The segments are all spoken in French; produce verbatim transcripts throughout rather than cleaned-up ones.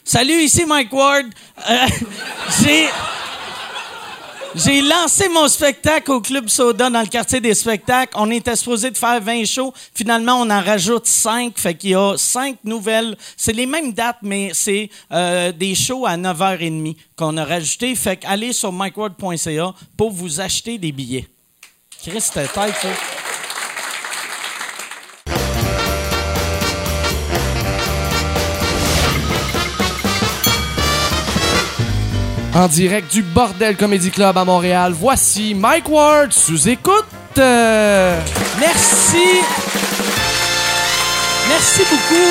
Salut, ici Mike Ward. Euh, j'ai... J'ai lancé mon spectacle au Club Soda dans le quartier des spectacles. On était supposé de faire vingt shows. Finalement, on en rajoute cinq. Fait qu'il y a cinq nouvelles. C'est les mêmes dates, mais c'est euh, des shows à neuf heures trente qu'on a rajouté. Fait qu'allez sur mike ward point c a pour vous acheter des billets. Chris, c'était tight, ça. En direct du Bordel Comedy Club à Montréal, voici Mike Ward sous écoute. Euh... Merci. Merci beaucoup.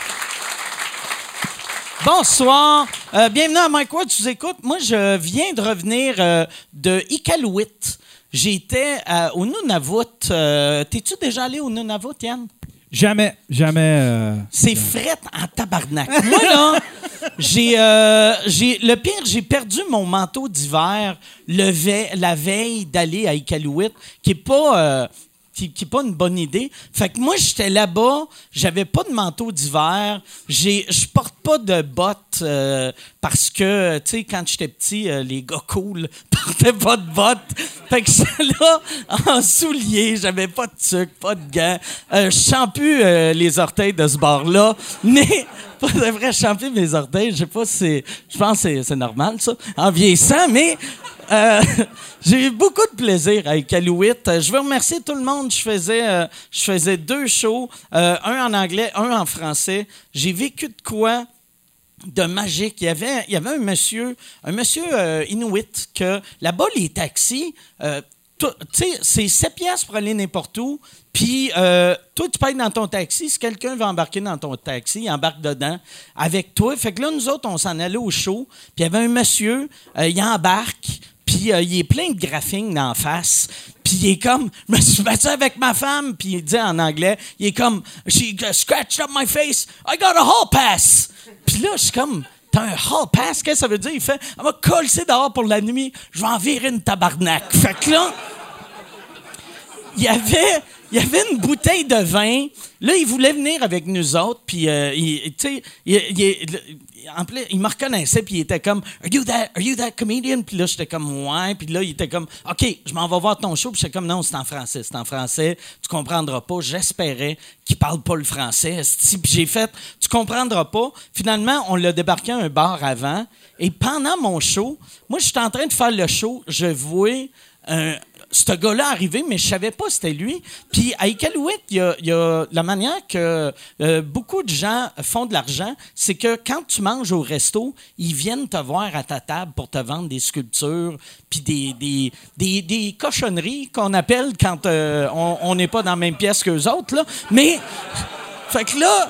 Bonsoir. Euh, bienvenue à Mike Ward sous écoute. Moi, je viens de revenir euh, de Iqaluit. J'étais euh, au Nunavut. Euh, t'es-tu déjà allé au Nunavut, Yann? Jamais, jamais. Euh... C'est frette en tabarnak. Moi, là, j'ai, euh, j'ai. Le pire, j'ai perdu mon manteau d'hiver le ve- la veille d'aller à Iqaluit, qui est pas. Euh, qui, qui est pas une bonne idée. Fait que moi, j'étais là-bas, j'avais pas de manteau d'hiver, j'ai, je porte pas de bottes euh, parce que, tu sais, quand j'étais petit, euh, les gars cool portaient pas de bottes. Fait que j'étais là en souliers, j'avais pas de sucre, pas de gants. Euh, je sens plus euh, les orteils de ce bord-là, mais pas de vrai, je sens plus mes orteils. Je sais pas si c'est... Je pense que c'est, c'est normal, ça, en vieillissant, mais... Euh, j'ai eu beaucoup de plaisir avec Iqaluit. Je veux remercier tout le monde. Je faisais, euh, je faisais deux shows, euh, un en anglais, un en français. J'ai vécu de quoi de magique. Il y avait, il y avait un monsieur, un monsieur euh, Inuit que là-bas les taxis, euh, tu sais, c'est sept piastres pour aller n'importe où. Puis, euh, toi, tu payes dans ton taxi. Si quelqu'un veut embarquer dans ton taxi, il embarque dedans avec toi. Fait que là, nous autres, on s'en allait au show. Puis, il y avait un monsieur, euh, il embarque. Puis, euh, il est plein de graphing d'en face. Puis, il est comme, je me suis battu avec ma femme. Puis, il dit en anglais, il est comme, she scratched up my face. I got a hall pass. Puis là, je suis comme, t'as un hall pass? Qu'est-ce que ça veut dire? Il fait, elle m'a collé dehors pour la nuit. Je vais en virer une tabarnak. Fait que là, il y avait... Il y avait une bouteille de vin. Là, il voulait venir avec nous autres. Puis, euh, il, tu sais, il, il, il, en plus, il me reconnaissait. Puis, il était comme, Are you that, are you that comedian? Puis là, j'étais comme, ouais. Puis là, il était comme, OK, je m'en vais voir ton show. Puis j'étais comme, non, c'est en français. C'est en français. Tu comprendras pas. J'espérais qu'il parle pas le français. Puis j'ai fait, tu comprendras pas. Finalement, on l'a débarqué à un bar avant. Et pendant mon show, moi, j'étais en train de faire le show. Je voyais un. Ce gars-là arrivé, mais je savais pas c'était lui. Puis à Iqaluit, il y a, y a la manière que euh, beaucoup de gens font de l'argent, c'est que quand tu manges au resto, ils viennent te voir à ta table pour te vendre des sculptures, puis des, des, des, des cochonneries qu'on appelle quand euh, on n'est pas dans la même pièce qu'eux autres, là. Mais, fait que là,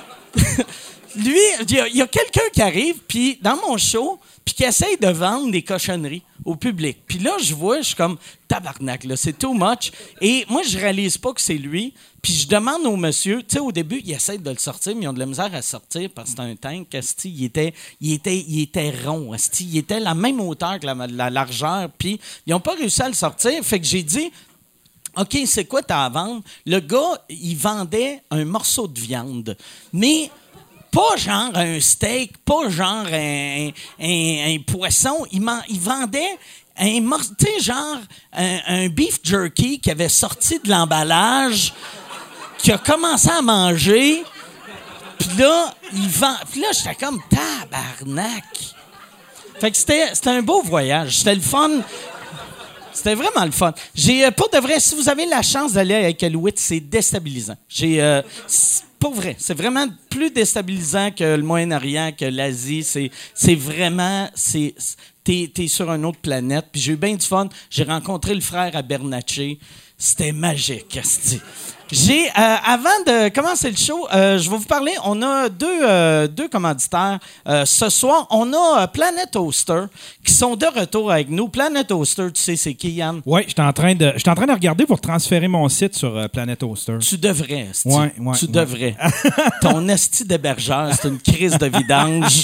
lui, il y a, y a quelqu'un qui arrive, puis dans mon show, puis qui essaye de vendre des cochonneries au public. Puis là, je vois, je suis comme, tabarnak, là, c'est too much. Et moi, je réalise pas que c'est lui. Puis je demande au monsieur, tu sais, au début, ils essaient de le sortir, mais ils ont de la misère à sortir parce que c'est un tank. Asti, il était, il était, il était rond. Asti, il était la même hauteur que la, la largeur. Puis ils n'ont pas réussi à le sortir. Fait que j'ai dit, OK, c'est quoi t'as à vendre? Le gars, il vendait un morceau de viande. Mais... pas genre un steak, pas genre un, un, un poisson. Il, il vendait un morceau, tu sais, genre un, un beef jerky qui avait sorti de l'emballage, qui a commencé à manger. Puis là, il vend. Puis là, j'étais comme tabarnak. Fait que c'était, c'était un beau voyage. C'était le fun. C'était vraiment le fun. J'ai, pour de vrai, si vous avez la chance d'aller à Iqaluit, c'est déstabilisant. J'ai... Euh, Pour vrai, c'est vraiment plus déstabilisant que le Moyen-Orient, que l'Asie. C'est, c'est vraiment... C'est, t'es, t'es sur une autre planète. Puis j'ai eu bien du fun. J'ai rencontré le frère à Bernatchez. C'était magique, asti. J'ai, euh, avant de commencer le show, euh, je vais vous parler. On a deux, euh, deux commanditaires euh, ce soir. On a euh, Planet Oster qui sont de retour avec nous. Planet Oster, tu sais, c'est qui, Yann? Oui, je suis en train de, je suis en train de regarder pour transférer mon site sur euh, Planet Oster. Tu devrais, asti. Ouais, ouais, tu ouais. devrais. Ton esti d'hébergeur, c'est une crise de vidange.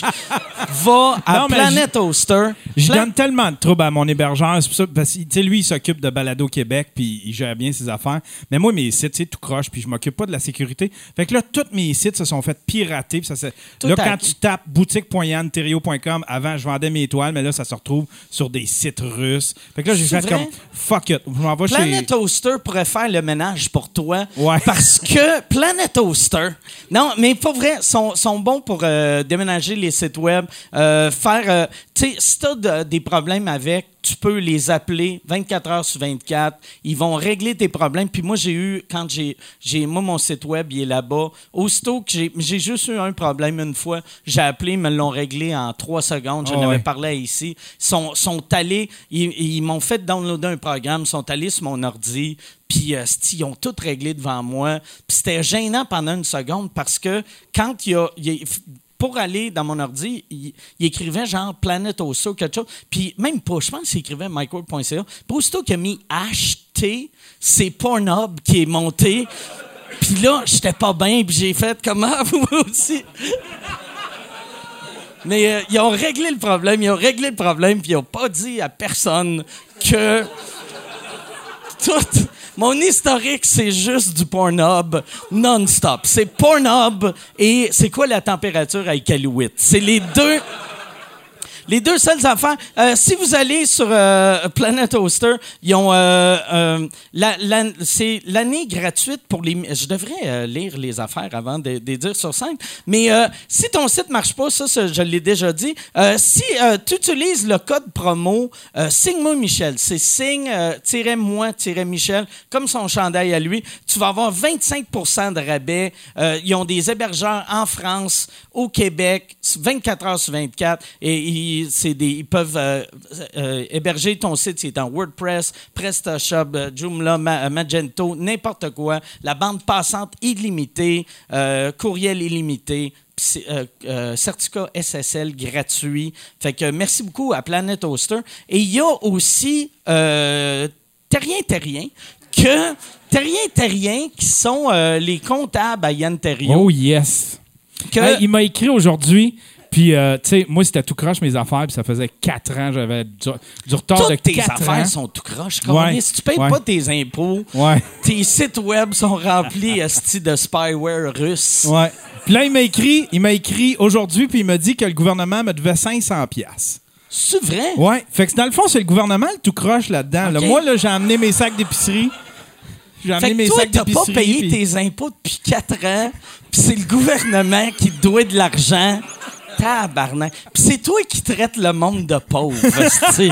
Va à non, Planet Oster. Je Pla- donne tellement de troubles à mon hébergeur. C'est pour ça, parce que lui, il s'occupe de Balado Québec, puis il gère bien ses affaires. Mais moi, mes sites, c'est tout croche, puis je m'occupe pas de la sécurité. Fait que là, tous mes sites se sont fait pirater. Puis ça, c'est... Tout Là, à... quand tu tapes boutique point yann thériault point com, avant, je vendais mes toiles, mais là, ça se retrouve sur des sites russes. Fait que là, j'ai C'est fait vrai? comme fuck it. Je m'en vais Planet chez... Toaster pourrait faire le ménage pour toi. Ouais. Parce que Planet Toaster, non, mais pas vrai, sont, sont bons pour euh, déménager les sites web, euh, faire, euh, tu sais, si t'as de, des problèmes avec, tu peux les appeler vingt-quatre heures sur vingt-quatre. Ils vont régler tes problèmes. Puis moi, j'ai eu, quand j'ai, j'ai moi, mon site web, il est là-bas. Aussitôt que j'ai, j'ai juste eu un problème une fois, j'ai appelé, ils me l'ont réglé en trois secondes. J'en Oh, avais ouais. parlé ici. Ils sont, sont allés, ils, ils m'ont fait downloader un programme, ils sont allés sur mon ordi. Puis euh, ils ont tout réglé devant moi. Puis c'était gênant pendant une seconde parce que quand il y a... il y a pour aller dans mon ordi, il, il écrivait genre Planet Toaster ou quelque chose. Puis même pas, je pense qu'il écrivait microwave point c a. Puis aussitôt qu'il a mis H T, c'est Pornhub qui est monté. Puis là, j'étais pas bien, puis j'ai fait comment vous aussi. Mais euh, ils ont réglé le problème, ils ont réglé le problème, puis ils n'ont pas dit à personne que tout... Mon historique, c'est juste du Pornhub non-stop. C'est Pornhub et c'est quoi la température à Iqaluit? C'est les deux... Les deux seules affaires. Euh, si vous allez sur euh, Planet Toaster, ils ont euh, euh, la, la, c'est l'année gratuite pour les. Je devrais euh, lire les affaires avant de, de les dire sur scène. Mais euh, si ton site marche pas, ça, ça je l'ai déjà dit. Euh, si euh, tu utilises le code promo euh, Signe-moi Michel, c'est signe-moi-Michel, comme son chandail à lui, tu vas avoir vingt-cinq pour cent de rabais. Euh, ils ont des hébergeurs en France, au Québec, vingt-quatre heures sur vingt-quatre, et ils C'est des, ils peuvent euh, euh, héberger ton site, c'est en WordPress, PrestaShop, euh, Joomla, Ma- Magento, n'importe quoi. La bande passante illimitée, euh, courriel illimité, pis, euh, euh, certificat S S L gratuit. Fait que merci beaucoup à Planet Toaster. Et il y a aussi euh, Terrien Terrien, que Terrien Terrien qui sont euh, les comptables à Yann Terriot. Oh yes! Que, Hey, il m'a écrit aujourd'hui... Puis, euh, tu sais, moi, c'était tout croche mes affaires, puis ça faisait quatre ans, j'avais du, du retard toutes de tes quatre affaires ans. sont tout croche. Ouais, Si tu payes ouais. pas tes impôts, Ouais, tes sites web sont remplis esti, de spyware russe. ouais. Puis là, il m'a écrit, il m'a écrit aujourd'hui, puis il m'a dit que le gouvernement me devait cinq cents piastres. C'est vrai? Ouais. Fait que dans le fond, c'est le gouvernement le tout croche là-dedans. Là, Ok. moi, là, j'ai amené mes sacs d'épicerie. J'ai amené Fait que mes toi, sacs t'as pas d'épicerie. payé puis- tes impôts depuis quatre ans, puis c'est le gouvernement qui te doit de l'argent. Tabarnak. Puis c'est toi qui traites le monde de pauvre, esti.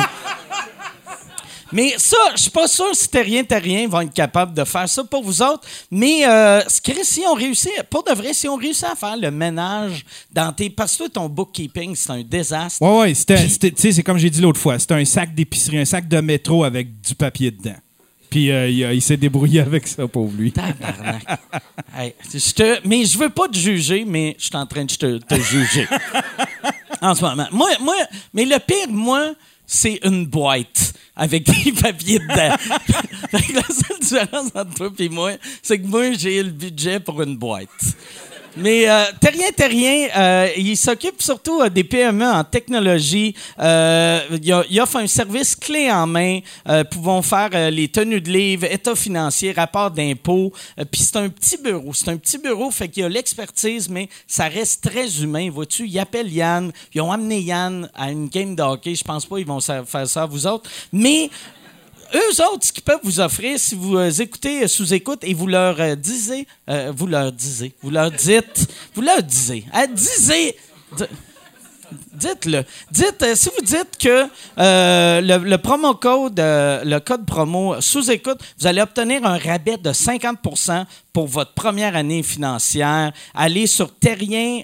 Mais ça, je suis pas sûr si Terrien Terrien vont être capables de faire ça pour vous autres. Mais euh, Chris, si on réussit, pour de vrai, si on réussit à faire le ménage dans tes... Parce que toi, ton bookkeeping, c'est un désastre. Ouais, ouais. C'était, Puis- c'était- tu sais, c'est comme j'ai dit l'autre fois. C'était un sac d'épicerie, un sac de métro avec du papier dedans. Puis euh, il, a- il s'est débrouillé avec ça, pauvre lui. Tabarnak. Hey, je te, mais je veux pas te juger, mais je suis en train de te, te juger. En ce moment. Moi, moi, mais le pire, moi, c'est une boîte avec des papiers dedans. Fait que la seule différence entre toi et moi, c'est que moi, j'ai le budget pour une boîte. Mais euh, Terrien Terrien, euh, il s'occupe surtout euh, des P M E en technologie. Euh, il, a- il offre un service clé en main. Euh, pouvons faire euh, les tenues de livres, état financier, rapport d'impôts. Euh, Puis c'est un petit bureau. C'est un petit bureau, fait qu'il y a l'expertise, mais ça reste très humain. Vois-tu, ils appellent Yann. Ils ont amené Yann à une game de hockey. Je pense pas qu'ils vont sa- faire ça à vous autres. Mais... Eux autres, ce qu'ils peuvent vous offrir, si vous euh, écoutez euh, sous-écoute et vous leur euh, disiez, euh, vous leur disiez, vous leur dites, vous leur disiez, ah, disez, di- dites-le. Dites, euh, si vous dites que euh, le, le promo code, euh, le code promo sous-écoute, vous allez obtenir un rabais de cinquante pour cent pour votre première année financière. Allez sur terrien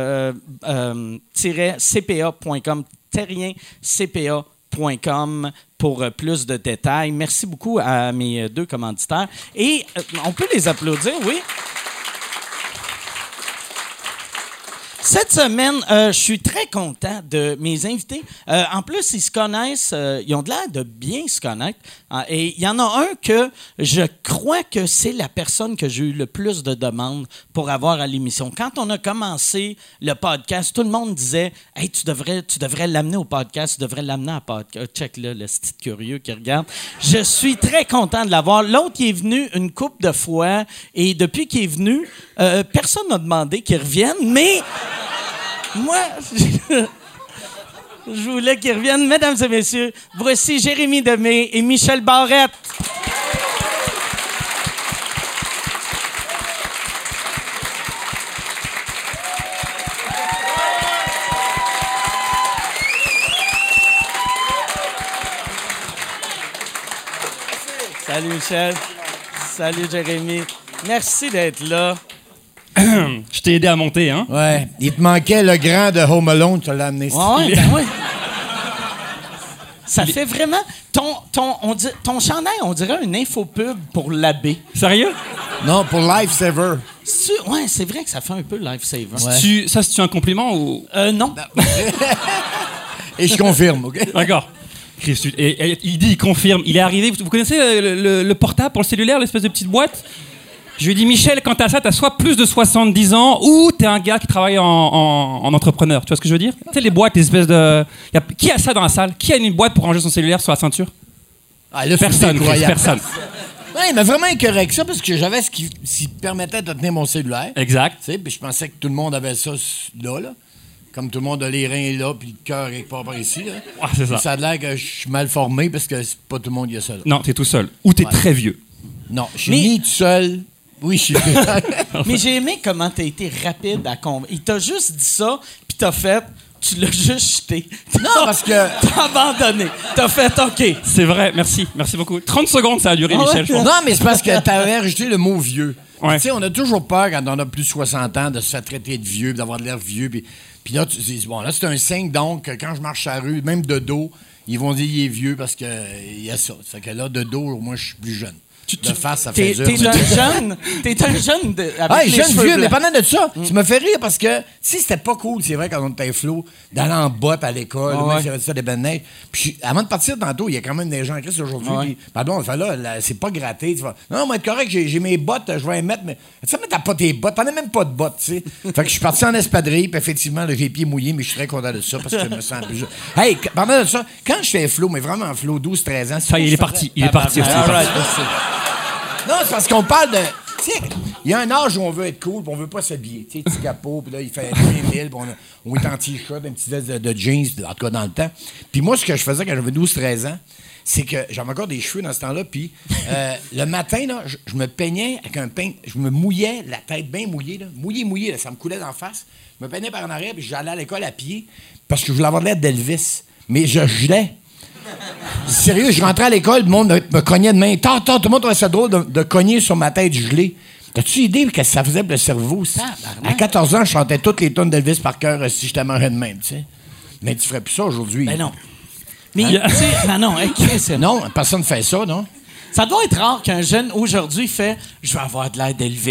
tiret c p a point com, terrien c p a point com pour euh, plus de détails. Merci beaucoup à mes euh, deux commanditaires. Et euh, on peut les applaudir, oui. Cette semaine, euh, je suis très content de mes invités. Euh, en plus, ils se connaissent, euh, ils ont de l'air de bien se connaître. Euh, et il y en a un que je crois que c'est la personne que j'ai eu le plus de demandes pour avoir à l'émission. Quand on a commencé le podcast, tout le monde disait « Hey, tu devrais, tu devrais l'amener au podcast, tu devrais l'amener à podcast. » Check là, le petit curieux qui regarde. Je suis très content de l'avoir. L'autre, il est venu une couple de fois et depuis qu'il est venu, euh, personne n'a demandé qu'il revienne, mais... Moi, je, je voulais qu'ils reviennent. Mesdames et messieurs, voici Jérémy Demé et Michel Barrette. Salut Michel. Salut Jérémy. Merci d'être là. Je t'ai aidé à monter, hein? Ouais. Il te manquait le grand de Home Alone, tu l'as amené. Ouais, ben ouais. Ça fait vraiment... Ton, ton, on dit, ton chandail, on dirait une infopub pour l'abbé. Sérieux? Non, pour Lifesaver. C'est-tu- Ouais, c'est vrai que ça fait un peu lifesaver. Ouais. Tu, ça, c'est un compliment ou... Euh, non. Et je confirme, OK? D'accord. Christ, et, et il dit, il confirme. Il est arrivé... Vous, vous connaissez le, le- le portable pour le cellulaire, l'espèce de petite boîte? Je lui ai dit, Michel, quand t'as ça, t'as soit plus de soixante-dix ans ou t'es un gars qui travaille en, en, en entrepreneur. Tu vois ce que je veux dire? Tu sais, les boîtes, les espèces de... Y a, qui a ça dans la salle? Qui a une boîte pour ranger son cellulaire sur la ceinture? Ah, là, Personne, c'est Chris, incroyable. personne. Ouais, il m'a vraiment incorrect ça parce que j'avais ce qui, ce qui permettait de tenir mon cellulaire. Exact. Tu sais, puis je pensais que tout le monde avait ça là, là. Comme tout le monde a les reins là, puis le cœur quelque part par ici, là. Ah, c'est ça. Ça a l'air que je suis mal formé parce que c'est pas tout le monde qui a ça, là. Non, t'es tout seul. Ou t'es Ouais. très vieux. Non, je suis Mais- ni tout seul. Oui, je suis... Mais j'ai aimé comment t'as été rapide à convaincre. Il t'a juste dit ça, puis t'as fait... Tu l'as juste jeté. Non, parce que... T'as abandonné. T'as fait OK. C'est vrai, merci. Merci beaucoup. trente secondes, ça a duré, Ah ouais? Michel, je pense. Non, mais c'est parce que t'avais rajouté le mot vieux. Ouais. Tu sais, on a toujours peur quand on a plus de soixante ans de se faire traiter de vieux, puis d'avoir de l'air vieux. Puis, puis là, tu dis, bon, là, c'est un signe, donc, que quand je marche à la rue, même de dos, ils vont dire qu'il est vieux parce qu'il y a ça. Ça fait que là, de dos, moi, je suis plus jeune. De face, ça fait T'es, dur. t'es un jeune. T'es un jeune de, avec Ah, les jeune cheveux vieux, mais blancs. pendant de ça, tu me fais rire parce que si c'était pas cool, c'est vrai, quand on était flot, d'aller en botte à l'école, Ah ou ouais. même s'il y avait ça des bonnes neiges. Puis avant de partir tantôt, il y a quand même des gens en crise aujourd'hui. Ah ouais. Puis, pardon, on fait là, là, c'est pas gratté. Tu vas, non, on va être correct, j'ai, j'ai mes bottes, je vais les mettre, mais tu sais, mais t'as pas tes bottes, t'en as même pas de bottes, tu sais. Fait que je suis parti en espadrille, puis effectivement, là, j'ai les pieds mouillés, mais je suis très content de ça parce que je me sens plus. Hey, qu- pendant de ça, quand je fais flot, mais vraiment flot, douze, treize ans, Ça y est, il est parti. Il est parti. All right. non, c'est parce qu'on parle de. Tu sais, il y a un âge où on veut être cool, puis on veut pas s'habiller. Tu sais, petit capot, puis là, il fait vingt mille, puis on, a- on est en t-shirt, un petit veste de, de jeans, en tout cas dans le temps. Puis moi, ce que je faisais quand j'avais douze treize ans, c'est que j'avais encore des cheveux dans ce temps-là, puis euh, le matin, là, je, je me peignais avec un peigne, je me mouillais, la tête bien mouillée, là, mouillée, mouillée, là, ça me coulait d'en face. Je me peignais par en arrière, puis j'allais à l'école à pied, parce que je voulais avoir l'air d'Elvis. Mais je gelais. Sérieux, je rentrais à l'école, le monde me, me cognait de main. Tant, tant, tout le monde trouvait ça drôle de, de cogner sur ma tête gelée. T'as-tu idée de ce que ça faisait pour le cerveau? Ça? À quatorze ans, je chantais toutes les tonnes d'Elvis par cœur euh, si je t'aimerais de même, tu sais. Mais tu ferais plus ça aujourd'hui. Ben non. Mais, tu sais, non, non, hey, Chris, c'est- Non, personne ne fait ça, non? Ça doit être rare qu'un jeune aujourd'hui fait « Je vais avoir de l'air d'Elvis. »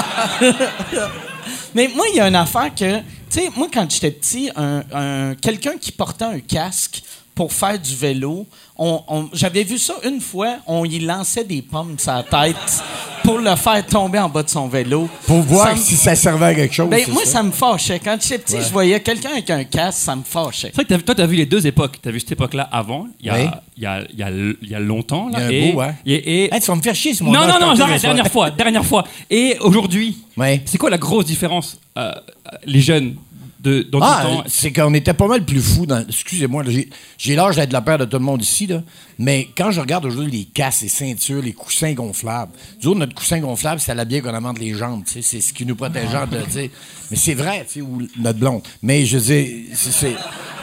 Mais moi, il y a une affaire que... Tu sais, moi, quand j'étais petit, un, un- quelqu'un qui portait un casque pour faire du vélo, on, on- j'avais vu ça une fois, on y lançait des pommes sur la tête pour le faire tomber en bas de son vélo. Pour voir Ça me- si ça servait à quelque chose. Ben, c'est moi, ça. ça me fâchait. Quand j'étais petit, je voyais quelqu'un avec un casque, ça me fâchait. C'est vrai que t'as- toi, tu as vu les deux époques. Tu as vu cette époque-là avant, il y a, Oui. il y a, il y a, il y a longtemps. Là, Il y a un et, beau, ouais. et- et- Hey, tu vas me faire chier, ce monde. non, non, non, j'arrête, dernière fois, dernière fois. Et aujourd'hui, Ouais. c'est quoi la grosse différence, euh, les jeunes de, dans tout Ah, le temps? c'est qu'on était pas mal plus fous. Dans... Excusez-moi, là, j'ai, j'ai l'âge d'être le père de tout le monde ici, là. Mais quand je regarde aujourd'hui les casques, les ceintures, les coussins gonflables, du haut, notre coussin gonflable, c'est la bière qu'on amende les jambes, tu sais. C'est ce qui nous protégeait, de, tu sais. Mais c'est vrai, tu sais, ou notre blonde. Mais je veux dire, c'est... c'est...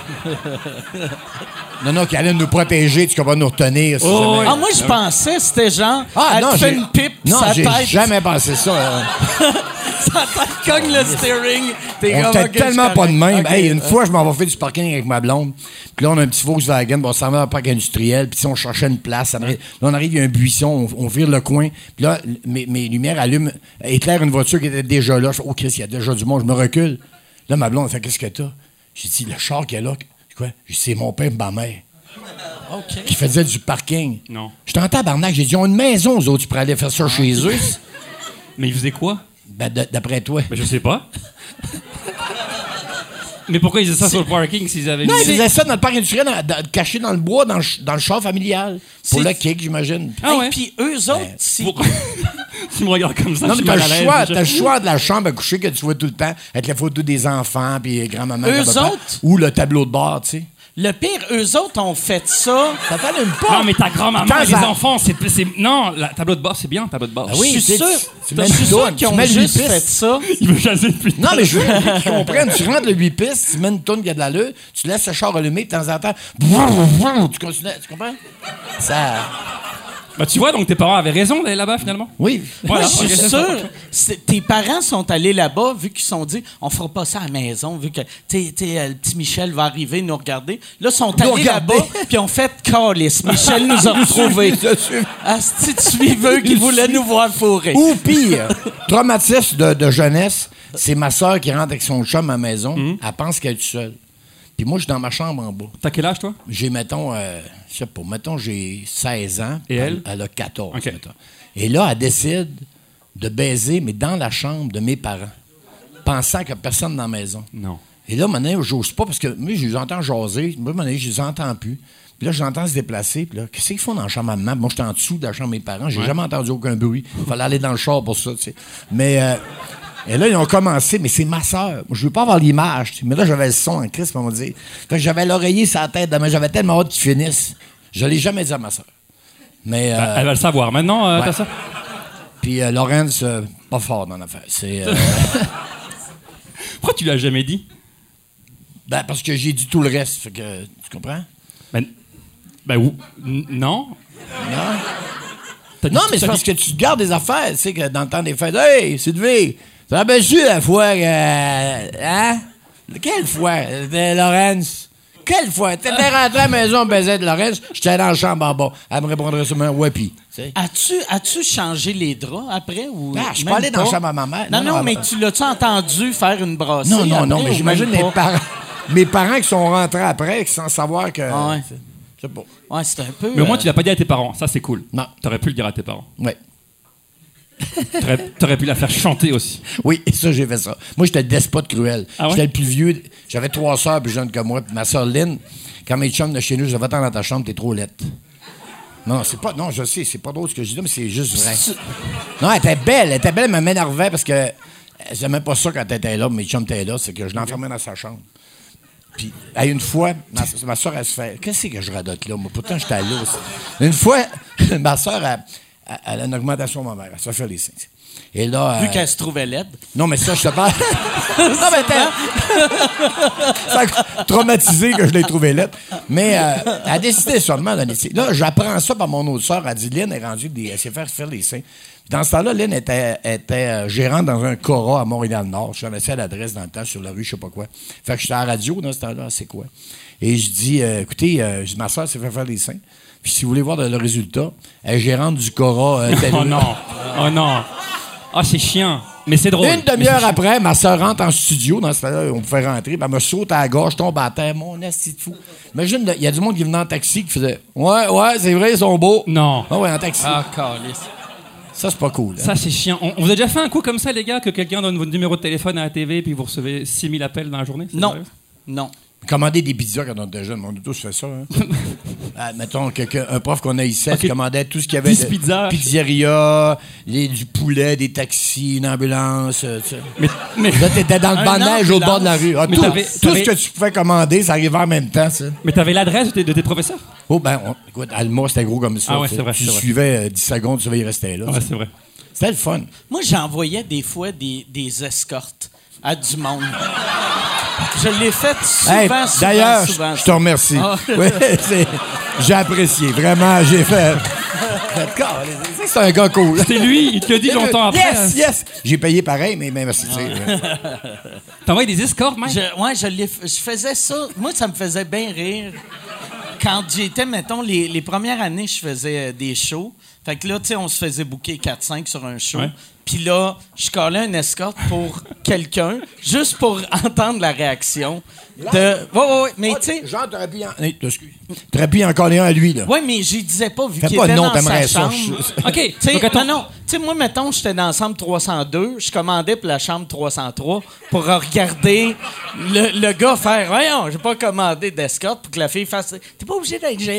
non, non, qui allait nous protéger, tu vas nous retenir. si Oh, jamais- Ah, moi, je pensais c'était genre, Ah, elle non, te fait j'ai... une pipe, non, sa j'ai tête, jamais pensé ça. hein. sa tête cogne le steering. T'es On comme, était OK, tellement je pas de même. correct. Hey, OK. une fois, je m'en vais faire du parking avec ma blonde. Puis là, on a un petit Volkswagen. Bon, on s'en va dans le parc industriel. Puis si on cherchait une place, ça arrive- là, on arrive, il y a un buisson. On, on vire le coin. Puis là, mes, mes lumières allument, éclairent une voiture qui était déjà là. Je fais, oh, Chris, il y a déjà du monde. Je me recule. Là, ma blonde, elle fait, qu'est-ce que t'as? J'ai dit, le char qu'il y a là, quoi? J'ai dit, c'est mon père et ma mère. OK. Qui faisait du parking. Non. J'étais en tabarnak. J'ai dit, ils ont une maison, aux autres, tu pourrais aller faire ça chez eux. Mais il faisait quoi? Ben, d- d'après toi. Ben, je sais pas. Mais pourquoi ils faisaient ça sur le parking s'ils avaient Non, une ils idée? faisaient ça dans le parc industriel, dans- dans- caché dans le bois, dans le, ch- dans le char familial. Pour C'est- le kick, j'imagine. Ah ouais? Puis eux autres, si... Pourquoi? Tu me regardes comme ça, Non, je mais suis t'as mal le à l'aise, choix, déjà. t'as le choix de la chambre à coucher que tu vois tout le temps, avec la photo des enfants, puis grand-maman, Eux grand-papa, autres? ou le tableau de bord, tu sais. Le pire, eux autres ont fait ça. Ça t'allume pas. Non, mais ta grand-maman Quand et les ça- enfants, c'est... c'est- Non, le tableau de bord, c'est bien, le tableau de bord. Ah oui, je suis tu sais, sûr, tu- tu je mets suis une sûr toune, qu'ils tu ont mets le juste huit fait pistes. ça. Il veut jaser depuis... Non, mais je veux qu'ils comprennent. Tu rentres le huit pistes, tu mets une tourne qui a de l'allure, tu laisses le char allumé, de temps en temps, tu continues, tu comprends? Ça... Bah, tu vois, donc tes parents avaient raison d'aller là-bas, finalement. Oui. Voilà. Moi, je suis Ok, c'est sûr, ça. c'est- tes parents sont allés là-bas, vu qu'ils se sont dit, on fera pas ça à la maison, vu que, tu sais, tu sais, euh, le petit Michel va arriver nous regarder. Là, ils sont allés regarder. là-bas, puis ont fait calice. Michel nous a retrouvés. Asti de suiveux qui voulait nous voir fourrer. Ou pire, traumatisme de, de jeunesse, c'est ma soeur qui rentre avec son chum à la maison, elle pense qu'elle est toute seule. Puis moi, je suis dans ma chambre en bas. T'as quel âge, toi? J'ai, mettons, euh, je sais pas, mettons, j'ai seize ans. Et elle? Elle a quatorze, OK. mettons. Et là, elle décide de baiser, mais dans la chambre de mes parents, pensant qu'il n'y a personne dans la maison. Non. Et là, maintenant, j'ose pas, parce que moi, je les entends jaser. Moi, maintenant, je les entends plus. Puis là, je les entends se déplacer. Puis là, qu'est-ce qu'ils font dans la chambre à maman? Moi, j'étais en dessous de la chambre de mes parents. J'ai jamais entendu aucun bruit. Il fallait aller dans le char pour ça, tu sais. Mais... Euh, et là, ils ont commencé, mais c'est ma soeur. Je veux pas avoir l'image, tu sais. Mais là, j'avais le son en crise, on va dire. Fait que j'avais l'oreiller sur la tête, mais j'avais tellement hâte qu'ils finissent. Je l'ai jamais dit à ma soeur. Mais. euh, Elle va le savoir. Maintenant, euh, ouais. t'as ça? Puis euh, Laurence, euh, pas fort dans l'affaire. C'est. euh, Pourquoi tu l'as jamais dit? ben, parce que j'ai dit tout le reste. Fait que. Tu comprends? Ben... Ben, ou... n- Non? Non? T'as dit- Non, mais c'est t'as parce dit- que tu te gardes des affaires. Tu sais, que dans le temps des fêtes, hey, Sylvie, tu as bien su la fois que. Hein? Quelle fois? De Laurence? Quelle fois? T'étais rentré à la maison, on baisait de Laurence, j'étais dans la chambre en bas. Elle me répondrait sûrement, ouais, pis. Tu sais. As-tu, as-tu changé les draps après? Ou Ah, je suis même pas allé dans la chambre à ma mère. Non, Non, non, non, mais elle- tu l'as-tu entendu faire une brassée? Non, non, non, après, mais ou j'imagine même mes pas? parents. Mes parents qui sont rentrés après, sans savoir que. Ah ouais. Je sais pas. Ouais, c'est un peu. Mais au moins, euh, tu l'as pas dit à tes parents. Ça, c'est cool. Non. T'aurais pu le dire à tes parents. Ouais. T'aurais, t'aurais pu la faire chanter aussi. Oui, et ça, j'ai fait ça. Moi, j'étais le despote cruel. Ah ouais? J'étais le plus vieux. J'avais trois sœurs plus jeunes que moi. Puis ma sœur Lynn, quand mes chums de chez nous, je va dans ta chambre, t'es trop laite. Non, c'est pas. Non, je sais, c'est pas drôle ce que je dis là, mais c'est juste vrai. Non, elle était belle. Elle était belle, elle m'énervait parce que j'aimais pas ça quand elle était là, mes chums étaient là, c'est que je l'enfermais dans sa chambre. Puis, à une fois, ma, ma soeur, elle se fait. Qu'est-ce que je radote là? Moi, pourtant, j'étais là aussi. Une fois, ma soeur, elle, elle a une augmentation de ma mère. Elle se fait faire les seins. Et là. Vu euh, qu'elle se trouvait laide. Non, mais ça, je te parle. non, mais t'es. Ça a traumatisé que je l'ai trouvé là. Mais euh, elle a décidé seulement de laisser. Là, j'apprends ça par mon autre soeur. Elle dit Lynn est rendue des. Elle s'est fait faire les seins. Puis dans ce temps-là, Lynn était, était euh, gérante dans un Cora à Montréal-Nord. Je connaissais l'adresse dans le temps sur la rue, je sais pas quoi. Fait que j'étais à la radio dans ce temps-là, c'est quoi. Et je dis euh, écoutez, euh, je dis, ma soeur s'est fait faire les seins. Puis si vous voulez voir le résultat, elle est gérante du Cora. Euh, telle Oh rue. non. Oh non. Ah, c'est chiant. Mais c'est drôle. Une demi-heure après, ma soeur rentre en studio. Dans ce temps-là, on me fait rentrer. Puis elle me saute à la gorge, tombe à terre. Mon esti de fou. Imagine, il y a du monde qui venait en taxi qui faisait Ouais, ouais, c'est vrai, ils sont beaux. Non. Ah ouais, en taxi. Ah, calice. Ça, c'est pas cool. hein. Ça, c'est chiant. On, on vous a déjà fait un coup comme ça, les gars, que quelqu'un donne votre numéro de téléphone à la T V puis vous recevez six mille appels dans la journée? C'est Non. sérieux? Non. Commander des pizzas quand on était jeune. On a tous fait ça. Hein. Ah, mettons, quelqu'un, un prof qu'on a ici, Ok. qui commandait tout ce qu'il y avait. dix de pizzas. Pizzeria, les- du poulet, des taxis, une ambulance. euh, tu sais. Mais, mais, Là, t'étais dans le Un banc de neige au bord de la rue. Ah, Mais tout t'avais- tout t'avais- ce que tu pouvais commander, ça arrivait en même temps, ça. mais t'avais l'adresse de tes, de tes professeurs? Oh, ben, on- écoute, Alma, c'était gros comme ça. Ah ouais, tu sais. c'est vrai, Tu c'est vrai. suivais euh, dix secondes, tu vas y rester là. Ouais, tu sais. c'est vrai. C'était le fun. Moi, j'envoyais des fois des, des escortes à du monde. Je l'ai fait souvent, Hey, souvent, d'ailleurs, je souvent. je te remercie. Ah. Oui, c'est- j'ai apprécié. Vraiment, j'ai fait. D'accord, c'est- c'est un gars cool. C'est lui, il te le dit longtemps après. Yes, yes. J'ai payé pareil, mais mais merci. tu sais, ouais. T'as envoyé des escortes, Mike? Je, ouais, je, l'ai f- je faisais ça. Moi, ça me faisait bien rire. Quand j'étais, mettons, les, les premières années, je faisais euh, des shows. Fait que là, tu sais, on se faisait booker quatre cinq sur un show. Ouais. Puis là, je collais un escorte pour quelqu'un, juste pour entendre la réaction de... Ouais, ouais, ouais, mais tu sais... Genre, t'aurais pu en... Hey, excuse. T'aurais pu en coller un à lui, là. Ouais, mais j'y disais pas, vu Fais qu'il pas était de nom, dans sa t'aimerais ça. chambre. OK. Tu sais, Donc, attends. non, non. Tu sais, moi, mettons, j'étais dans la chambre trois cent deux, je commandais pour la chambre trois cent trois pour regarder le, le gars faire « Voyons, j'ai pas commandé d'escorte » pour que la fille fasse « T'es pas obligé d'être gêné. »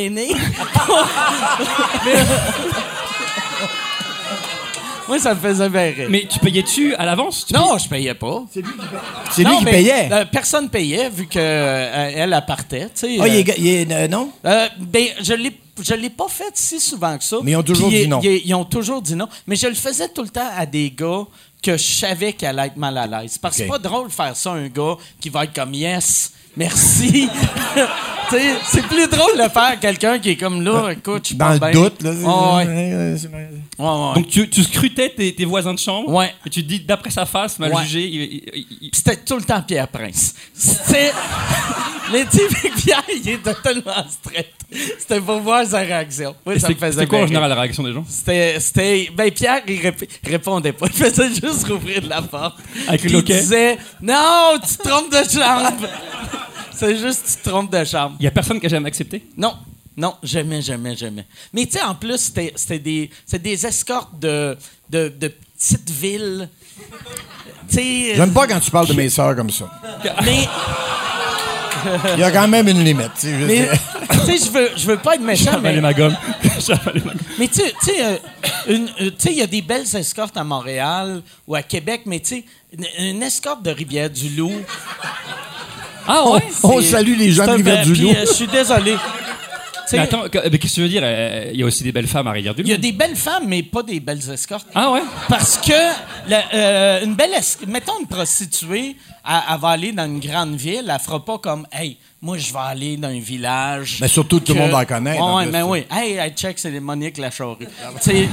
Moi, ça me faisait bien rire. Mais tu payais-tu à l'avance? Tu Non, je payais pas. C'est lui Non, qui mais, payait. euh, personne payait, vu qu'elle, elle, elle partait, tu sais. Ah, il euh, est... Il est euh, non? euh, ben, je l'ai, je l'ai pas fait si souvent que ça. Mais ils ont toujours Puis, dit ils- non. Ils, ils ont toujours dit non. Mais je le faisais tout le temps à des gars que je savais qu'elle allait être mal à l'aise. Parce que OK. c'est pas drôle de faire ça à un gars qui va être comme yes, merci. Tu sais, c'est plus drôle de faire à quelqu'un qui est comme là, écoute, je suis Dans pas le bien. doute, là. Ah ouais. Ouais. Ouais, ouais. Donc tu, tu scrutais tes, tes voisins de chambre. Ouais. Et tu te dis, d'après sa face, mal Ouais. jugé, il- il- il- il- Puis c'était tout le temps Pierre Prince. C'était. Mais tu sais, Pierre, il était tellement straight. C'était pour voir sa réaction. Oui, Et ça me C'était faisait c'était quoi bien en général rire. la réaction des gens? C'était. c'était ben, Pierre, il rép- répondait pas. Il faisait juste rouvrir de la porte. Avec le Puis loquet? Il disait non, tu te trompes de chambre. C'est juste, tu te trompes de chambre. Il y a personne qui a jamais accepté? Non. Non, jamais, jamais, jamais. Mais tu sais, en plus, c'était, c'était des, c'était des escortes de, de, de petites villes. Tu sais. J'aime pas quand tu parles de mes sœurs comme ça. Mais. Il y a quand même une limite. tu sais, je veux Mais, dire. tu sais, je veux, je veux pas être méchant, J'ai avalé mais, ma gomme. J'ai avalé ma gomme. mais tu sais, tu sais, euh, une- euh, tu sais, il y a des belles escortes à Montréal ou à Québec, mais tu sais, une, une escorte de Rivière-du-Loup. Ah ouais? On c'est- salue les gens c'est de un Rivière-du-Loup. ben, puis, euh, Je suis désolé. Tu sais, Mais attends, que- mais qu'est-ce que tu veux dire? Euh, Il y a aussi des belles femmes à Rivière-du-Loup. il y a des belles femmes, mais pas des belles escortes. Ah ouais? Parce que la- euh, une belle esc- mettons une prostituée, elle, elle va aller dans une grande ville, elle fera pas comme hey, moi je vais aller dans un village. Mais surtout, tout le monde en connaît, en Ouais, plus, mais ça. oui. Hey, hey, check, c'est Monique Lachaurie. Tu sais,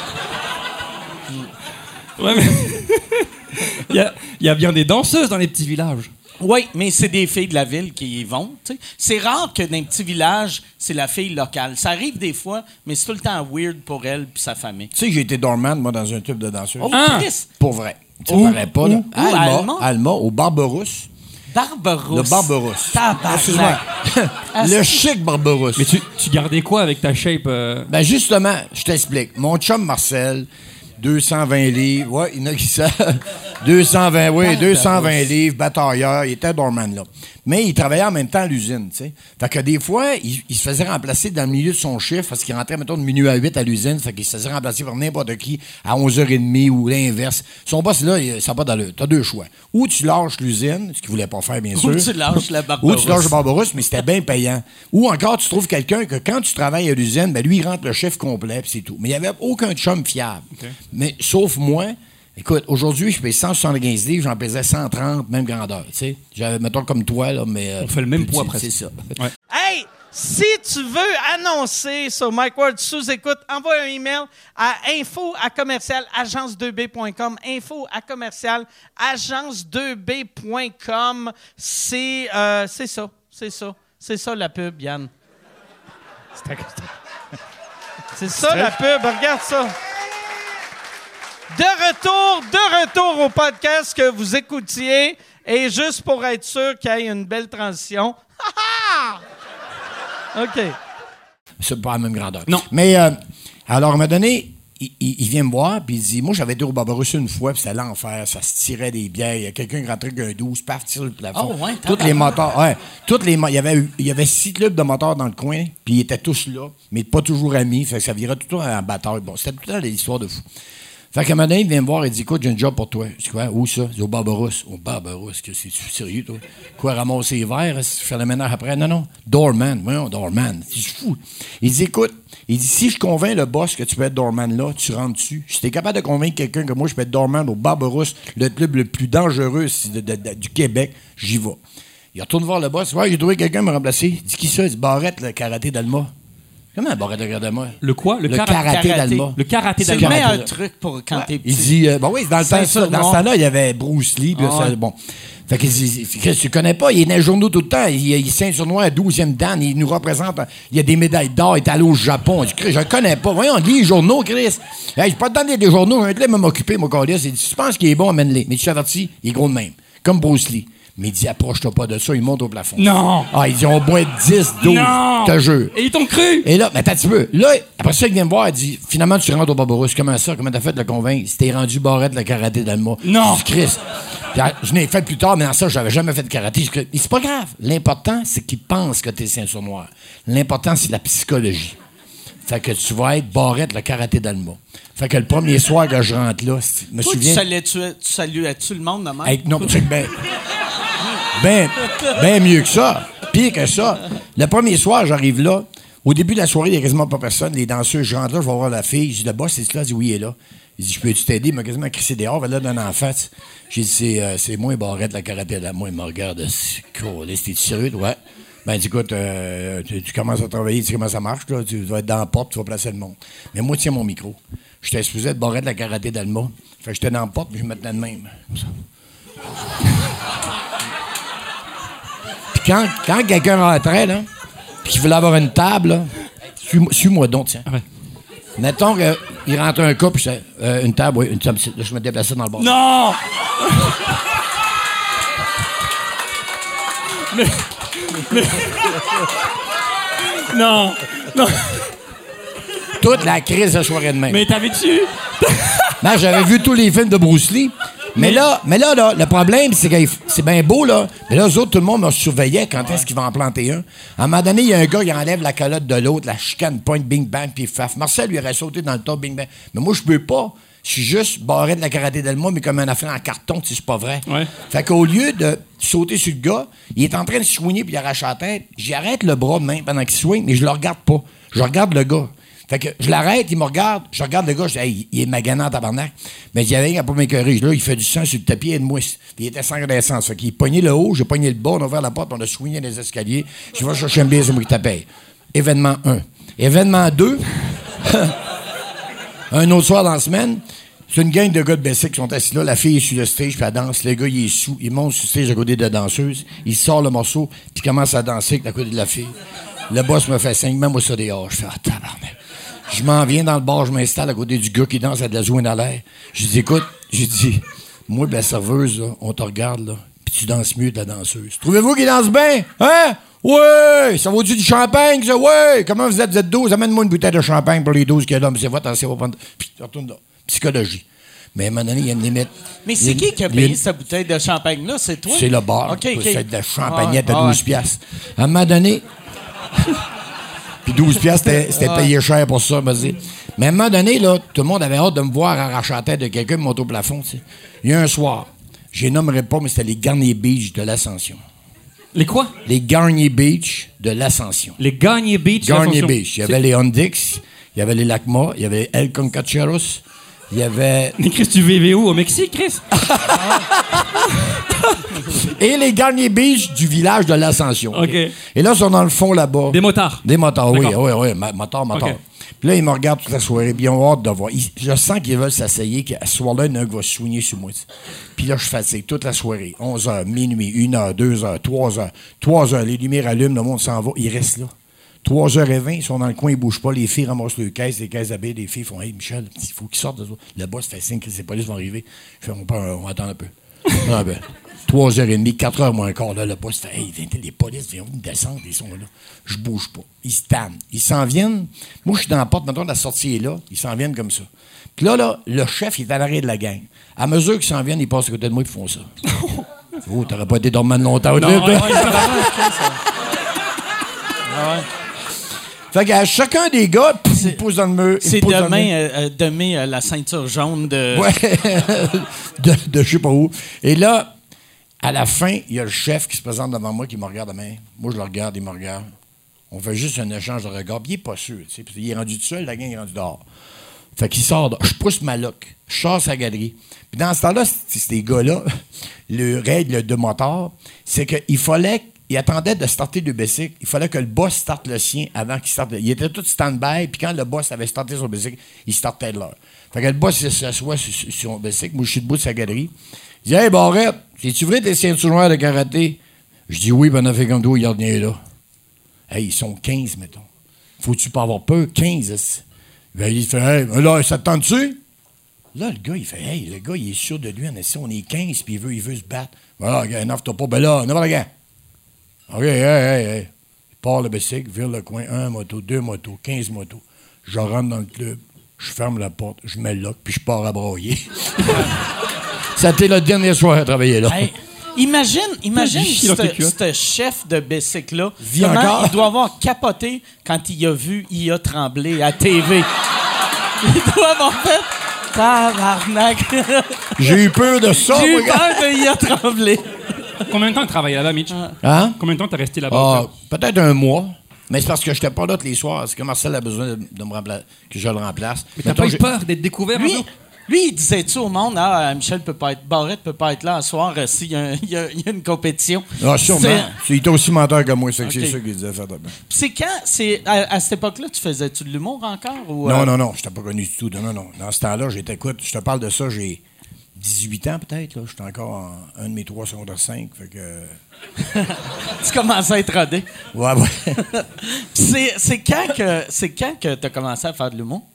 Ouais, mais. Il y, a, il y a bien des danseuses dans les petits villages. oui, mais c'est des filles de la ville qui y vont. Tu sais. C'est rare que dans un petit village, c'est la fille locale. Ça arrive des fois, mais c'est tout le temps weird pour elle puis sa famille. Tu sais que j'ai été doorman, moi, dans un club de danseuses. Oh, Ah! Chris! Pour vrai. Tu Où? paraît pas, là. Où? À Où? À Alma, Alma? Alma, au Barberousse. Barberousse. Le Barberousse. Tabarnak. Excuse-moi. Le chic Barberousse. Mais tu, tu gardais quoi avec ta shape? euh? Ben justement, je t'explique. Mon chum Marcel, deux cent vingt livres, ouais, il y en a qui savent. deux cent vingt, oui, deux cent vingt livres, batailleur, il était doorman là. Mais il travaillait en même temps à l'usine, tu sais. Fait que des fois, il, il se faisait remplacer dans le milieu de son chiffre parce qu'il rentrait, mettons, de minuit à huit à l'usine. Fait qu'il se faisait remplacer par n'importe qui à onze heures trente ou l'inverse. Son boss, là, il- ça n'a pas d'allure. T'as deux choix. Ou tu lâches l'usine, ce qu'il voulait pas faire, bien sûr. Ou tu lâches la Ou Barberousse. tu lâches le Barberousse, mais c'était bien payant. Ou encore, tu trouves quelqu'un que quand tu travailles à l'usine, ben lui, il rentre le chiffre complet, puis c'est tout. Mais il n'y avait aucun chum fiable. Mais sauf moi, écoute, aujourd'hui, je paye cent soixante-quinze livres, j'en pesais cent trente, même grandeur. Tu sais, j'avais, mettons, comme toi, là, mais. euh, On fait le même plus poids, petit, presque. C'est ça. Ouais. Hey, si tu veux annoncer sur Mike Ward sous-écoute, envoie un email à info à commercial agence deux b point com. info à commercial agence deux b point com. C'est, euh, c'est ça, c'est ça. C'est ça la pub, Yann. C'est ça la pub, regarde ça. De retour, de retour au podcast que vous écoutiez. Et juste pour être sûr qu'il y ait une belle transition. Ha ha! OK. C'est pas la même grandeur. Non. Mais, euh, alors, à un moment donné, il, il- il vient me voir, puis il dit, moi, j'avais été au Barberousse une fois, puis c'était l'enfer, ça se tirait des bières, il y a quelqu'un qui rentrait avec un douze, paf, tire le plafond. Oh, ouais, Toutes les moteurs, ouais, toutes les, mo- il y avait, il y avait six clubs de moteurs dans le coin, puis ils étaient tous là, mais pas toujours amis, fait que ça virait tout le temps en bataille. Bon, c'était tout le temps des histoires de fou. Fait qu'à un moment donné, il vient me voir et dit, écoute, j'ai un job pour toi. Je dis, quoi? Où ça? Je dis, au Barberousse. Au Barberousse, que c'est-tu sérieux, toi? Quoi, ramasser les verres? Faire le ménage après? Non, non. Doorman. Voyons, doorman. C'est fou. Il dit, écoute, il dit, si je convainc le boss que tu peux être doorman là, tu rentres dessus. Si t'es capable de convaincre quelqu'un que moi, je peux être doorman au Barberousse, le club le plus dangereux de- de- de- du Québec, j'y vais. Il retourne voir le boss. Ouais, j'ai trouvé quelqu'un à me remplacer. Il dit, qui ça? Il dit, Barrette, le karaté d'Alma. Comment un barrette de karaté d'Alma? Le quoi? Le, Le kara- karaté d'Alma. Le karaté C'est le d'Alma. meilleur truc pour quand t'es petit. Il dit, euh, bon oui, dans, le temps, Ceinture ça, dans noire. ce temps-là, il y avait Bruce Lee. Puis là, Ah ça, ouais. bon. Fait que c'est- c'est- Chris, tu connais pas, il est dans les journaux tout le temps. Il, il est ceinture noire, douzième Dan, il nous représente. Il y a des médailles d'or, il est allé au Japon. Je dis, Chris, je le connais pas. Voyons, lis les journaux, Chris. Hey, j'ai pas le temps de lire des journaux, je vais m'occuper, mon gars. Il dit, si tu penses qu'il est bon, amène-les. Mais tu t'avertis, il est gros de même. Comme Bruce Lee. Mais il dit, approche-toi pas de ça, il monte au plafond. Non! Ah, il dit, on boit dix, douze, Non! je te jure. Et ils t'ont cru! Et là, mais attends un petit peu. Là, après ça, il vient me voir, il dit, finalement, tu rentres au Barbarousse. Comment ça? Comment t'as fait de le convaincre? C'était rendu barrette le karaté d'Alma. Non. Je dis, Chris. Je l'ai fait plus tard, mais dans ça, j'avais jamais fait de karaté. Je dis, c'est pas grave. L'important, c'est qu'il pense que t'es ceinture noire. L'important, c'est la psychologie. Fait que tu vas être barrette le karaté d'Alma. Fait que le premier soir que je rentre là, je me Toi, tu souviens. saluais-tu, tu saluais-tu le monde de même? Hey, non, check ben, ben, ben mieux que ça. Pire que ça. Le premier soir, j'arrive là. Au début de la soirée, il n'y a quasiment pas personne. Les danseurs, je rentre là, je vais voir la fille. Je dis, le boss, c'est là? Il dit, oui, il est là. Il dit, je peux-tu t'aider? Il m'a quasiment crissé dehors. Il va là d'un enfant. J'ai dit, c'est, euh, c'est moi, Barrette, la karaté là. Moi, il me regarde. C'est cool. T'es-tu sérieux? Ouais. Ben, dis, écoute, euh, tu, tu commences à travailler, tu sais comment ça marche, là. Tu vas être dans la porte, tu vas placer le monde. Mais moi, tiens mon micro. J'étais supposé être Barrette, la karaté d'Alma. Fait que j'étais dans la porte, puis je me tenais de même. Comme ça. Puis quand, quand quelqu'un rentrait, là, puis qu'il voulait avoir une table, là, suis-moi, suis-moi donc, tiens. Ouais. Mettons qu'il rentre un couple, je disais, euh, une table, oui, une table. Là, je me déplaçais dans le bord. Non! mais, mais- non! Non! Toute la crise de soirée de même. Mais t'avais-tu? Ben, j'avais vu tous les films de Bruce Lee. Mais là, mais là, là, le problème, c'est que c'est bien beau, là. Mais là, eux autres, tout le monde me surveillait quand est-ce qu'il va en planter un. À un moment donné, il y a un gars qui enlève la calotte de l'autre, la chicane, pointe, bing, bang, puis faf. Marcel lui aurait sauté dans le tas, bing, bang. Mais moi, je peux pas. Je suis juste barré de la karaté d'Alma, mais comme un affaire en carton, tu sais, c'est pas vrai. Ouais. Fait qu'au lieu de sauter sur le gars, il est en train de soigner puis il arrache la tête. J'arrête le bras de main pendant qu'il soigne, mais je le regarde pas. Je regarde le gars. Fait que je l'arrête, il me regarde, je regarde le gars, je dis, hey, il est maganant en tabarnak. Mais il y avait rien à pas m'écœurer. Là, il fait du sang sur le tapis et de mousse. Il était sans d'essence. Fait qu'il pognait le haut, j'ai pogné le bas, on a ouvert la porte, on a soigné les escaliers. Je vais chercher un billet, c'est moi qui t'appelle. Événement un. Événement deux. Un autre soir dans la semaine, c'est une gang de gars de Bessic qui sont assis là. La fille est sur le stage, puis elle danse. Le gars, il est sous. Il monte sur le stage à côté de la danseuse. Il sort le morceau, puis il commence à danser à côté de la fille. Le boss me fait cinq, même moi ça dehors. Je fais, ah, tabarnak. Je m'en viens dans le bar, je m'installe à côté du gars qui danse à de la zouine à l'air. Je dis, écoute, j'ai dit, moi, la serveuse, là, on te regarde, là, puis tu danses mieux que la danseuse. Trouvez-vous qu'il danse bien? Hein? Ouais! Ça vaut-tu du champagne, ça? Ouais! Comment vous êtes? Vous êtes douze? Amène-moi une bouteille de champagne pour les douze qu'il y a là. Mais c'est votre, attends, c'est va prendre. Puis, tu retournes là. Psychologie. Mais à un moment donné, il y a une limite. Mais Il y c'est a- qui qui a il y a payé une- cette bouteille de champagne-là? C'est toi? C'est le bar. OK, OK. C'est de la champagnette Ah, à ouais. douze piastres. À un moment donné... Puis douze piastres, c'était, c'était payé cher pour ça, vas-y. Mais à un moment donné, là, tout le monde avait hâte de me voir arracher la tête de quelqu'un, me monter au plafond, tu sais. Il y a un soir, je les nommerai pas, mais c'était les Garnier Beach de l'Ascension. Les quoi? Les Garnier Beach de l'Ascension. Les Garnier Beach. Garnier l'Ascension. Beach. Il y avait les Ondix, il y avait les Lacma, il y avait les El Concacheros, il y avait... Mais Chris, tu vivais où? Au Mexique, Chris? Et les Garnier Beach du village de l'Ascension. OK. Et là, ils sont dans le fond là-bas. Des motards. Des motards, oui, D'accord. oui, oui, ma- motards, motards. OK. Puis là, ils me regardent toute la soirée, puis ils ont hâte de voir. Ils- je sens qu'ils veulent s'asseyer, qu'à ce soir-là, il y en a un qui va se soigner sur moi. Puis là, je fatigue toute la soirée. onze heures, minuit, une heure, deux heures, trois heures. trois heures, les lumières allument, le monde s'en va. Ils restent là. trois heures vingt, ils sont dans le coin, ils bougent pas. Les filles ramassent leurs caisses, les caisses à billes. Les filles font, hey, Michel, il faut qu'ils sortent de ça. Le boss fait signe que les polices vont arriver. Je fais, on, peut, on va attendre un peu. Ah ben, trois heures trente, quatre heures moins un quart, là, le boss fait, hey, les polices viennent descendre, ils sont là. Je bouge pas. Ils se tannent. Ils s'en viennent. Moi, je suis dans la porte, maintenant, la sortie est là. Ils s'en viennent comme ça. Puis là, là, le chef, il est à l'arrière de la gang. À mesure qu'ils s'en viennent, ils passent à côté de moi et ils font ça. Oh, t'aurais pas été dormant longtemps, Non, là, ouais, toi. ouais, ça va. Fait qu'à chacun des gars, pff, ils me poussent dans le mur. ils me C'est poussent dans le demain, mur. euh, euh, demain euh, la ceinture jaune de... Ouais, de, de je sais pas où. Et là, à la fin, il y a le chef qui se présente devant moi, qui me regarde de main. Moi, je le regarde, il me regarde. On fait juste un échange de regards. Puis il est pas sûr, tu sais. Puis il est rendu tout seul, la gang est rendue dehors. Fait qu'il sort, de- je pousse ma loque, je sors sa galerie. Puis dans ce temps-là, c- ces gars-là, le règle de moteur, c'est qu'il fallait, il attendait de starter le bicycle. Il fallait que le boss starte le sien avant qu'il starte. Il était tout stand-by, puis quand le boss avait starté son bicycle, il startait de l'heure. Fait que le boss il s'assoit sur, sur, sur son bicycle. Moi, je suis debout de sa galerie. Il dit « Hey, Barrette, es-tu vrai tes ceintures noires de karaté? » Je dis « Oui, ben on a fait comme toi, il y en a là. » Hey, ils sont quinze, mettons. Faut-tu pas avoir peur? quinze. Ben, il fait « Hey, là, ça te tente-tu? » Là, le gars, il fait « Hey, le gars, il est sûr de lui, on est, on est quinze, puis il veut, il veut se battre. » Voilà, gars, n'offre pas. Ben là, n'importe gars. OK, hey, hey, hey. Il part le bicycle, vire le coin, un moto, deux motos, quinze motos. Je rentre dans le club, je ferme la porte, je mets le lock, puis je pars à broyer. Ça a été le dernier soir à travailler là. Hey, imagine, imagine ce chef de bicycle-là. Vit encore? Il doit avoir capoté quand il a vu I A Tremblay à T V. Il doit avoir fait... Tabarnak! J'ai eu peur de ça, J'ai moi, eu peur de I A Tremblay. Combien de temps tu travaillais là-bas, Mitch? Hein? Combien de temps tu es resté là-bas? Ah, peut-être un mois. Mais c'est parce que je n'étais pas là tous les soirs. C'est que Marcel a besoin de, de me remplacer, que je le remplace. Mais t'as Mettons, pas eu j'ai- peur d'être découvert? Lui, un jour? lui, il disait-tu au monde, ah, Michel peut pas être, Barrette peut pas être là ce soir euh, s'il y, a un- il y a- il y a une compétition. Ah, sûrement. C'est- C'est- Il était aussi menteur que moi, c'est que Ok. c'est ça qu'il disait faire de bien. C'est quand, c'est à, à cette époque-là, tu faisais-tu de l'humour encore ou Non, euh, non, non, je t'ai pas connu du tout. Non, non, non. Dans ce temps-là, j'étais, écoute, je te parle de ça, j'ai dix-huit ans peut-être. Là. J'étais encore en un de mes trois secondaires cinq. Fait que. tu commençais à être rodé. Ouais, ouais. c'est, c'est quand que c'est quand que t'as commencé à faire de l'humour?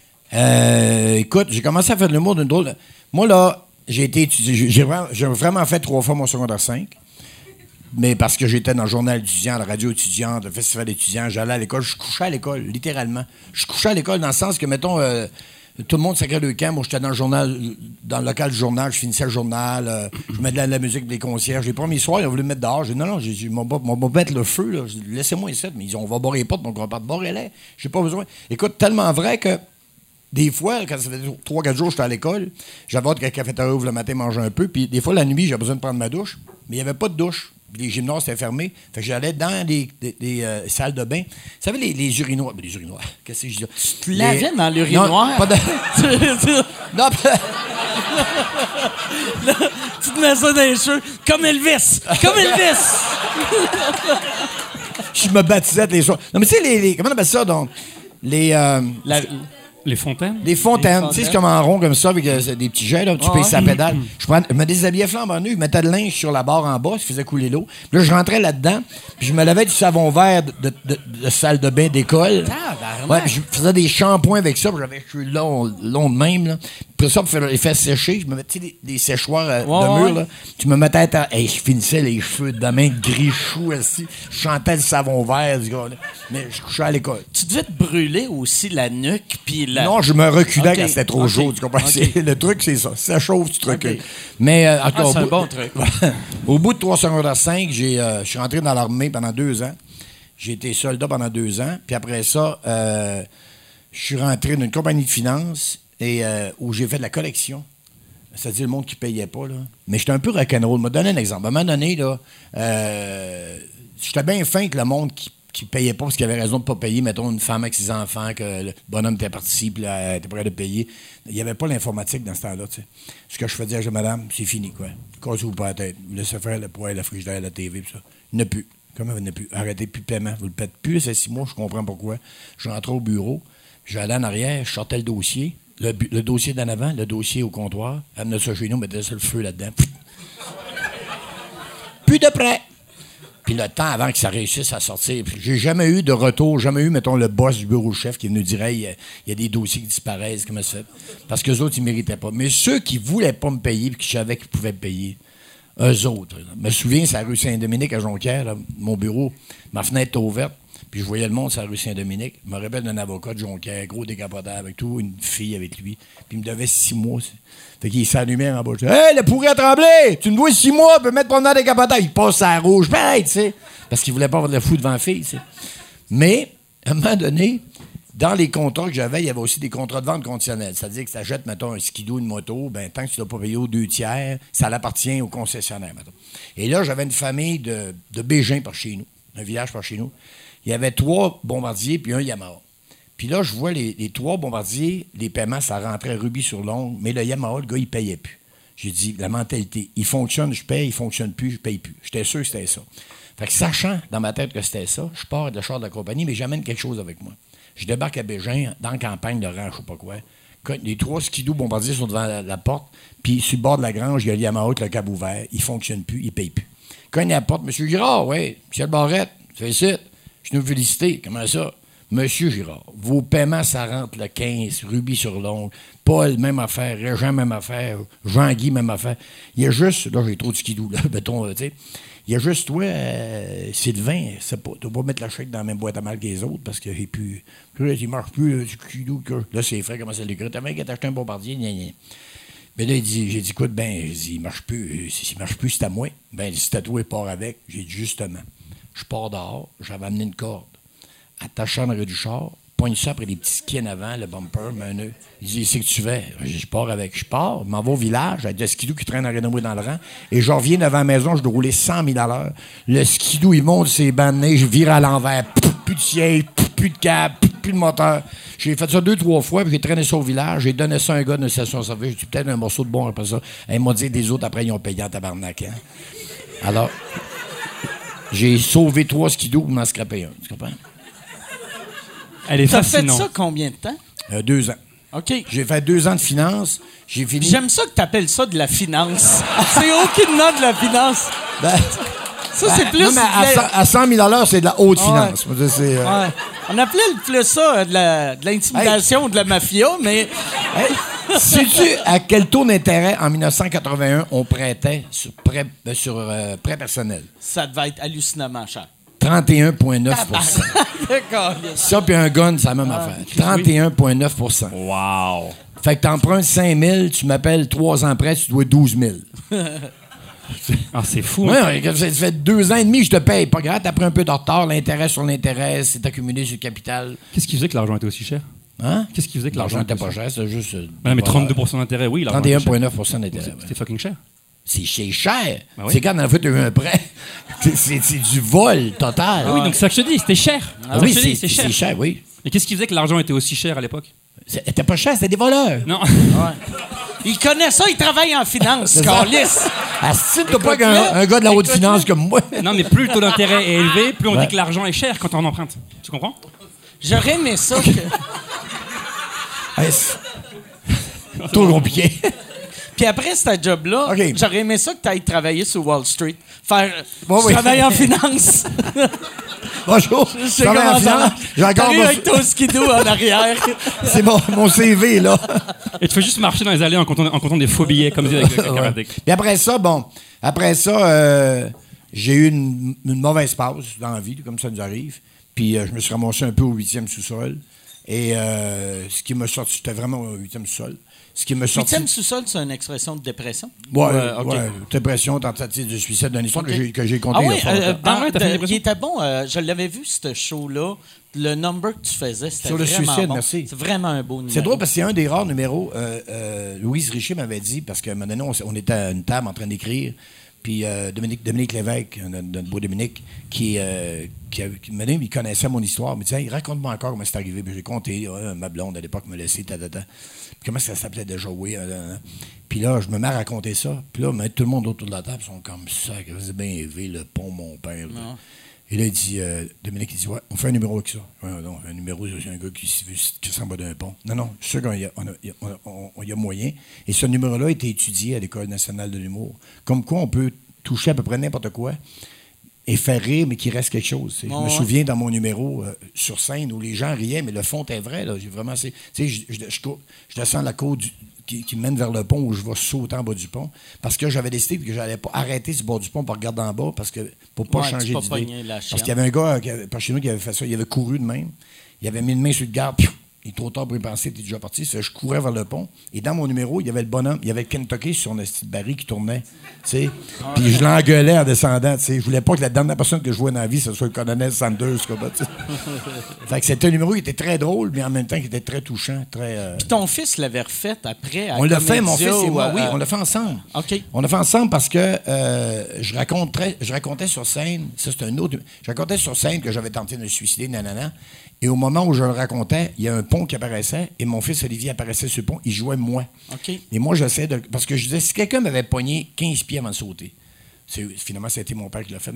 Euh, écoute, j'ai commencé à faire de l'humour d'une drôle. de- Moi, là, j'ai été étudié. J'ai, j'ai vraiment, j'ai vraiment fait trois fois mon secondaire cinq. Mais parce que j'étais dans le journal étudiant, la radio étudiante, le festival étudiant, j'allais à l'école. Je couchais à l'école, littéralement. Je couchais à l'école dans le sens que, mettons, euh, tout le monde sacrait le camp. Moi, j'étais dans le journal, dans le local du journal, je finissais le journal, euh, je mettais de la, de la musique des concierges. Les premiers soirs, ils ont voulu me mettre dehors. J'ai dit non, non, j'ai dit, m'ont pas- m'ont pas mettre le feu, là. J'ai dit, laissez-moi ici. Mais ils dit, on va barrer les portes, donc on va pas barrer-les. J'ai pas besoin. Écoute, tellement vrai que. Des fois, quand ça faisait trois quatre jours que j'étais à l'école, j'avais hâte que la cafétéria ouvre le matin, manger un peu. Puis des fois, la nuit, j'avais besoin de prendre ma douche. Mais il n'y avait pas de douche. Puis les gymnases étaient fermés. Fait que j'allais dans les, les- les, euh, salles de bain. Vous savez, les, les urinoirs. Les urinoirs. Qu'est-ce que je dis là? Tu te lavais dans Non, l'urinoir? pas de- non, pas- Tu te mets ça dans les cheveux. Comme Elvis! Comme Elvis! je me baptisais tous les soirs. Non, mais tu sais, les, les- comment on appelle ça, donc? Les, euh, La- Les fontaines? des fontaines. Des Tu sais, c'est fontaines. comme en rond comme ça, avec euh, des petits jets, là. Tu Ouais, payes ouais. sa pédale. Je, prends, je me déshabillais flambant nu, je mettais le linge sur la barre en bas, je faisais couler l'eau. Puis là, je rentrais là-dedans, puis je me lavais du savon vert de, de, de- de salle de bain d'école. Tabarnak. Ouais, puis je faisais des shampoings avec ça, puis j'avais les cheveux longs, longs de même, là. Puis ça, pour faire les faire sécher, je me mettais des, des séchoirs euh, Ouais, de mur, ouais. là. Tu me mettais à ta... Hey, je finissais les cheveux de la main gris chou, assis. Je chantais le savon vert, du gars, là. Mais je couchais à l'école. Tu devais te brûler aussi la nuque puis la... Non, je me reculais Ok, quand c'était trop ok, chaud, tu comprends? ok. C'est- Le truc, c'est ça. Si ça chauffe, tu te recules. Ok. Mais, euh, encore, Ah, c'est au un bout- bon truc. au bout de trois secondaires cinq, j'ai, euh, je suis rentré dans l'armée pendant deux ans. J'ai été soldat pendant deux ans. Puis après ça, euh, je suis rentré dans une compagnie de finances et, euh, où j'ai fait de la collection. C'est-à-dire le monde qui payait pas, là. Mais j'étais un peu rock'n'roll. Je vais te donner un exemple. À un moment donné, là, euh, j'étais bien fin que le monde qui qui payait pas parce qu'il avait raison de pas payer, mettons, une femme avec ses enfants, que le bonhomme était parti, puis là, elle était prêt de payer. Il n'y avait pas l'informatique dans ce temps-là, tu sais. Ce que je faisais, je disais, madame, c'est fini, quoi. Cassez-vous pas la tête. Vous laissez faire le poêle, la frigidaire, la T V, puis ça. Il n'y en a plus. Comment il n'y en a plus? Arrêtez plus de paiement. Vous le faites plus, c'est six mois, je comprends pourquoi. Je rentrais au bureau, j'allais en arrière, je sortais le dossier, le, bu- le dossier d'en avant, le dossier au comptoir, amenait ça chez nous, mettait ça le feu là-dedans. Plus de prêt. Puis le temps avant que ça réussisse à sortir. Puis j'ai jamais eu de retour, jamais eu, mettons, le boss du bureau chef qui nous dirait il y, a- il y a des dossiers qui disparaissent, comment ça fait? Parce qu'eux autres, ils ne méritaient pas. Mais ceux qui voulaient pas me payer puis qui savaient qu'ils pouvaient me payer, eux autres. là. Je me souviens, c'est la rue Saint-Dominique à Jonquière, là, mon bureau, ma fenêtre était ouverte, puis je voyais le monde sur la rue Saint-Dominique. Je me rappelle d'un avocat de Jonquière, gros décapotable avec tout, une fille avec lui. Puis il me devait six mois. c'est- Fait qu'il s'allumait en bas. Je dis, hey, le pourri à trembler! Tu me dois six mois, tu peux mettre pendant des décapotable. Il passe à la rouge. Ben, tu sais. Parce qu'il voulait pas avoir de la fou devant la fille, tu sais. Mais, à un moment donné, dans les contrats que j'avais, il y avait aussi des contrats de vente conditionnels. C'est-à-dire que tu achètes, mettons, un skidoo, une moto, ben, tant que tu ne l'as pas payé aux deux tiers, ça l'appartient au concessionnaire, mettons. Et là, j'avais une famille de, de Bégin par chez nous, un village par chez nous. Il y avait trois bombardiers puis un Yamaha. Puis là, je vois les, les trois bombardiers, les paiements, ça rentrait rubis sur l'ongle, mais le Yamaha, le gars, il payait plus. J'ai dit, la mentalité, il fonctionne, je paye, il fonctionne plus, je paye plus. J'étais sûr que c'était ça. Fait que sachant dans ma tête que c'était ça, je pars de char de la compagnie, mais j'amène quelque chose avec moi. Je débarque à Bégin, dans la campagne de rang, je sais pas quoi. Les trois skidoo bombardiers sont devant la, la porte, puis sur le bord de la grange, il y a le Yamaha avec le cab ouvert. Il fonctionne plus, il paye plus. Quand il est à la porte, M. Girard, oui, Michel Barrette, fais ça. Je nous féliciter. Comment ça? Monsieur Girard, vos paiements, ça rentre le quinze, Ruby sur l'ongle. Paul, même affaire. Régent, même affaire. Jean-Guy, même affaire. Il y a juste, là, j'ai trop de skidoo, là, mettons, tu sais. Il y a juste toi, euh, Sylvain, c'est pas, tu vas pas mettre la chèque dans la même boîte à mal que les autres parce qu'il plus. Il marche plus, le skidoo. Là, c'est frais, comment ça l'écrit? T'as même qu'à t'acheter un bombardier, gna gna. Mais là, il dit, j'ai dit, écoute, ben, j'ai dit, il marche plus. S'il marche plus, c'est à moi. Ben, si t'as toi, il part avec. J'ai dit, justement, je pars dehors, j'avais amené une corde. Attache ça dans le du char, poigne ça après des petits skis en avant, le bumper, mais un nœud. Il dit, c'est que tu fais. J'ai dit, je pars avec. Je pars, je m'en vais au village, avec le skidoo qui traîne en de moi dans le rang, et je reviens devant la maison, je dois rouler cent mille à l'heure. Le skidoo, il monte ses bancs de neige, je vire à l'envers, pouf, plus de siège, pouf, plus de câble, pouf, plus de moteur. J'ai fait ça deux, trois fois, puis j'ai traîné ça au village, j'ai donné ça à un gars d'une station-service, j'ai dit, peut-être un morceau de bon après ça. Et il m'a dit, des autres, après, ils ont payé en tabarnak. Hein? Alors, j'ai sauvé trois skidoos pour m'en scraper un. Tu comprends? Elle est T'as fait fascinante. ça combien de temps? Euh, deux ans. OK. J'ai fait deux ans de finance. J'ai fini. J'aime ça que tu appelles ça de la finance. C'est aucunement de la finance. Ben, Ça, c'est plus... non, mais à, cent- à cent mille dollars, c'est de la haute Ouais. finance. Moi, c'est, euh, Ouais. On appelait plus ça euh, de, la, de l'intimidation ou de la mafia, mais hey, sais-tu à quel taux d'intérêt en dix-neuf cent quatre-vingt-un on prêtait sur prêt, euh, sur, euh, prêt personnel? ça devait être hallucinamment cher. trente et un virgule neuf pour cent. D'accord. Ça, puis un gun, c'est la même affaire. trente et un virgule neuf pour cent. Wow. Fait que t'empruntes cinq mille, tu m'appelles trois ans après, tu dois douze mille. Ah, c'est fou. Oui, hein. ça fait deux ans et demi, je te paye. Pas grave, t'as pris un peu de retard, l'intérêt sur l'intérêt, c'est accumulé sur le capital. Qu'est-ce qui faisait que l'argent était aussi cher? Hein? Qu'est-ce qui faisait que L'argent l'argent n'était pas cher, c'est juste. euh, Non, mais voilà. trente-deux pour cent d'intérêt, oui. l'argent trente et un était cher. virgule neuf pour cent d'intérêt. ouais. C'était fucking cher. C'est c'est cher. Ah oui? C'est quand dans la fois, tu as eu un prêt. C'est- C'est c'est du vol total. Ah oui, donc c'est ça que je te dis, c'était cher. Ah Ça oui, que je te dis, c'est c'est cher. c'est cher, oui. Et qu'est-ce qui faisait que l'argent était aussi cher à l'époque? C'était pas cher, c'était des voleurs. Non. Il connaît ça, il travaille en finance, C'est ça. Carlis. Ah, si t'as pas Écoute-le. qu'un un gars de la haute Écoute-le. finance comme moi. Non, mais plus le taux d'intérêt est élevé, plus on Ouais. dit que l'argent est cher quand on emprunte. Tu comprends? J'aurais aimé ça. que- Hey, c'est- Trop compliqué. Puis après ce job-là, OK. j'aurais aimé ça que tu ailles travailler sur Wall Street. Faire. Bon, je oui. travaille en finance. Bonjour. Je Je sais travaille en comment ça finance. va. J'ai encore T'arrives mon- avec ton skidoo en arrière. C'est mon, mon C V, là. Et tu fais juste marcher dans les allées en comptant, en comptant des faux billets, comme disait avec le Ouais. karaté. Puis après ça, bon, après ça, euh, j'ai eu une, une mauvaise pause dans la vie, comme ça nous arrive. Puis euh, je me suis ramassé un peu au huitième sous-sol. Et euh, ce qui m'a sorti, j'étais vraiment au huitième sous-sol. Ce qui m'a sorti. Huitième sous-sol, c'est une expression de dépression? Ouais, Euh, OK. ouais, dépression, tentative de suicide, d'une histoire OK. que j'ai, que j'ai contée Ah il y a oui, fort euh, longtemps. dans- Ah ouais, t'as fait une de- dépression? il était bon. euh, je l'avais vu, ce show-là. Le number que tu faisais, c'était Sur le vraiment suicide, bon. merci. C'est vraiment un beau numéro. C'est drôle parce que c'est un des rares numéros. Euh, euh, Louise Richer m'avait dit, parce qu'à un moment donné, on, s- on était à une table en train d'écrire, puis euh, Dominique, Dominique Lévesque, notre, notre beau Dominique, qui, euh, qui, avait- qui un moment donné, il connaissait mon histoire, il me disait, hey, raconte-moi encore comment c'est arrivé. Puis j'ai compté, ouais, ma blonde à l'époque me laissait, ta, ta, ta. Puis comment ça s'appelait déjà, oui. hein, hein. Puis là, je me mets à raconter ça. Puis là, mais tout le monde autour de la table sont comme ça, qui faisait bien élevé, le pont, mon père. là. Et là, il dit, euh, Dominique, il dit, ouais, on fait un numéro avec ça. Ouais, non, un numéro, c'est un gars qui, s- qui s'en va d'un pont. Non, non, je suis sûr qu'il y a, on a, il y a- on a- on- on- il y a moyen. Et ce numéro-là a été étudié à l'École nationale de l'humour. Comme quoi, on peut toucher à peu près n'importe quoi et faire rire, mais qu'il reste quelque chose. tu sais. Ouais, je me ouais. souviens dans mon numéro euh, sur scène où les gens riaient, mais le fond était vrai. Là. J'ai vraiment, c'est- tu sais, je, je, je cours- je descends la côte du- qui, qui mène vers le pont où je vais sauter en bas du pont parce que j'avais décidé que j'allais pas arrêter sur le bord du pont pour regarder en bas parce que pour pas Ouais, changer tu pas d'idée. pogner la Parce chienne. qu'il y avait un gars qui avait- par chez nous qui avait fait ça, il avait couru de même, il avait mis une main sur le garde, piou, il est trop tard pour y penser, il était déjà parti. Ça, je courais vers le pont et dans mon numéro, il y avait le bonhomme, il y avait le Kentucky sur un petit baril qui tournait, tu sais. Puis je l'engueulais en descendant, tu sais. Je voulais pas que la dernière personne que je vois dans la vie, ce soit le colonel Sanders, comme ça, tu sais. Fait que c'était un numéro qui était très drôle, mais en même temps qui était très touchant, très. euh, Puis ton fils l'avait refait après à On l'a fait, mon fils Comédia et ou moi, à- oui, à- on l'a fait ensemble. OK. On l'a fait ensemble parce que euh, je, raconterais, je racontais sur scène, ça c'est un autre. Je racontais sur scène que j'avais tenté de me suicider, nanana. Et au moment où je le racontais, il y a un pont qui apparaissait et mon fils Olivier apparaissait sur le pont, il jouait moi. OK. Et moi, j'essayais de. Parce que je disais, si quelqu'un m'avait pogné quinze pieds avant de sauter, c'est, finalement, ça a été mon père qui l'a fait, mais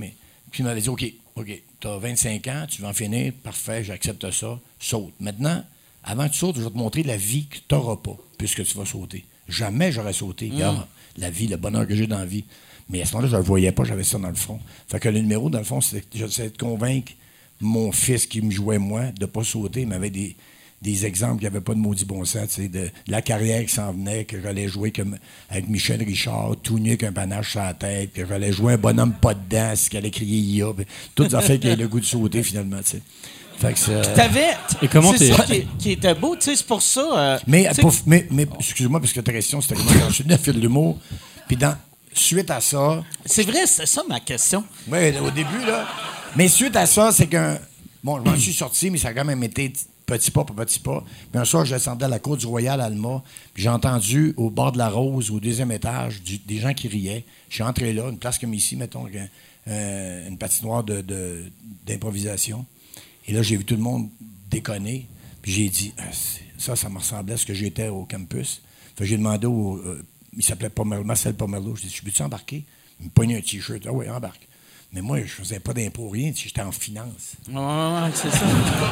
Puis il m'avait dit, OK, OK, tu as vingt-cinq ans, tu veux en finir, parfait, j'accepte ça, saute. Maintenant, avant que tu sautes, je vais te montrer la vie que tu n'auras pas, puisque tu vas sauter. Jamais j'aurais sauté. Mm. Regarde, la vie, le bonheur que j'ai dans la vie. Mais à ce moment-là, je ne le voyais pas, j'avais ça dans le front. Fait que le numéro, dans le fond, c'était j'essayais de convaincre mon fils qui me jouait, moi, de ne pas sauter, mais avait des, des exemples qui n'avaient pas de maudit bon sens, tu sais, de, de la carrière qui s'en venait, que j'allais jouer comme avec Michel Richard, tout nu avec un panache sur la tête, que j'allais jouer un bonhomme pas dedans, ce qu'il allait crier I A, toutes les affaires qui avaient le goût de sauter, finalement, tu sais. Fait que ça... T'avais... Et comment c'est t'es... ça qui, qui était beau, tu sais, c'est pour ça... Euh, mais, pour, mais, mais excuse-moi, parce que ta question, c'était comment quand je suis venu à faire de l'humour, puis dans... Suite à ça... C'est vrai, c'est ça ma question. Oui, au début, là. Mais suite à ça, c'est qu'un... Bon, je m'en suis sorti, mais ça a quand même été petit pas pour petit pas. Puis un soir, je descendais à la cour du Royal Alma, puis j'ai entendu au bord de la Rose, au deuxième étage, du, des gens qui riaient. Je suis entré là, une place comme ici, mettons, euh, une patinoire de, de, d'improvisation. Et là, j'ai vu tout le monde déconner. Puis j'ai dit, ah, ça, ça me ressemblait à ce que j'étais au campus. Fait que j'ai demandé au... Euh, il s'appelait Pomerleau, Marcel Pomerleau. Je dis, je peux-tu embarquer? Il me pognait un T-shirt. Ah oui, embarque. Mais moi, je faisais pas d'impôt, rien. J'étais en finance. Ouais, ouais, c'est ça.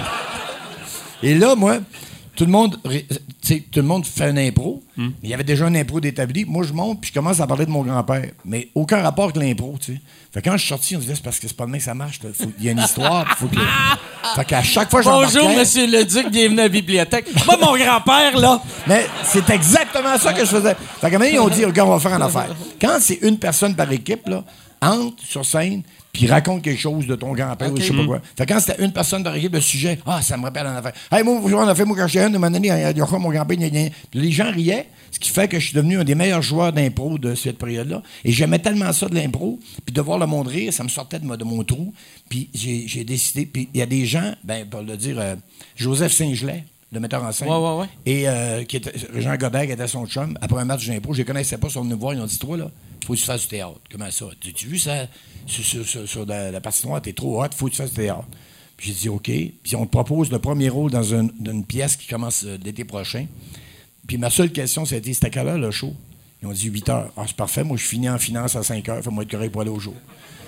Et là, moi, tout le monde, tu sais, tout le monde fait un impro. Mm. Il y avait déjà un impro d'établi. Moi, je monte puis je commence à parler de mon grand-père. Mais aucun rapport avec l'impro, tu sais. Fait que quand je suis sorti, on disait, c'est parce que c'est pas le mec que ça marche. Il y a une histoire. Faut que... Fait qu'à chaque fois, j'embarquais... Bonjour, monsieur Leduc, bienvenue à la bibliothèque. Moi, mon grand-père, là... Mais c'est exactement ça que je faisais. Fait qu'à un moment, ils ont dit, regarde, on va faire une affaire. Quand c'est une personne par équipe, là, entre sur scène, puis raconte quelque chose de ton grand-père okay. ou je sais pas quoi. Fait que quand c'était une personne par équipe, le sujet, ah, ça me rappelle une affaire. Hey, moi, on a fait, moi, quand j'étais jeune, à un moment donné, il y a quoi, mon grand-père, gna, gna. Les gens riaient, ce qui fait que je suis devenu un des meilleurs joueurs d'impro de cette période-là. Et j'aimais tellement ça de l'impro, puis de voir le monde rire, ça me sortait de, de mon trou. Puis j'ai, j'ai décidé, puis il y a des gens, ben, pour le dire, euh, Joseph Saint-Gelais, le metteur en scène, ouais, ouais, ouais. et euh, qui était, Jean Godin, qui était son chum, après un match d'impro, je les connaissais pas, ils sont venus me voir, ils ont dit, toi, là, faut que tu fasses du théâtre. Comment ça? Tu as vu ça sur, sur, sur, sur la, la patinoire? T'es trop hot, faut que tu fasses du théâtre. Puis j'ai dit OK. Puis on te propose le premier rôle dans une, une pièce qui commence euh, l'été prochain. Puis ma seule question, c'était c'était à quelle heure le show? Ils ont dit huit heures. Ah, c'est parfait. Moi, je finis en finance à cinq heures. Faut-moi être correct pour aller au jour.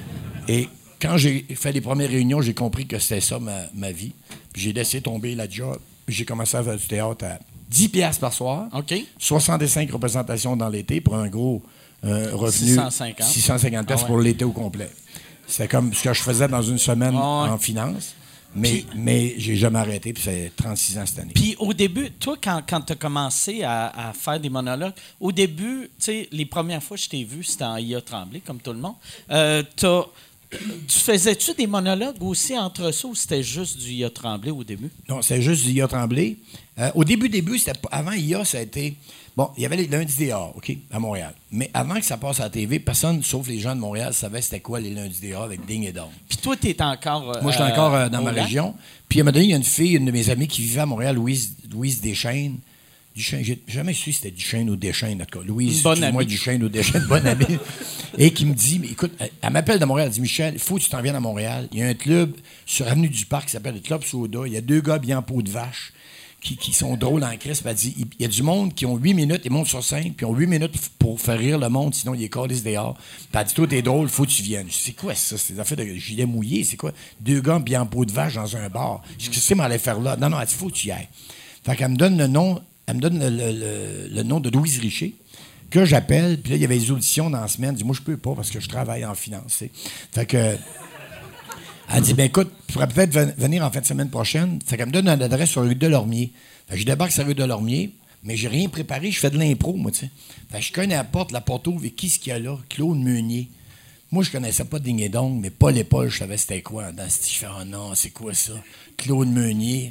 Et quand j'ai fait les premières réunions, j'ai compris que c'était ça ma, ma vie. Puis j'ai laissé tomber la job. Puis j'ai commencé à faire du théâtre à dix piastres par soir. OK. soixante-cinq représentations dans l'été pour un gros... Euh, revenu six cent cinquante six cent cinquante pièces ah ouais. pour l'été au complet. C'était comme ce que je faisais dans une semaine ah ouais. en finance, mais, puis, mais j'ai jamais arrêté, puis c'est trente-six ans cette année. Puis au début, toi, quand, quand tu as commencé à, à faire des monologues, au début, tu sais, les premières fois que je t'ai vu, c'était en I A Tremblay, comme tout le monde. Euh, t'as, tu faisais-tu des monologues aussi entre ça ou c'était juste du I A Tremblay au début? Non, c'était juste du I A Tremblay. Euh, au début, début, c'était pas, avant I A, ça a été... Bon, il y avait les lundis des arts, OK, à Montréal. Mais avant que ça passe à la T V, personne, sauf les gens de Montréal, savait c'était quoi les lundis des arts avec Ding et Dong. Puis toi, tu étais encore... Euh, Moi, j'étais encore euh, dans ma Lac. région. Puis à un moment donné, il y a une fille, une de mes amies qui vivait à Montréal, Louise, Louise Deschênes. Duchesne, j'ai jamais su si c'était Duchesne ou Deschênes, en tout cas. Louise, moi Duchesne ou Deschênes, bonne amie. Et qui me dit, mais écoute, elle, elle m'appelle de Montréal, elle dit, Michel, il faut que tu t'en viennes à Montréal. Il y a un club sur Avenue du Parc qui s'appelle le Club Soda. Il y a deux gars bien en peau de vache. Qui, qui sont drôles en crise. Elle dit, il y a du monde qui ont huit minutes, ils montent sur scène, puis ils ont huit minutes pour faire rire le monde, sinon ils les calissent dehors. Puis elle dit, toi, t'es drôle, faut que tu viennes. Je dis, c'est quoi ça? C'est des affaires de gilet mouillé, c'est quoi? Deux gars bien en peau de vache dans un bar. Je dis, qu'est-ce que c'est m'aller faire là? Non, non, elle dit, faut que tu y ailles. Fait qu'elle me donne le nom, elle me donne le, le, le, le nom de Louise Richer, que j'appelle, puis là, il y avait des auditions dans la semaine. Elle dit, moi, je peux pas parce que je travaille en finance. T'sais. Fait que. Elle dit, ben écoute, tu pourrais peut-être venir en fin de semaine prochaine. Fait qu'elle me donne une adresse sur rue de Lormier. Fait que je débarque sur rue de Lormier, mais j'ai rien préparé, je fais de l'impro, moi, tu sais. Fait que je connais la porte, la porte ouvre, et qui ce qu'il y a là? Claude Meunier. Moi, je connaissais pas Ding et Dong, mais Paul et Paul, je savais c'était quoi. Dans ce je fais, oh non, c'est quoi ça? Claude Meunier,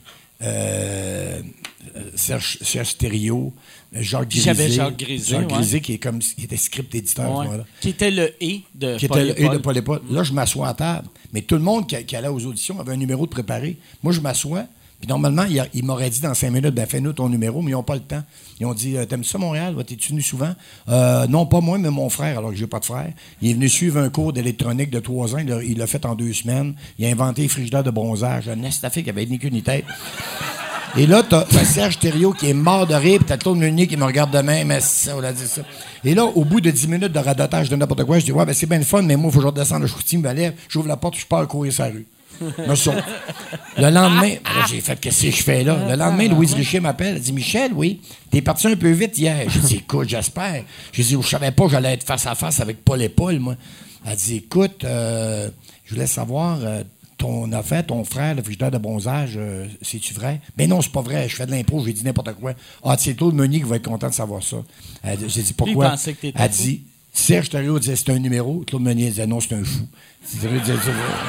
euh, Serge, Serge Stério, Jacques Grisé. J'avais Jacques Grisé, Jacques ouais. Grisé, qui, est comme, qui était script éditeur ouais. à ce moment-là. Qui était le « et » de Qui Paul était et le Paul. et de Paul et Paul. Là, je m'assois à table. Mais tout le monde qui, qui allait aux auditions avait un numéro de préparé. Moi, je m'assois. Puis normalement, il, il m'aurait dit dans cinq minutes, ben fais-nous ton numéro, mais ils n'ont pas le temps. Ils ont dit, t'aimes ça Montréal? T'es-tu venu souvent? Euh, non, pas moi, mais mon frère, alors que j'ai pas de frère. Il est venu suivre un cours d'électronique de trois ans. Il l'a, il l'a fait en deux semaines. Il a inventé les frigidaires de bronzage. Un estafique qui avait ni queue ni tête. Et là, t'as, t'as Serge Thériault qui est mort de rire, puis t'as Claude Meunier qui me regarde de même, mais ça, on l'a dit ça. Et là, au bout de dix minutes de radotage de n'importe quoi, je dis, ouais, ben c'est bien le fun, mais moi, il faut que je redescende le Chicoutimi, me lève, j'ouvre la porte, je pars courir sur la rue. Me sauve. Le lendemain, là, j'ai fait, qu'est-ce que je fais là? Le lendemain, Louise Richer m'appelle, elle dit, Michel, oui, t'es parti un peu vite hier. J'ai dit, écoute, j'espère. J'ai dit, je savais pas que j'allais être face à face avec Paul et Paul, moi. Elle dit, écoute, euh, je voulais savoir, euh, ton affaire, ton frère, le frigidaire de bronzage, euh, c'est-tu vrai? Ben non, c'est pas vrai, je fais de l'impro, j'ai dit n'importe quoi. Ah, c'est Claude Meunier qui va être content de savoir ça. Elle, j'ai dit, pourquoi? Il pensait que t'étais Elle fou. dit, Serge Thériault disait, c'est un numéro. Claude Meunier disait, non, c'est un fou. C'est vrai, disait,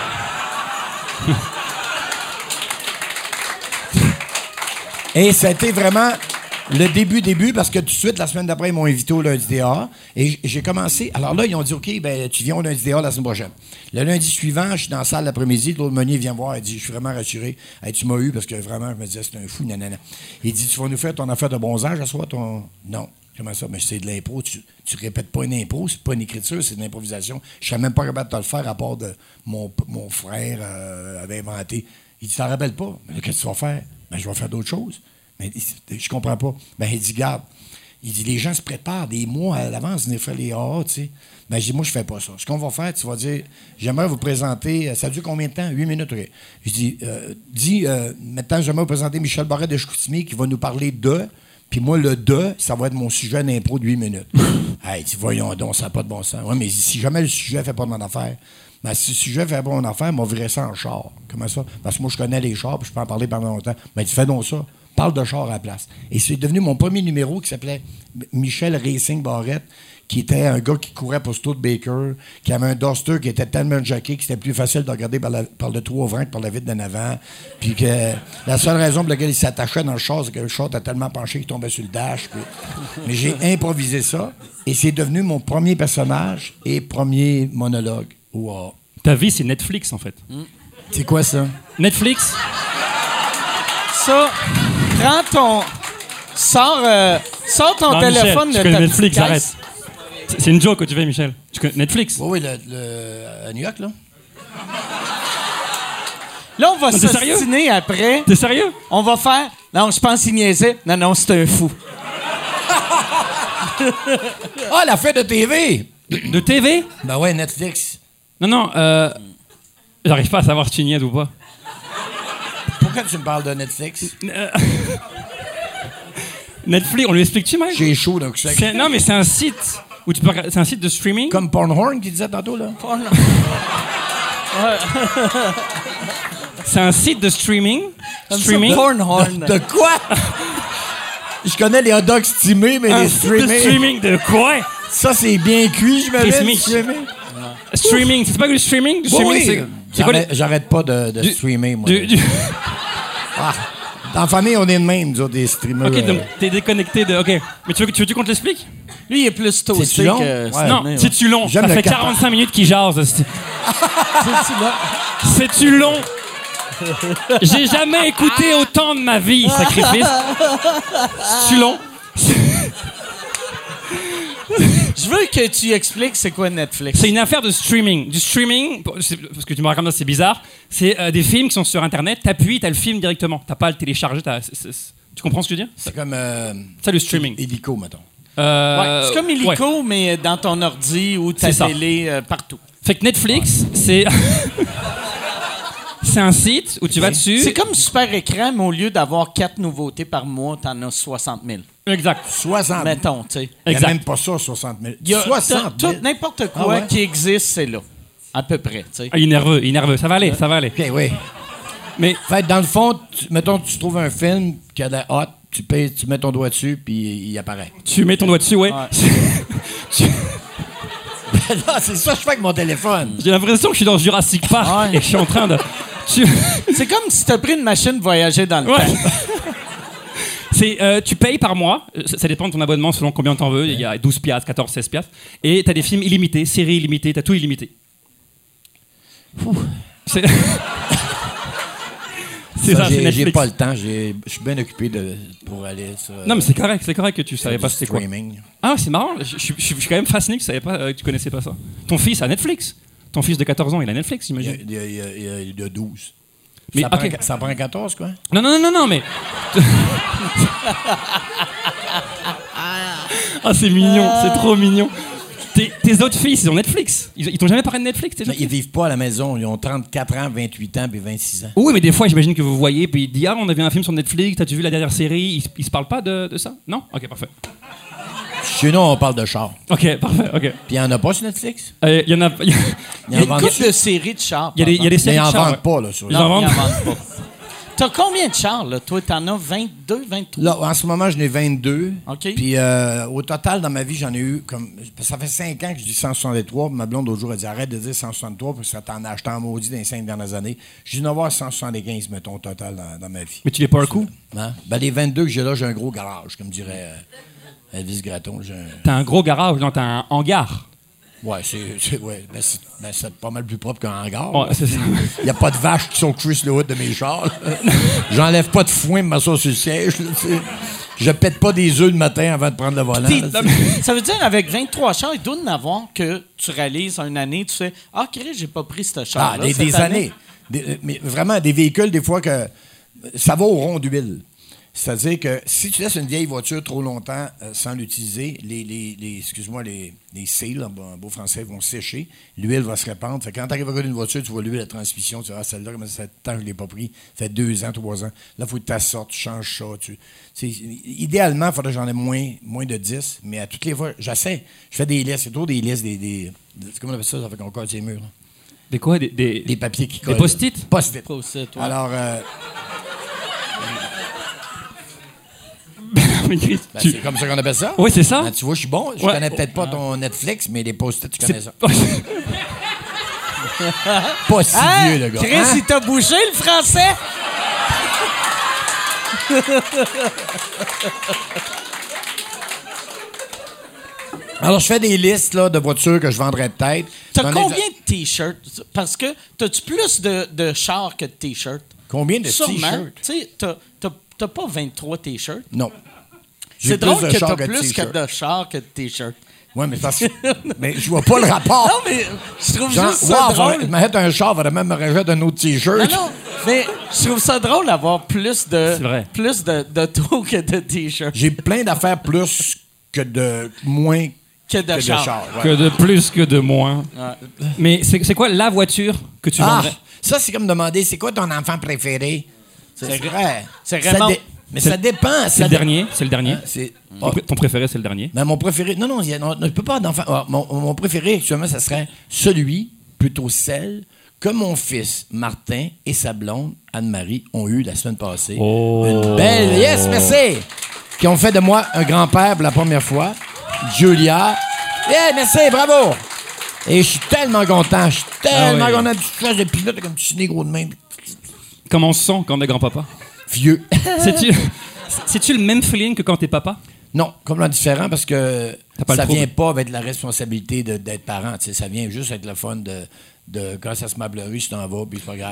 et ça a été vraiment le début, début, parce que tout de suite, la semaine d'après, ils m'ont invité au lundi D A. Et j'ai commencé. Alors là, ils ont dit, OK, ben, tu viens au lundi D A la semaine prochaine. Le lundi suivant, je suis dans la salle l'après-midi. L'autre Meunier vient me voir. Il dit, je suis vraiment rassuré. Hey, tu m'as eu parce que vraiment, je me disais, c'est un fou, nanana. Il dit, tu vas nous faire ton affaire de bronzage à soi, ton. Non. Comment ça? Mais c'est de l'impro. Tu, tu répètes pas une impro, c'est pas une écriture, c'est de l'improvisation. Je serais même pas capable de te le faire à part de mon, mon frère euh, avait inventé. Il dit, tu t'en rappelles pas? Mais là, qu'est-ce que tu vas faire? Ben, je vais faire d'autres choses. Mais je comprends pas. Ben, il dit, garde. Il dit, les gens se préparent des mois à l'avance, venir faire les A A, tu sais. Ben, je dis, moi, je fais pas ça. Ce qu'on va faire, tu vas dire, j'aimerais vous présenter, ça dure combien de temps? Huit minutes, oui. Je dis, euh, dis, euh, maintenant, j'aimerais vous présenter Michel Barrette de Chicoutimi qui va nous parler de, puis moi, le de, ça va être mon sujet d'impro de huit minutes. Hey, dis, voyons donc, ça n'a pas de bon sens. Oui, mais si jamais le sujet fait pas de mon affaire, ben, si le sujet fait pas mon affaire, on virer ça en char. Comment ça? Parce que moi, je connais les chars, puis je peux en parler pendant longtemps. Ben, tu fais donc ça. Parle de char à la place. Et c'est devenu mon premier numéro qui s'appelait Michel Racing Barrette, qui était un gars qui courait pour Studebaker, qui avait un Duster qui était tellement jacké que c'était plus facile de regarder par, la, par le trou au vent que par la vitre d'en avant. Puis que la seule raison pour laquelle il s'attachait dans le char, c'est que le char était tellement penché qu'il tombait sur le dash. Puis... Mais j'ai improvisé ça et c'est devenu mon premier personnage et premier monologue. Wow. Ta vie, c'est Netflix, en fait. Mm. C'est quoi ça? Netflix? Ça, prends ton... Sors, euh, sors ton Non, téléphone Michel, de tu ta connais Netflix, petite arrête. caisse. C'est c'est une joke que tu fais, Michel. Tu connais Netflix? Oui, oui, le, le, à New York, là. Là, on va Non, t'es sérieux? s'ostiner après. T'es sérieux? On va faire... Non, je pense qu'il niaisait. Non, non, c'est un fou. Ah, la fête de T V! De, de T V? Ben ouais, Netflix. Non, non, euh... J'arrive pas à savoir si tu niaises ou pas. Pourquoi tu me parles de Netflix? Netflix, on lui explique-tu, mec? J'ai chaud d'un coup sec. C'est- Non, mais c'est un site où tu peux regarder- c'est un site de streaming. Comme Pornhorn qui disait tantôt, là. C'est un site de streaming. Comme ça, Streaming. Pornhorn. De quoi? Je connais les hot dogs stimés, mais Un les site de streamés. streaming de quoi? Ça, c'est bien cuit, je Chris m'avais Mitch. streamé. Streaming, c'est pas que du streaming? Du Oui, streaming, oui. c'est- c'est quoi J'arrête, les- j'arrête pas de, de du- streamer, moi. du- du- Ah. Dans la famille, on est de même, nous autres, des streamers. Ok, donc euh, t'es déconnecté de. Ok. Mais tu veux, tu veux qu'on te l'explique? Lui, il est plus C'est-tu toasté long? que... Ouais. Non, mais, c'est-tu long? J'aime Ça le fait quatre- quarante-cinq minutes qu'il jase. c'est- C'est-tu là? C'est-tu long? J'ai jamais écouté autant de ma vie, sacrifice. C'est-tu long? Je veux que tu expliques c'est quoi Netflix. C'est une affaire de streaming. Du streaming, pour- c'est- parce que tu me racontes ça, c'est bizarre. C'est euh, des films qui sont sur Internet. T'appuies, t'as le film directement. T'as pas à le télécharger. t'as- c'est- c'est- Tu comprends ce que je veux dire? C'est comme. Euh, Ça, le streaming. Hélico, mettons. Euh, Ouais, c'est comme Illico, ouais. mais dans ton ordi ou ta C'est ça. télé, euh, partout. Fait que Netflix, c'est. C'est un site où tu vas dessus. C'est comme Super Écran, mais au lieu d'avoir quatre nouveautés par mois, t'en as soixante mille. Exact. soixante mille. Mettons, tu sais. Il n'y a Exact. même pas ça, soixante mille. Il y a soixante tout- mille. tout- n'importe quoi Ah ouais? qui existe, c'est là. À peu près, tu sais. Ah, il est nerveux, il est nerveux. Ça va aller, ça va aller. OK, oui. Mais Fait dans le fond, tu- mettons, tu trouves un film qui a de la hot, tu payes, tu mets ton doigt dessus, puis il apparaît. tu mets ton doigt dessus, ouais. Tu- Non, c'est ça que je fais avec mon téléphone. J'ai l'impression que je suis dans Jurassic Park Ouais. et que je suis en train de. Tu... C'est comme si t'as pris une machine voyager dans le Ouais. temps. C'est, euh, tu payes par mois, euh, ça, ça dépend de ton abonnement selon combien t'en veux, il y a douze piastres, quatorze, seize piastres, et t'as des films illimités, séries illimitées, t'as tout illimité. C'est c'est Ça, ça, c'est j'ai, j'ai Netflix. pas le temps, j'ai- je suis bien occupé de, pour aller sur. Non mais c'est correct, c'est correct que tu savais du pas c'était quoi. streaming. Ah c'est marrant, je, je- je- je suis quand même fasciné que tu savais pas, euh, que tu connaissais pas ça. Ton fils a Netflix. Ton fils de quatorze ans, il a Netflix, Il y a, j'imagine. il y a- il y a- il y a douze. Mais, ça, prend, ok. ça prend quatorze, quoi? Non, non, non, non, non, mais. Ah, c'est mignon, c'est trop mignon. Tes, tes autres filles, ils ont Netflix. Ils, ils t'ont jamais parlé de Netflix, tes Non, autres ils filles? vivent pas à la maison. Ils ont trente-quatre ans, vingt-huit ans, puis vingt-six ans. Oui, mais des fois, j'imagine que vous voyez, puis il dit, ah, on a vu un film sur Netflix, t'as-tu vu la dernière série? Ils, ils se parlent pas de, de ça? Non? Ok, parfait. Chez nous, on parle de char. Ok, parfait, ok. Puis il y en a pas sur Netflix? Euh, Il y en a. Il y a, Il Il y a une couple de séries de chars. il y a des, il y a des Mais séries ils en de chars, vendent ouais. pas, là. Sur... Ils en Non, vendent. ils en vendent pas. T'as combien de chars, là? Toi, t'en as vingt-deux, vingt-trois? Là, en ce moment, j'en ai vingt-deux. OK. Puis euh, au total, dans ma vie, j'en ai eu comme. Ça fait cinq ans que je dis cent soixante-trois. Ma blonde, l'autre jour, elle dit arrête de dire cent soixante-trois, parce que ça t'en a acheté en maudit dans les cinq dernières années. J'ai dû en avoir cent soixante-quinze, mettons, au total dans, dans ma vie. Mais tu les pas un coup? Hein? Ben, les vingt-deux que j'ai là, j'ai un gros garage, comme dirait euh, Elvis Gratton. J'ai un... T'as un gros garage, non, t'as un hangar. Ouais, c'est, c'est, ouais, ben, c'est, ben, c'est pas mal plus propre qu'un hangar. Ouais, c'est ça. Il n'y a pas de vaches qui sont couchées sur le haut de mes chars. là. J'enlève pas de foin de m'asseoir sur le siège. Là, tu sais. Je pète pas des œufs le matin avant de prendre le volant. T'es- là, tu sais. Ça veut dire, avec vingt-trois chars, il doit y en avoir que tu réalises une année, tu sais, ah, Chris, j'ai pas pris ce char. Ah, des, des années. Des- mais vraiment, des véhicules, des fois, que ça va au rond d'huile. C'est-à-dire que si tu laisses une vieille voiture trop longtemps euh, sans l'utiliser, les, les, les- excuse-moi, les, les cils, en beau, en beau français, vont sécher, l'huile va se répandre. Fait que quand tu arrives à côté d'une voiture, tu vois l'huile, la transmission, tu dis, ah, celle-là, comment ça fait tant que je ne l'ai pas pris? Ça fait deux ans, trois ans. Là, il faut que tu t'assortes, tu changes ça. Tu, c'est- idéalement, il faudrait que j'en ai moins, moins de dix, mais à toutes les fois, j'essaie. Je fais des listes, c'est toujours des listes, des, des, des- comment on appelle ça? Ça fait qu'on colle ces murs. Là. Des quoi? Des, des... Des papiers qui Des collent. post-it? Post-it. Post-it, ouais. Alors, euh, Mais Chris, ben, tu- c'est comme ça qu'on appelle ça? Oui, c'est ça. Ben, tu vois, je suis bon. Je Ouais. connais peut-être pas ton Netflix, mais les post-it, tu connais ça. C'est- Pas si Hein? vieux, le gars. Chris, Hein? il t'a bougé, le français? Alors, je fais des listes là, de voitures que je vendrais peut-être. T'as J'en ai- combien de t-shirts? Parce que t'as-tu plus de, de chars que de t-shirts? Combien de Sûrement. t-shirts? Tu sais, t'as, t'as, t'as pas vingt-trois t-shirts. Non. J'ai C'est plus drôle de que chars t'as de plus que t-shirts. de chars que de t-shirts. Oui, mais parce que. mais je vois pas le rapport. Non, mais je trouve Genre, juste ça wow, drôle. va- me mettre un char, va même me rajouter un autre t-shirt. Non, non, mais je trouve ça drôle d'avoir plus de C'est vrai. plus de, de taux que de t-shirts. J'ai plein d'affaires plus que de moins Que de que de chars. chars. ouais. Que de plus que de moins. Ouais. Mais c'est c'est quoi la voiture que tu Ah, vendrais? ça, c'est comme demander c'est quoi ton enfant préféré? C'est vrai. c'est Ça vraiment- dé- Mais C'est- ça dépend. C'est ça le dé- dernier, c'est le dernier. Hein, c'est... Ton, pré- ton préféré, c'est le dernier. Ben, mon préféré. Non, non, il y a- non, je peux pas d'enfant. Ah, mon, mon préféré, actuellement, ça serait celui, plutôt celle, que mon fils, Martin, et sa blonde, Anne-Marie, ont eu la semaine passée. Oh. Une belle. Yes, merci! Qui ont fait de moi un grand-père pour la première fois. Julia. Yeah, merci, bravo! Et je suis tellement content. Je suis tellement Ah oui. content. Tu fais de pilote comme un petit négro de main. Comment on se sent quand on est grand-papa? Vieux. C'est-tu c'est-tu le même feeling que quand t'es papa? Non, complètement différent parce que T'as pas le ça trouble. vient pas avec la responsabilité de- d'être parent. tu sais, Ça vient juste avec le fun de, de quand ça se m'ablerie, je t'en vas, puis c'est pas grave.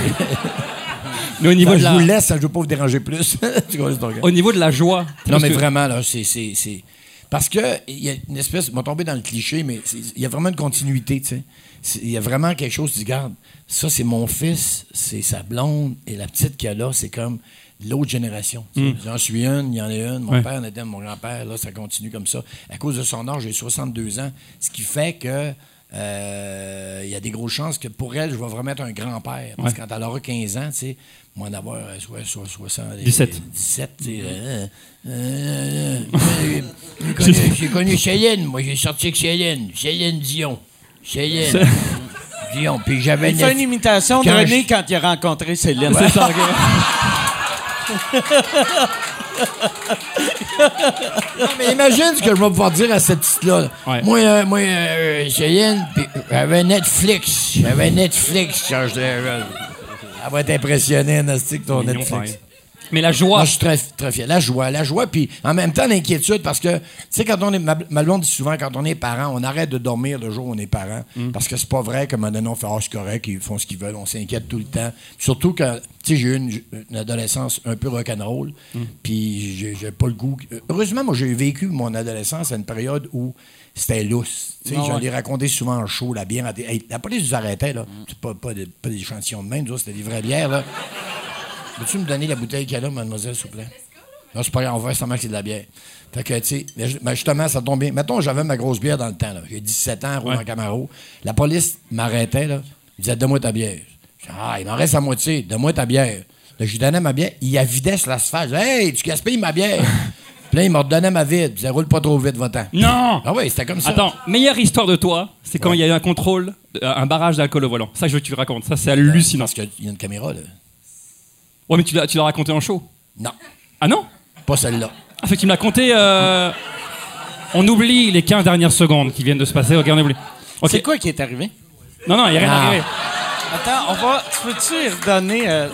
Mais au niveau, Ça, de je la, vous laisse, ça, je veux pas vous déranger plus. Tu vois, c'est ton gars. au niveau de la joie. Non, parce mais que- vraiment, là, c'est. c'est, c'est- Parce que il y a une espèce. Je vais tomber dans le cliché, mais c'est- il y a vraiment une continuité, tu sais. C'est- Il y a vraiment quelque chose, tu dis, regarde, ça, c'est mon fils, c'est sa blonde, et la petite qu'il y a là, c'est comme l'autre génération. tu sais. J'en suis une, il y en a une, mon Ouais. père en était un, mon grand-père, là, ça continue comme ça. À cause de son âge, j'ai soixante-deux ans, ce qui fait que. euh, Il y a des grosses chances que pour elle, je vais vraiment être un grand-père. Parce que Ouais. quand elle aura quinze ans, tu sais, moi, en avoir euh, soit, soit, soixante, dix-sept. dix-sept, tu sais. euh, euh, euh, j'ai connu- J'ai connu Céline, moi, j'ai sorti avec Céline. Céline Dion. Céline. Dion. Puis j'avais Il fait une imitation de Quand René je- quand il a rencontré Céline. C'est ça, ok. Non, mais imagine ce que je vais pouvoir dire à cette petite-là. là. Ouais. Moi, euh, moi euh, Céline, puis j'avais Netflix. J'avais Netflix quand j'étais jeune. Elle va être impressionnée, Nasty, que ton Mignon, Netflix. pareil. Mais la joie. Moi, je suis très, très fier. La joie, la joie, puis en même temps, l'inquiétude, parce que, tu sais, quand on est, ma, ma blonde dit souvent, quand on est parent, on arrête de dormir le jour où on est parent, mm. parce que c'est pas vrai que maintenant, on fait, ah, c'est correct, ils font ce qu'ils veulent, on s'inquiète tout le temps. Surtout quand, tu sais, j'ai eu une, une adolescence un peu rock'n'roll, mm. puis j'ai, j'ai pas le goût. Heureusement, moi, j'ai vécu mon adolescence à une période où c'était lousse. Tu sais, oh, j'en ai ouais. raconté souvent en show, la bière. Hey, la police nous arrêtait, là. Mm. C'est pas, pas, de, pas des échantillons de main, nous autres, c'était des vraies bières, là. Peux-tu me donner la bouteille qu'il y a là, mademoiselle, s'il vous plaît? Non, c'est pas grave, on va seulement que c'est de la bière. Fait que, tu sais, ben justement, ça tombe bien. Mettons, j'avais ma grosse bière dans le temps, là. J'ai dix-sept ans, roule ouais. en Camaro. La police m'arrêtait, là. Il disait, donne-moi ta bière. Je dis, ah, il m'en reste à moitié, donne-moi ta bière. Là, je lui donnais ma bière. Il la vidait sur l'asphalte. Je dis, hey, tu gaspilles ma bière. Puis là, il me redonnait ma vide. Il disait, roule pas trop vite, va-t'en. Non! Ah oui, c'était comme ça. Attends, meilleure histoire de toi, c'est quand il ouais. y a eu un contrôle, un barrage d'alcool au volant. Ça, je veux que tu le racontes. Ça, c'est hallucinant. Parce qu'il y a une caméra, là. Ouais, mais tu l'as, tu l'as raconté en show? Non. Ah non? Pas celle-là. Ah, fait que tu me l'as conté. Euh... On oublie les quinze dernières secondes qui viennent de se passer. Ok, on oublie. Okay. C'est quoi qui est arrivé? Non, non, il n'y a rien ah. arrivé. Attends, on va. Peux-tu redonner. Euh...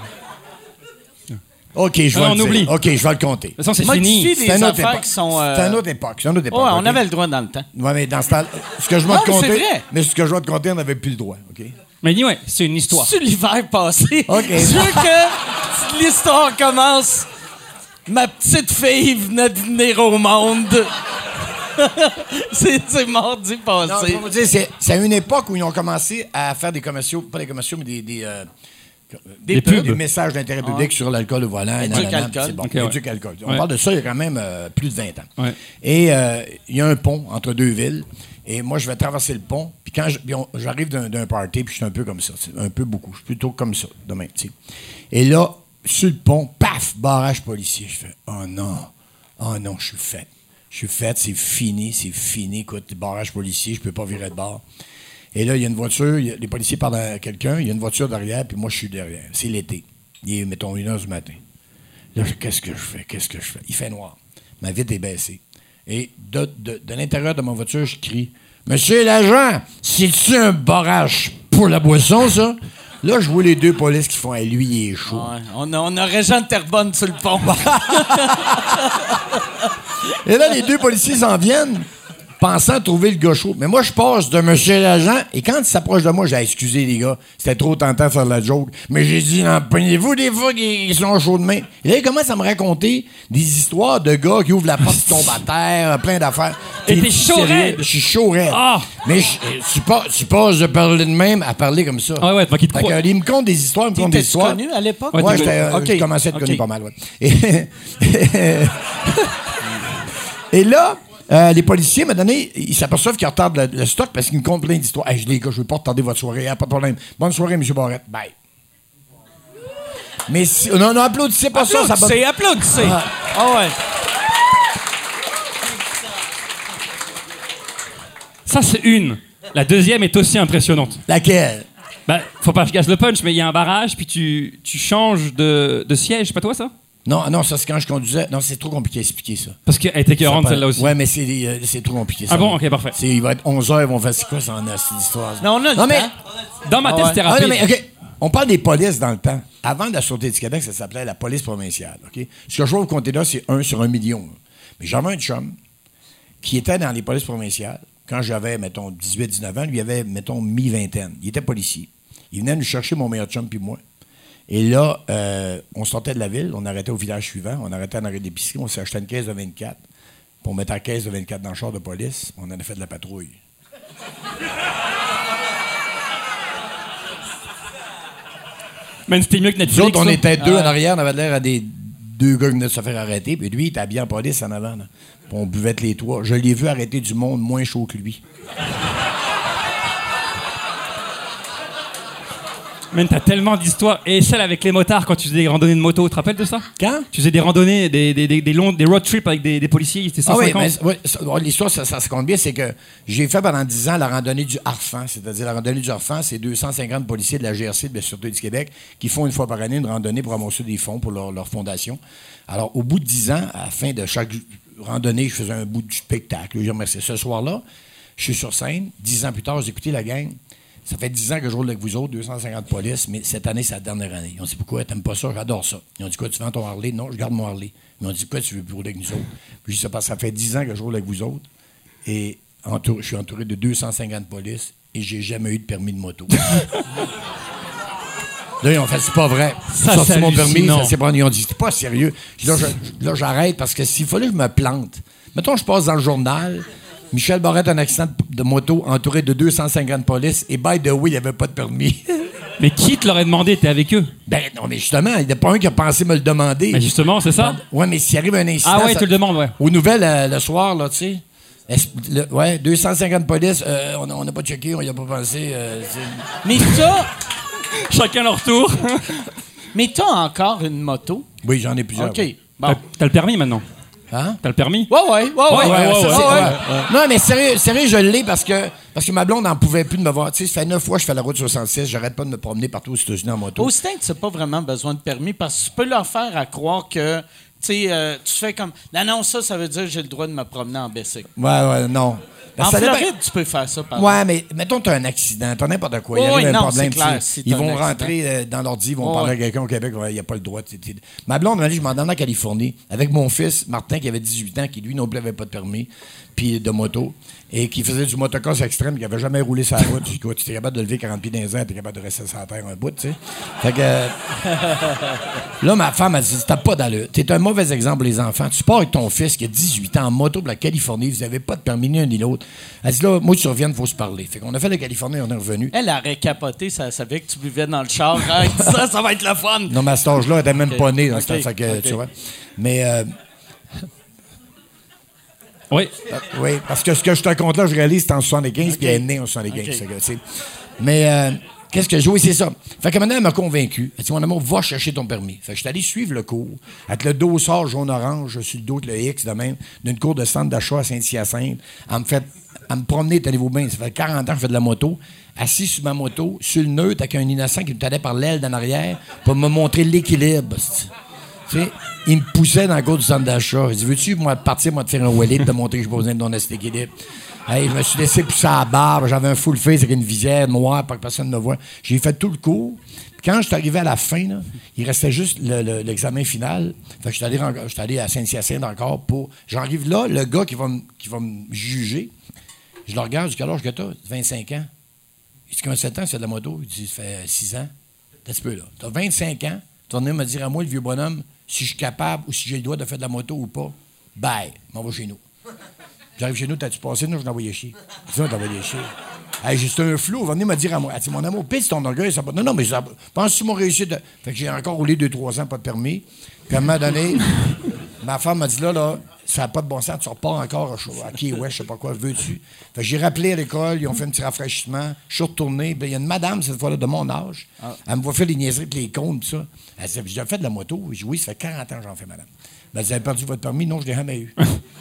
OK, je vais non, le on oublie. OK, je vais le compter. De toute façon, c'est Moi, fini. Tu c'est des une autre affaires époque. qui sont. Euh... C'est une autre époque. C'est une autre époque. Ouais, okay? on avait le droit dans le temps. Oui, mais dans ce temps ce que je vais non, te compter. Mais, c'est vrai. mais ce que je vais te compter, on n'avait plus le droit. OK? Mais dis, ouais, c'est une histoire. C'est l'hiver passé. OK. Tu veux que l'histoire commence? Ma petite fille venait de venir au monde. c'est, c'est mardi passé. Non, dire, c'est, c'est à une époque où ils ont commencé à faire des commerciaux, pas des commerciaux, mais des, des, euh, des, des, pubs. des messages d'intérêt public ah. sur l'alcool au volant. Éduc alcool. C'est bon. Okay, ouais. Éduc alcool. On ouais. parle de ça il y a quand même euh, plus de vingt ans. Ouais. Et il euh, y a un pont entre deux villes. Et moi, je vais traverser le pont. Puis quand je, puis on, j'arrive d'un, d'un party, puis je suis un peu comme ça. Un peu beaucoup. Je suis plutôt comme ça, demain. T'sais. Et là, sur le pont, paf, barrage policier. Je fais, oh non, oh non, je suis fait. Je suis fait, c'est fini, c'est fini. Écoute, barrage policier, je peux pas virer de bord. Et là, il y a une voiture, y a, les policiers parlent à quelqu'un, il y a une voiture derrière, puis moi, je suis derrière. C'est l'été. Il est, mettons, une heure du matin. Là, je, qu'est-ce que je fais? Qu'est-ce que je fais? Il fait noir. Ma vitre est baissée. Et de, de, de l'intérieur de ma voiture, je crie, Monsieur l'agent, c'est-tu un barrage pour la boisson, ça? Là, je vois les deux polices qui font à lui, il est chaud. Ouais, on, a, on a Régent de Terrebonne sur le pont. Et là, les deux policiers s'en viennent, pensant trouver le gars chaud. Mais moi, je passe de monsieur l'agent, et quand il s'approche de moi, j'ai excusé les gars, c'était trop tentant de faire de la joke. Mais j'ai dit, prenez-vous des fois qu'ils sont chauds de main. Et là, il commence à me raconter des histoires de gars qui ouvrent la porte, qui tombent à terre, plein d'affaires. Et t'es chaud raide. Je suis chaud raide. Ah. Mais je, tu, pas, tu passes de parler de même à parler comme ça. Ah ouais, faut qu'il te croie. Il me compte des histoires, il me compte des histoires. T'étais-tu connu à l'époque? Ouais, ouais j'étais, euh, okay. je commençais à être okay. connu pas mal, ouais. Et, et là, euh, les policiers, à un moment donné, ils s'aperçoivent qu'ils retardent le, le stock parce qu'ils me comptent plein d'histoires. Hey, je dis, les gars, je veux pas retarder votre soirée, hein, pas de problème. Bonne soirée, M. Barrette. Bye. Mais si, non, non, applaudissez pas applaudissez, ça. ça Applaudissez, applaudissez. Ah oh, ouais. Ça, c'est une. La deuxième est aussi impressionnante. Laquelle? Ben, faut pas que je casse le punch, mais il y a un barrage, puis tu, tu changes de, de siège. C'est pas toi, ça? Non, non, ça, c'est quand je conduisais. Non, c'est trop compliqué à expliquer, ça. Parce qu'elle était écœurante, ça celle-là aussi. Ouais, mais c'est, euh, c'est trop compliqué, ça. Ah bon? OK, parfait. C'est, il va être onze heures, ils vont faire c'est quoi, ça en a, cette histoire? Non, on a non, mais, dans ma tête, ah, c'était ouais. rapide. Ah, non, mais, OK. On parle des polices dans le temps. Avant de la Sûreté du Québec, ça s'appelait la police provinciale, OK? Ce que je vais vous compter là, c'est un sur un million. Là. Mais j'avais un chum qui était dans les polices provinciales. Quand j'avais, mettons, dix-huit dix-neuf ans, lui avait, mettons, mi-vingtaine. Il était policier. Il venait nous chercher, mon meilleur chum puis moi. Et là, euh, on sortait de la ville, on arrêtait au village suivant, on arrêtait en arrêt d'épicerie, on s'est acheté une caisse de vingt-quatre, puis on mettait la caisse de vingt-quatre dans le char de police, on en a fait de la patrouille. Mais c'était mieux que Netflix. Nous autres, on ça. était deux ah. en arrière, on avait l'air à des deux gars qui venaient de se faire arrêter, puis lui, il était habillé en police en avant. Là. Puis on buvait les trois. Je l'ai vu arrêter du monde moins chaud que lui. Man, t'as tellement d'histoires. Et celle avec les motards quand tu faisais des randonnées de moto, tu te rappelles de ça? Quand? Tu faisais des randonnées, des, des, des, des longs, des road trips avec des, des policiers, ils étaient cent cinquante. Ah oui, mais, oui, ça, l'histoire, ça, ça se compte bien, c'est que j'ai fait pendant dix ans la randonnée du Harfan. C'est-à-dire, la randonnée du Harfan, c'est deux cent cinquante policiers de la G R C, de la Sûreté du Québec, qui font une fois par année une randonnée pour ramasser des fonds pour leur, leur fondation. Alors, au bout de dix ans, à la fin de chaque randonnée, je faisais un bout du spectacle. Je remercie. Ce soir-là, je suis sur scène. Dix ans plus tard, j'ai écouté la gang. ça fait dix ans que je roule avec vous autres, deux cent cinquante polices, mais cette année, c'est la dernière année. Ils ont dit, pourquoi? T'aimes pas ça? J'adore ça. Ils ont dit, quoi, tu vends ton Harley? Non, je garde mon Harley. Ils ont dit, pourquoi tu veux plus rouler avec nous autres? Puis je sais pas, ça fait dix ans que je roule avec vous autres, et entour, je suis entouré de deux cent cinquante polices, et j'ai jamais eu de permis de moto. Là, ils ont fait, c'est pas vrai. Ça, sorti c'est mon permis, hallucinant. ça s'est pas. Ils ont dit, c'est pas sérieux. Là, je- là, j'arrête parce que s'il fallait que je me plante, mettons, je passe dans le journal, Michel Barrette a un accident de, de moto entouré de deux cent cinquante polices, et by the way, il avait pas de permis. Mais qui te l'aurait demandé? T'es avec eux. Ben non, mais justement, il n'y a pas un qui a pensé me le demander. Mais justement, c'est ça? Ouais, mais s'il arrive un incident. Ah ouais, ça- tu le demandes, ouais. Aux nouvelles, euh, le soir, là, tu sais. est-ce- le- ouais, deux cent cinquante polices, euh, on n'a pas checké, on n'y a pas pensé. euh, c'est- Mais t'as, Chacun leur tour. mais t'as encore une moto. Oui, j'en ai plusieurs. OK. ouais. Bon. T'as t'as le permis maintenant? Hein? T'as le permis? Ouais, ouais, ouais, ouais. Ouais, ouais, ça, ouais, c'est- ouais. ouais. Non, mais sérieux, sérieux, je l'ai parce que, parce que ma blonde n'en pouvait plus de me voir. Tu sais, ça fait neuf fois que je fais la route soixante-six, j'arrête pas de me promener partout aux États-Unis en moto. Au States, tu n'as pas vraiment besoin de permis parce que tu peux leur faire à croire que, tu sais, euh, tu fais comme, non, non, ça, ça veut dire que j'ai le droit de me promener en bicycle. Ouais, ouais, non. Parce En que ça dépend- Floride, tu peux faire ça, par Ouais, mais mettons, t'as un accident, t'as n'importe quoi, il Oui, arrive oui, un non, problème. c'est clair, tu sais, si ils t'as vont un accident. rentrer euh, dans l'ordi, ils vont Ouais, parler à ouais. quelqu'un au Québec, ouais, il n'y a pas le droit. tu sais. Ma blonde m'a dit, je m'en donne en Californie, avec mon fils, Martin, qui avait dix-huit ans, qui lui non plus avait pas de permis, puis de moto, et qui faisait du motocross extrême, qui n'avait jamais roulé sur la route. Je dis, quoi, tu es capable de lever quarante pieds dans les airs, tu es capable de rester sur la terre un bout, tu sais. Fait que. euh, Là, ma femme a dit, t'as pas d'allure. T'es un mauvais exemple pour les enfants. Tu pars avec ton fils qui a dix-huit ans en moto pour la Californie, vous n'avez pas de permis ni un ni l'autre. Elle dit, là, moi, tu reviens, il faut se parler. Fait qu'on a fait la Californie, on est revenu. Elle aurait capoté, ça savait que tu buvais dans le char. Hein, elle dit, ça, ça va être le fun. Non, mais à cet âge-là, elle était même Ok. pas née. Dans Ok. ce temps, fait que, Ok. tu vois. Mais, euh, Oui. euh, oui, parce que ce que je te raconte là, je réalise, c'est en soixante-quinze, puis elle est née en soixante-quinze. Ok. fait que, tu sais. Mais, euh, qu'est-ce que je oui, c'est ça. Fait que maintenant, elle m'a convaincu. Elle dit, mon amour, va chercher ton permis. Fait que je suis allé suivre le cours, avec le dossard jaune-orange sur le dos de le X, de même, d'une cour de centre d'achat à Saint-Hyacinthe. Elle me fait, à me promener, tenez-vous bien, ça fait quarante ans que je fais de la moto, assis sur ma moto, sur le neutre, avec un innocent qui me tenait par l'aile d'en arrière, pour me montrer l'équilibre. c'est- Tu sais, il me poussait dans la cour du centre d'achat. Il dit, veux-tu, moi, partir, moi, te faire un wheelie, te montrer que je n'ai pas besoin de ton équilibre. Hey, je me suis laissé pousser à la barbe, j'avais un full face avec une visière noire pour que personne ne me voie. J'ai fait tout le cours. Puis quand je suis arrivé à la fin, là, il restait juste le- le- l'examen final. Fait que je suis allé, ren- je suis allé à Saint-Hyacinthe encore pour. J'arrive là, le gars qui va me qui va me juger, je le regarde, je dis, quel âge que t'as? vingt-cinq ans. Il dit, combien de temps, c'est de la moto? Il dit, ça fait six ans. T'as un petit peu, là. T'as vingt-cinq ans, tu vas venir me dire à moi, le vieux bonhomme, si je suis capable ou si j'ai le droit de faire de la moto ou pas. Bye, m'en va chez nous. J'arrive chez nous, t'as-tu passé? Non, je l'ai envoyé chier. C'est ça, t'as envoyé chier. Hey, juste un flou, va venir me dire à moi. Elle dit, mon amour, pisse ton orgueil, ça va. Non, non, mais ça... pense-tu mon réussite? De... Fait que j'ai encore roulé deux, trois ans, pas de permis. Puis à un moment donné, ma femme m'a dit, là, là, ça n'a pas de bon sens, tu repars encore à Key West, je sais pas quoi, veux-tu? Fait que j'ai rappelé à l'école, ils ont fait un petit rafraîchissement, je suis retourné, puis il y a une madame, cette fois-là, de mon âge, elle me voit faire les niaiseries avec les comptes, tout ça. Elle dit, j'ai fait de la moto. Je dis, oui, ça fait quarante ans que j'en fais, madame. Elle dit, vous avez perdu votre permis? Non, je l'ai jamais eu.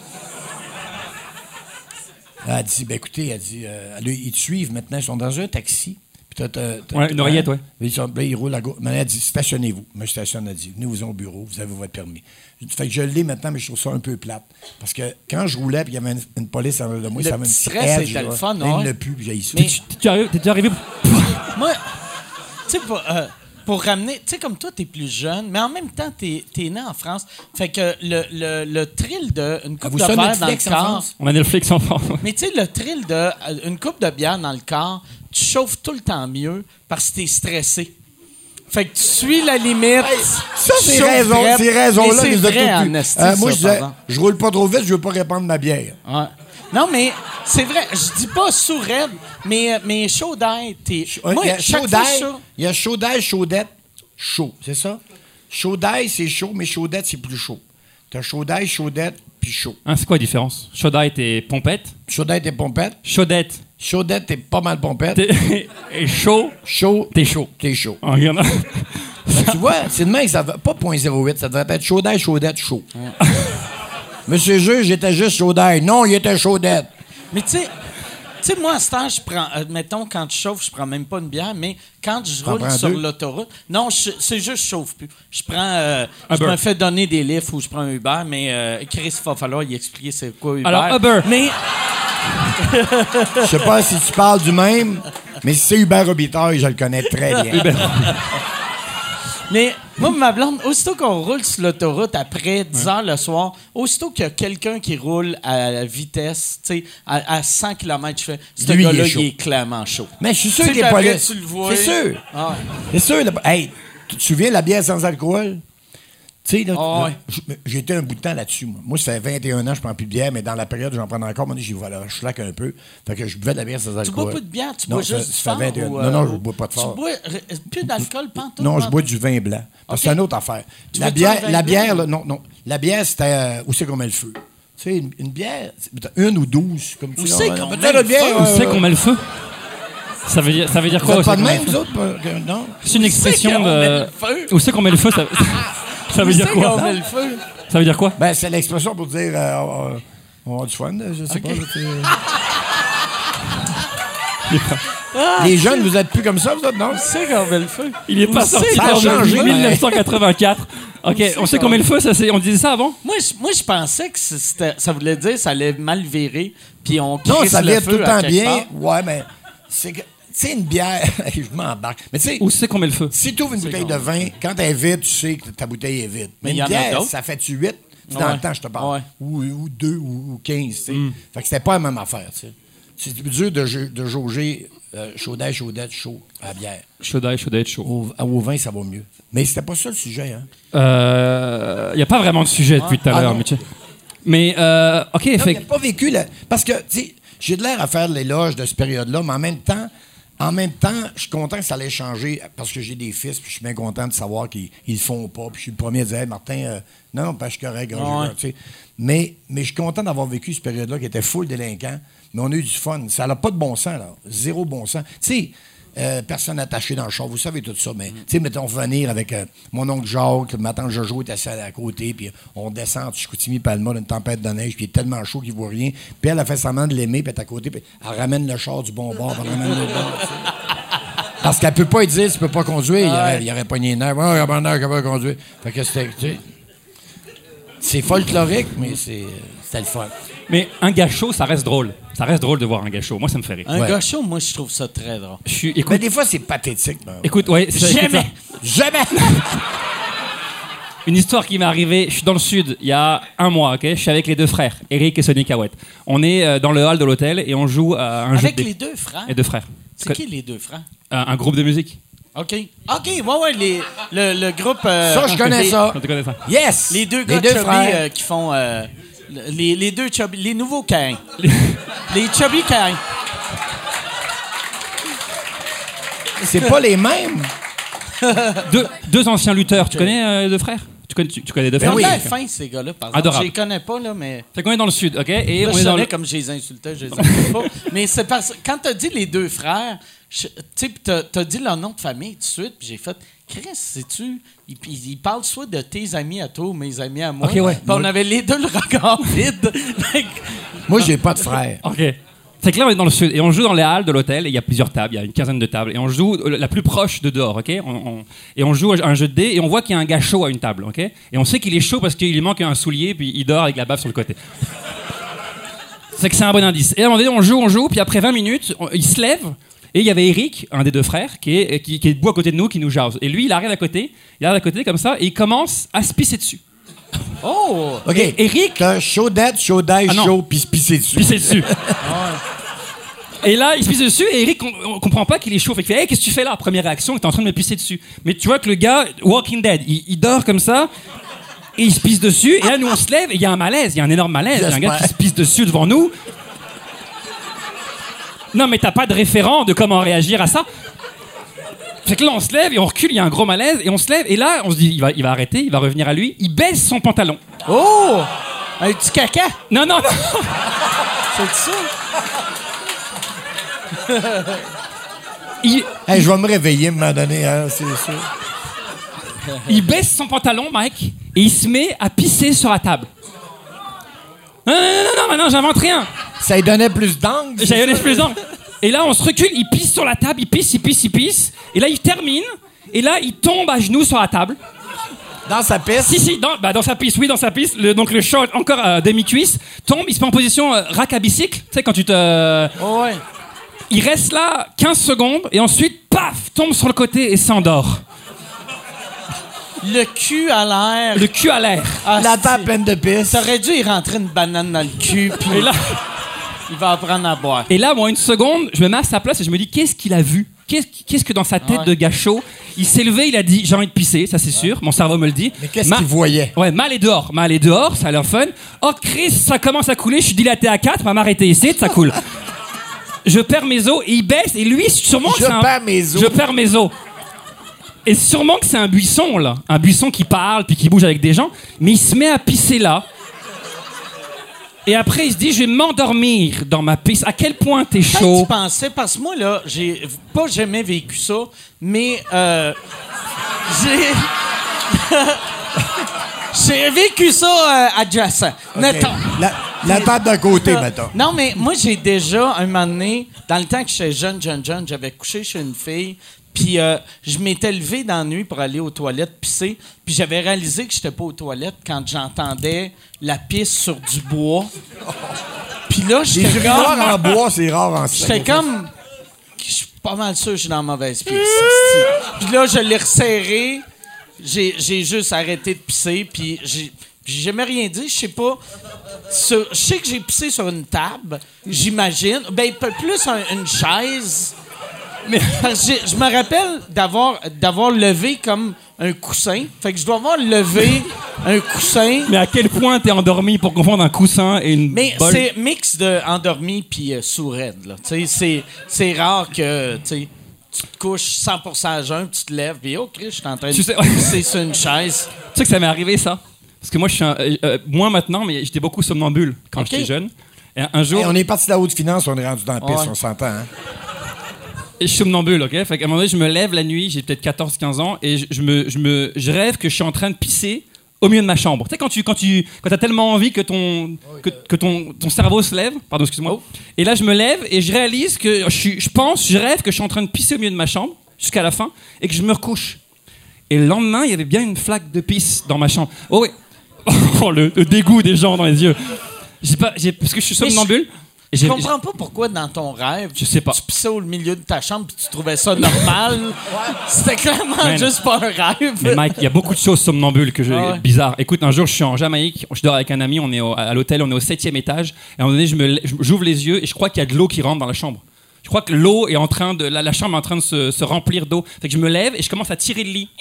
Elle a dit, ben écoutez, elle dit, euh, elle- ils te suivent maintenant, ils sont dans un taxi. Puis t'as, t'as- t'as- Ouais, une oreillette, ouais. Ils, sont, ben, ils roulent à gauche. Mais elle a dit, stationnez-vous. Moi, je stationne, elle a dit, venez-vous au bureau, vous avez votre permis. Fait que je l'ai maintenant, mais je trouve ça un peu plate. Parce que quand je roulais, puis il y avait une, une police en arrière de moi, Le ça m'a petit un petit stress edge, était là. le fun, Là, ouais. il ne plus, puis j'ai ça. Mais- T'es arrivé, t'es arrivé. Moi, tu sais, pour, euh, pour ramener, tu sais, comme toi, t'es plus jeune, mais en même temps, t'es es né en France. Fait que le, le, le thrill de une coupe vous de ça, bière dans le Netflix en corps. France? On a Netflix en France. Mais tu sais, le thrill de euh, une coupe de bière dans le corps, tu chauffes tout le temps mieux parce que t'es stressé. Fait que tu suis la limite. Ça, tu c'est chauffes raison, drette. ces raisons-là, Mais c'est les vrai a en toutes eues. esti, Euh, Moi, ça, je disais, par exemple. je roule pas trop vite, je veux pas répandre ma bière. Ouais. Non, mais c'est vrai. Je dis pas sous raide, mais, mais chaud d'air, t'es. Ouais, Moi, il y a chaque chaud fois, d'ail, ça- il y a chaud d'ail, chaudette, chaud, c'est ça? Chaud d'ail, c'est chaud, mais chaudette, c'est plus chaud. T'as chaud d'ail, chaudette, puis chaud. Hein, c'est quoi la différence? Chaudette et pompette. Chaudette et pompette. Chaudette Chaudette, t'es pas mal pompette. t'es- et chaud, Chaud, t'es chaud. t'es chaud. Ah, regarde. Ben, tu vois, c'est de même que ça va pas point zéro huit, ça devrait être chaud d'ail, chaudette, chaud. Monsieur juge, j'étais juste chaud d'ail. Non, il était chaudette. Mais tu sais, tu sais, moi, à ce temps, je prends. euh, mettons, quand je chauffe, je prends même pas une bière, mais quand je T'en roule prends sur deux? l'autoroute. Non, je- c'est juste, je chauffe plus. Je prends. euh, je Uber. me fais donner des livres ou je prends un Uber, mais euh, Chris, il va falloir y expliquer c'est quoi Uber. Alors, Uber. Mais. Je sais pas si tu parles du même, Mais si c'est Hubert Robitaille, je le connais très bien. Mais moi, ma blonde, aussitôt qu'on roule sur l'autoroute après dix heures le soir, aussitôt qu'il y a quelqu'un qui roule à la vitesse, tu sais, à, à cent kilomètres, je fais, ce Lui, il gars-là, est chaud. il est clairement chaud. Mais je suis sûr Tu sais, qu'il est puis pas après, là. tu le vois. C'est sûr. Ah ouais. C'est sûr. Là. Hey, tu te souviens de la bière sans alcool? Tu sais, là, Ah ouais. là, j- j'ai été un bout de temps là-dessus, moi. Moi, ça fait vingt et un ans que je prends plus de bière, mais dans la période où j'en prends encore, moi, j'y vais là, je slack un peu. Fait que je buvais de la bière sans alcool. Tu bois pas de bière, tu Non, bois ça- juste du ça fort fait vingt et un ou, Non, non, euh, je bois pas de fort. Tu bois r- plus d'alcool, pantoute? Non, je pantoute? bois du vin blanc. Parce que Ok. c'est une autre affaire. Tu La veux-tu bière, un vin la blanc? bière là, non, non. La bière, c'était euh, où c'est qu'on met le feu. Tu sais, une, une bière, c'est une ou douze, comme tu Où dis. c'est on- qu'on on peut met dire le la bière, feu? euh, Où c'est qu'on met le feu? Ça veut dire, ça veut dire Vous quoi? êtes où pas c'est de qu'on met même, le vous feu autres? pas- que- Non? C'est une Où expression c'est qu'on met de. le feu? Où c'est qu'on met le feu? Ça, ça veut Où dire c'est qu'on quoi? met le feu? Ça veut dire quoi? Ben, c'est l'expression pour dire euh, euh, on va avoir du fun, je sais pas. tu sais. Les jeunes, vous êtes plus comme ça, vous autres, non? Où c'est qu'on met le feu? Il est pas Où sorti c'est Ça a qu'on met le changé, feu? mais- dix-neuf cent quatre-vingt-quatre. OK, on sait qu'on met le feu, ça, c'est- on disait ça avant? Moi, je, moi, je pensais que c'était- ça voulait dire que ça allait mal virer, puis on Non, crisse ça le vient feu tout le à temps quelque bien. part. Ouais, mais c'est que, tu sais, une bière, je m'embarque. Mais tu sais, Où c'est qu'on met le feu? si tu ouvres une bouteille de vin, quand elle est vide, tu sais que ta bouteille est vide. Mais Mais il y une en a bière, d'autres. ça fait-tu huit? C'est dans Ouais. le temps, je te parle. Ouais. Ou, ou deux, ou, ou quinze, tu sais. Fait que c'était pas la même affaire, tu sais. C'est plus dur de, jau- de jauger euh, chaudette, chaudette, chaud à la bière. Chaud d'ail, chaud d'ail, chaud. Au, au vin, ça va mieux. Mais c'était pas ça le sujet, hein. Euh. Il n'y a pas vraiment de sujet depuis tout à Ah, l'heure, non. mais tu- Mais, euh. OK, Non, fait j'ai pas vécu le... Parce que, tu sais, j'ai de l'air à faire l'éloge de cette période-là, mais en même temps, en même temps, je suis content que ça allait changer parce que j'ai des fils, puis je suis bien content de savoir qu'ils ils le font pas. Puis je suis le premier à dire, hey, Martin, euh, non, parce que je suis correct, gars, Ouais. tu sais. Mais, mais je suis content d'avoir vécu cette période-là qui était full délinquant, mais on a eu du fun. Ça n'a pas de bon sens, là. Zéro bon sens. Tu sais, euh, personne attaché dans le char, vous savez tout ça, mais, tu sais, mettons, venir avec euh, mon oncle Jacques, ma tante Jojo est assise à côté, puis on descend du Chicoutimi-Palma d'une tempête de neige, puis il est tellement chaud qu'il ne voit rien. Puis elle a fait semblant de l'aimer, puis elle est à côté, puis elle ramène le char du bon bord, puis elle ramène le bord, tu sais. Parce qu'elle peut pas lui dire, tu peux pas conduire. Il aurait, il aurait pogné les nerfs. Ouais, il a pas de nerfs, capable de conduire. Fait que c'était, tu sais, c'est folklorique, mais c'est, c'était le fun. Mais un gars chaud, ça reste drôle. Ça reste drôle de voir un gars chaud. Moi, ça me fait rire. Un Ouais. gars chaud, moi, je trouve ça très drôle. Je suis. Mais Écoute, des fois, c'est pathétique. Ben. écoute, ouais, c'est ça, écoute Jamais! ça. Jamais! Une histoire qui m'est arrivée, je suis dans le sud, il y a un mois, ok? Je suis avec les deux frères, Eric et Sonny Cahouette. On est euh, dans le hall de l'hôtel et on joue à un jeu Avec de les dés. deux frères? Les deux frères. C'est qui les deux frères? Un, un groupe de musique. OK. OK, ouais, ouais, les, le, le groupe... euh, Ça, je connais les- ça. Tu connais ça? Yes! Les deux gars les deux chubby frères. euh, qui font... euh, les, les deux chubby... Les nouveaux Caïns. Les chubby Caïns. C'est pas les mêmes. Deux, deux anciens lutteurs. Tu connais euh, les deux frères? Tu connais, tu, tu connais les deux Ils frères? ont oui. l'air fins, ces gars-là, par exemple. Adorable. Je les connais pas, là, mais... Fait qu'on est dans le sud, ok? Et Là, on je est dans savais le... comme je les insultais, je les insultais pas. Mais c'est parce que quand t'as dit les deux frères, je- tu sais, pis t'as, t'as dit leur nom de famille tout de suite, puis j'ai fait, Chris, sais-tu, ils, ils, ils parlent soit de tes amis à toi ou mes amis à moi. Ok, ouais. Puis on avait les deux le regard vide. Fait que- Moi, j'ai pas de frère. Ok. C'est que là, on est dans le sud et on joue dans les halles de l'hôtel et il y a plusieurs tables, il y a une quinzaine de tables et on joue euh, la plus proche de dehors, ok? On, on- et on joue à un jeu de dés et on voit qu'il y a un gars chaud à une table, ok? Et on sait qu'il est chaud parce qu'il lui manque un soulier puis il dort avec la baffe sur le côté. C'est que c'est un bon indice. Et à un moment donné, on joue, on joue, puis après vingt minutes, on- il se lève et il y avait Eric, un des deux frères, qui est, qui, qui est debout à côté de nous, qui nous jase. Et lui, il arrive à côté, il arrive à côté comme ça et il commence à se pisser dessus. Oh! OK. Et Eric- T'as chaudette, chaudette, Ah non. chaud, puis se pisser dessus. Pisser dessus. Et là, il se pisse dessus et Eric, on, on comprend pas qu'il est chaud. Fait qu'il fait, hey, qu'est-ce que tu fais là? Première réaction, il est en train de me pisser dessus. Mais tu vois que le gars, Walking Dead, il, il dort comme ça et il se pisse dessus. Et là, nous, on se lève et il y a un malaise, il y a un énorme malaise. Il y a un gars qui se pisse dessus devant nous. Non, mais t'as pas de référent de comment réagir à ça. Fait que là, on se lève et on recule, il y a un gros malaise et on se lève. Et là, on se dit, il va, il va arrêter, il va revenir à lui. Il baisse son pantalon. Oh! Un petit caca! Non, non, non. C'est ça? Il, Hey, je vais me réveiller à un moment donné, hein, c'est sûr. Il baisse son pantalon, Mike, et il se met à pisser sur la table. Non, non, non, non, non, non, j'invente rien. Ça lui donnait plus d'angle. c'est J'avais ça? une explosion. Et là, on se recule, il pisse sur la table, il pisse, il pisse, il pisse. Et là, il termine. Et là, il tombe à genoux sur la table. Dans sa piste. Si, si, dans, bah, dans sa piste, oui, dans sa piste. Le- donc le short, encore euh, demi-cuisse, tombe, il se met en position euh, rack à bicycle. Tu sais, quand tu te... Oh, ouais. Il reste là quinze secondes et ensuite, paf, tombe sur le côté et s'endort. Le cul à l'air. Le cul à l'air. Ah, La c'est- table pleine de pisse. T'aurais dû y rentrer une banane dans le cul, puis Et là, il va apprendre à boire. et là, moi, une seconde, je me mets à sa place et je me dis, qu'est-ce qu'il a vu? Qu'est-ce, qu'est-ce que dans sa tête Ouais. de gars chaud, il s'est levé, il a dit, j'ai envie de pisser, ça c'est sûr, mon cerveau me le dit. Mais qu'est-ce Ma- qu'il voyait? Ouais, mal est dehors, mal est dehors, ça a l'air fun. Oh, Chris, ça commence à couler, je suis dilaté à quatre, ma mère était ici, ça coule. Je perds mes os et il baisse, et lui, sûrement que Je c'est un... perds mes os. Je perds mes os. Et sûrement que c'est un buisson, là. Un buisson qui parle, puis qui bouge avec des gens. Mais il se met à pisser là. Et après, il se dit, je vais m'endormir dans ma pisse. À quel point t'es Quand chaud. tu pensais, parce que moi, là, j'ai pas jamais vécu ça, mais euh, j'ai... j'ai vécu ça euh, adjacent. Mettons. La, la table d'à côté, mettons. Non, mais moi, j'ai déjà, un moment donné, dans le temps que j'étais jeune, jeune, jeune, j'avais couché chez une fille, puis euh, je m'étais levé dans la nuit pour aller aux toilettes pisser, puis j'avais réalisé que j'étais pas aux toilettes quand j'entendais la pisse sur du bois. Puis là, Les j'étais urinoirs comme... en bois, c'est rare en J'étais Sibérie. comme... Je suis pas mal sûr que je suis dans la mauvaise pisse. Puis là, je l'ai resserré. J'ai, j'ai juste arrêté de pisser, puis j'ai... J'ai jamais rien dit, je sais pas. Sur- je sais que j'ai pissé sur une table, j'imagine. Ben, peu plus un- une chaise. Mais parce que j'ai- je me rappelle d'avoir, d'avoir levé comme un coussin. Fait que je dois avoir levé un coussin. Mais à quel point t'es endormi pour confondre un coussin et une Mais bolle? c'est mix de endormi puis euh, sourd-raide, là. Tu sais, c'est, c'est rare que, tu sais, tu te couches cent pour cent à jeun, tu te lèves, puis oh, Christ, je suis en train de Tu sais- pisser sur une chaise. Tu sais que ça m'est arrivé, ça? Parce que moi, je suis un, euh, euh, moins maintenant, mais j'étais beaucoup somnambule quand Ok. j'étais jeune. Et un, un jour, Hey, on est parti de la haute finance, on est rendu dans la piste, Ouais. on s'entend, hein? je suis somnambule, ok? Fait qu'à un moment donné, je me lève la nuit, j'ai peut-être quatorze quinze ans, et je, je me, je, me, je rêve que je suis en train de pisser au milieu de ma chambre. Tu sais, quand tu quand tu, quand t'as tellement envie que ton, que, que ton, ton cerveau se lève, pardon, excuse-moi. Et là, je me lève et je réalise que je, suis- je pense, je rêve que je suis en train de pisser au milieu de ma chambre, jusqu'à la fin, et que je me recouche. Et le lendemain, il y avait bien une flaque de pisse dans ma chambre. Oh oui. Oh, le, le dégoût des gens dans les yeux. J'ai pas, j'ai, parce que je suis Mais je- somnambule. et Je j'ai- comprends pas pourquoi dans ton rêve, Je sais pas. tu pissais au milieu de ta chambre puis tu trouvais ça normal. C'était clairement Ouais, juste pas un rêve. Mais Mike, il y a beaucoup de choses somnambules que je Ah ouais. bizarres. Écoute, un jour, je suis en Jamaïque, je dors avec un ami, on est au- à l'hôtel, on est au septième étage, et à un moment donné, je me, lè- j'ouvre les yeux et je crois qu'il y a de l'eau qui rentre dans la chambre. Je crois que l'eau est en train de, la, la chambre est en train de se, se remplir d'eau. Fait que je me lève et je commence à tirer le lit.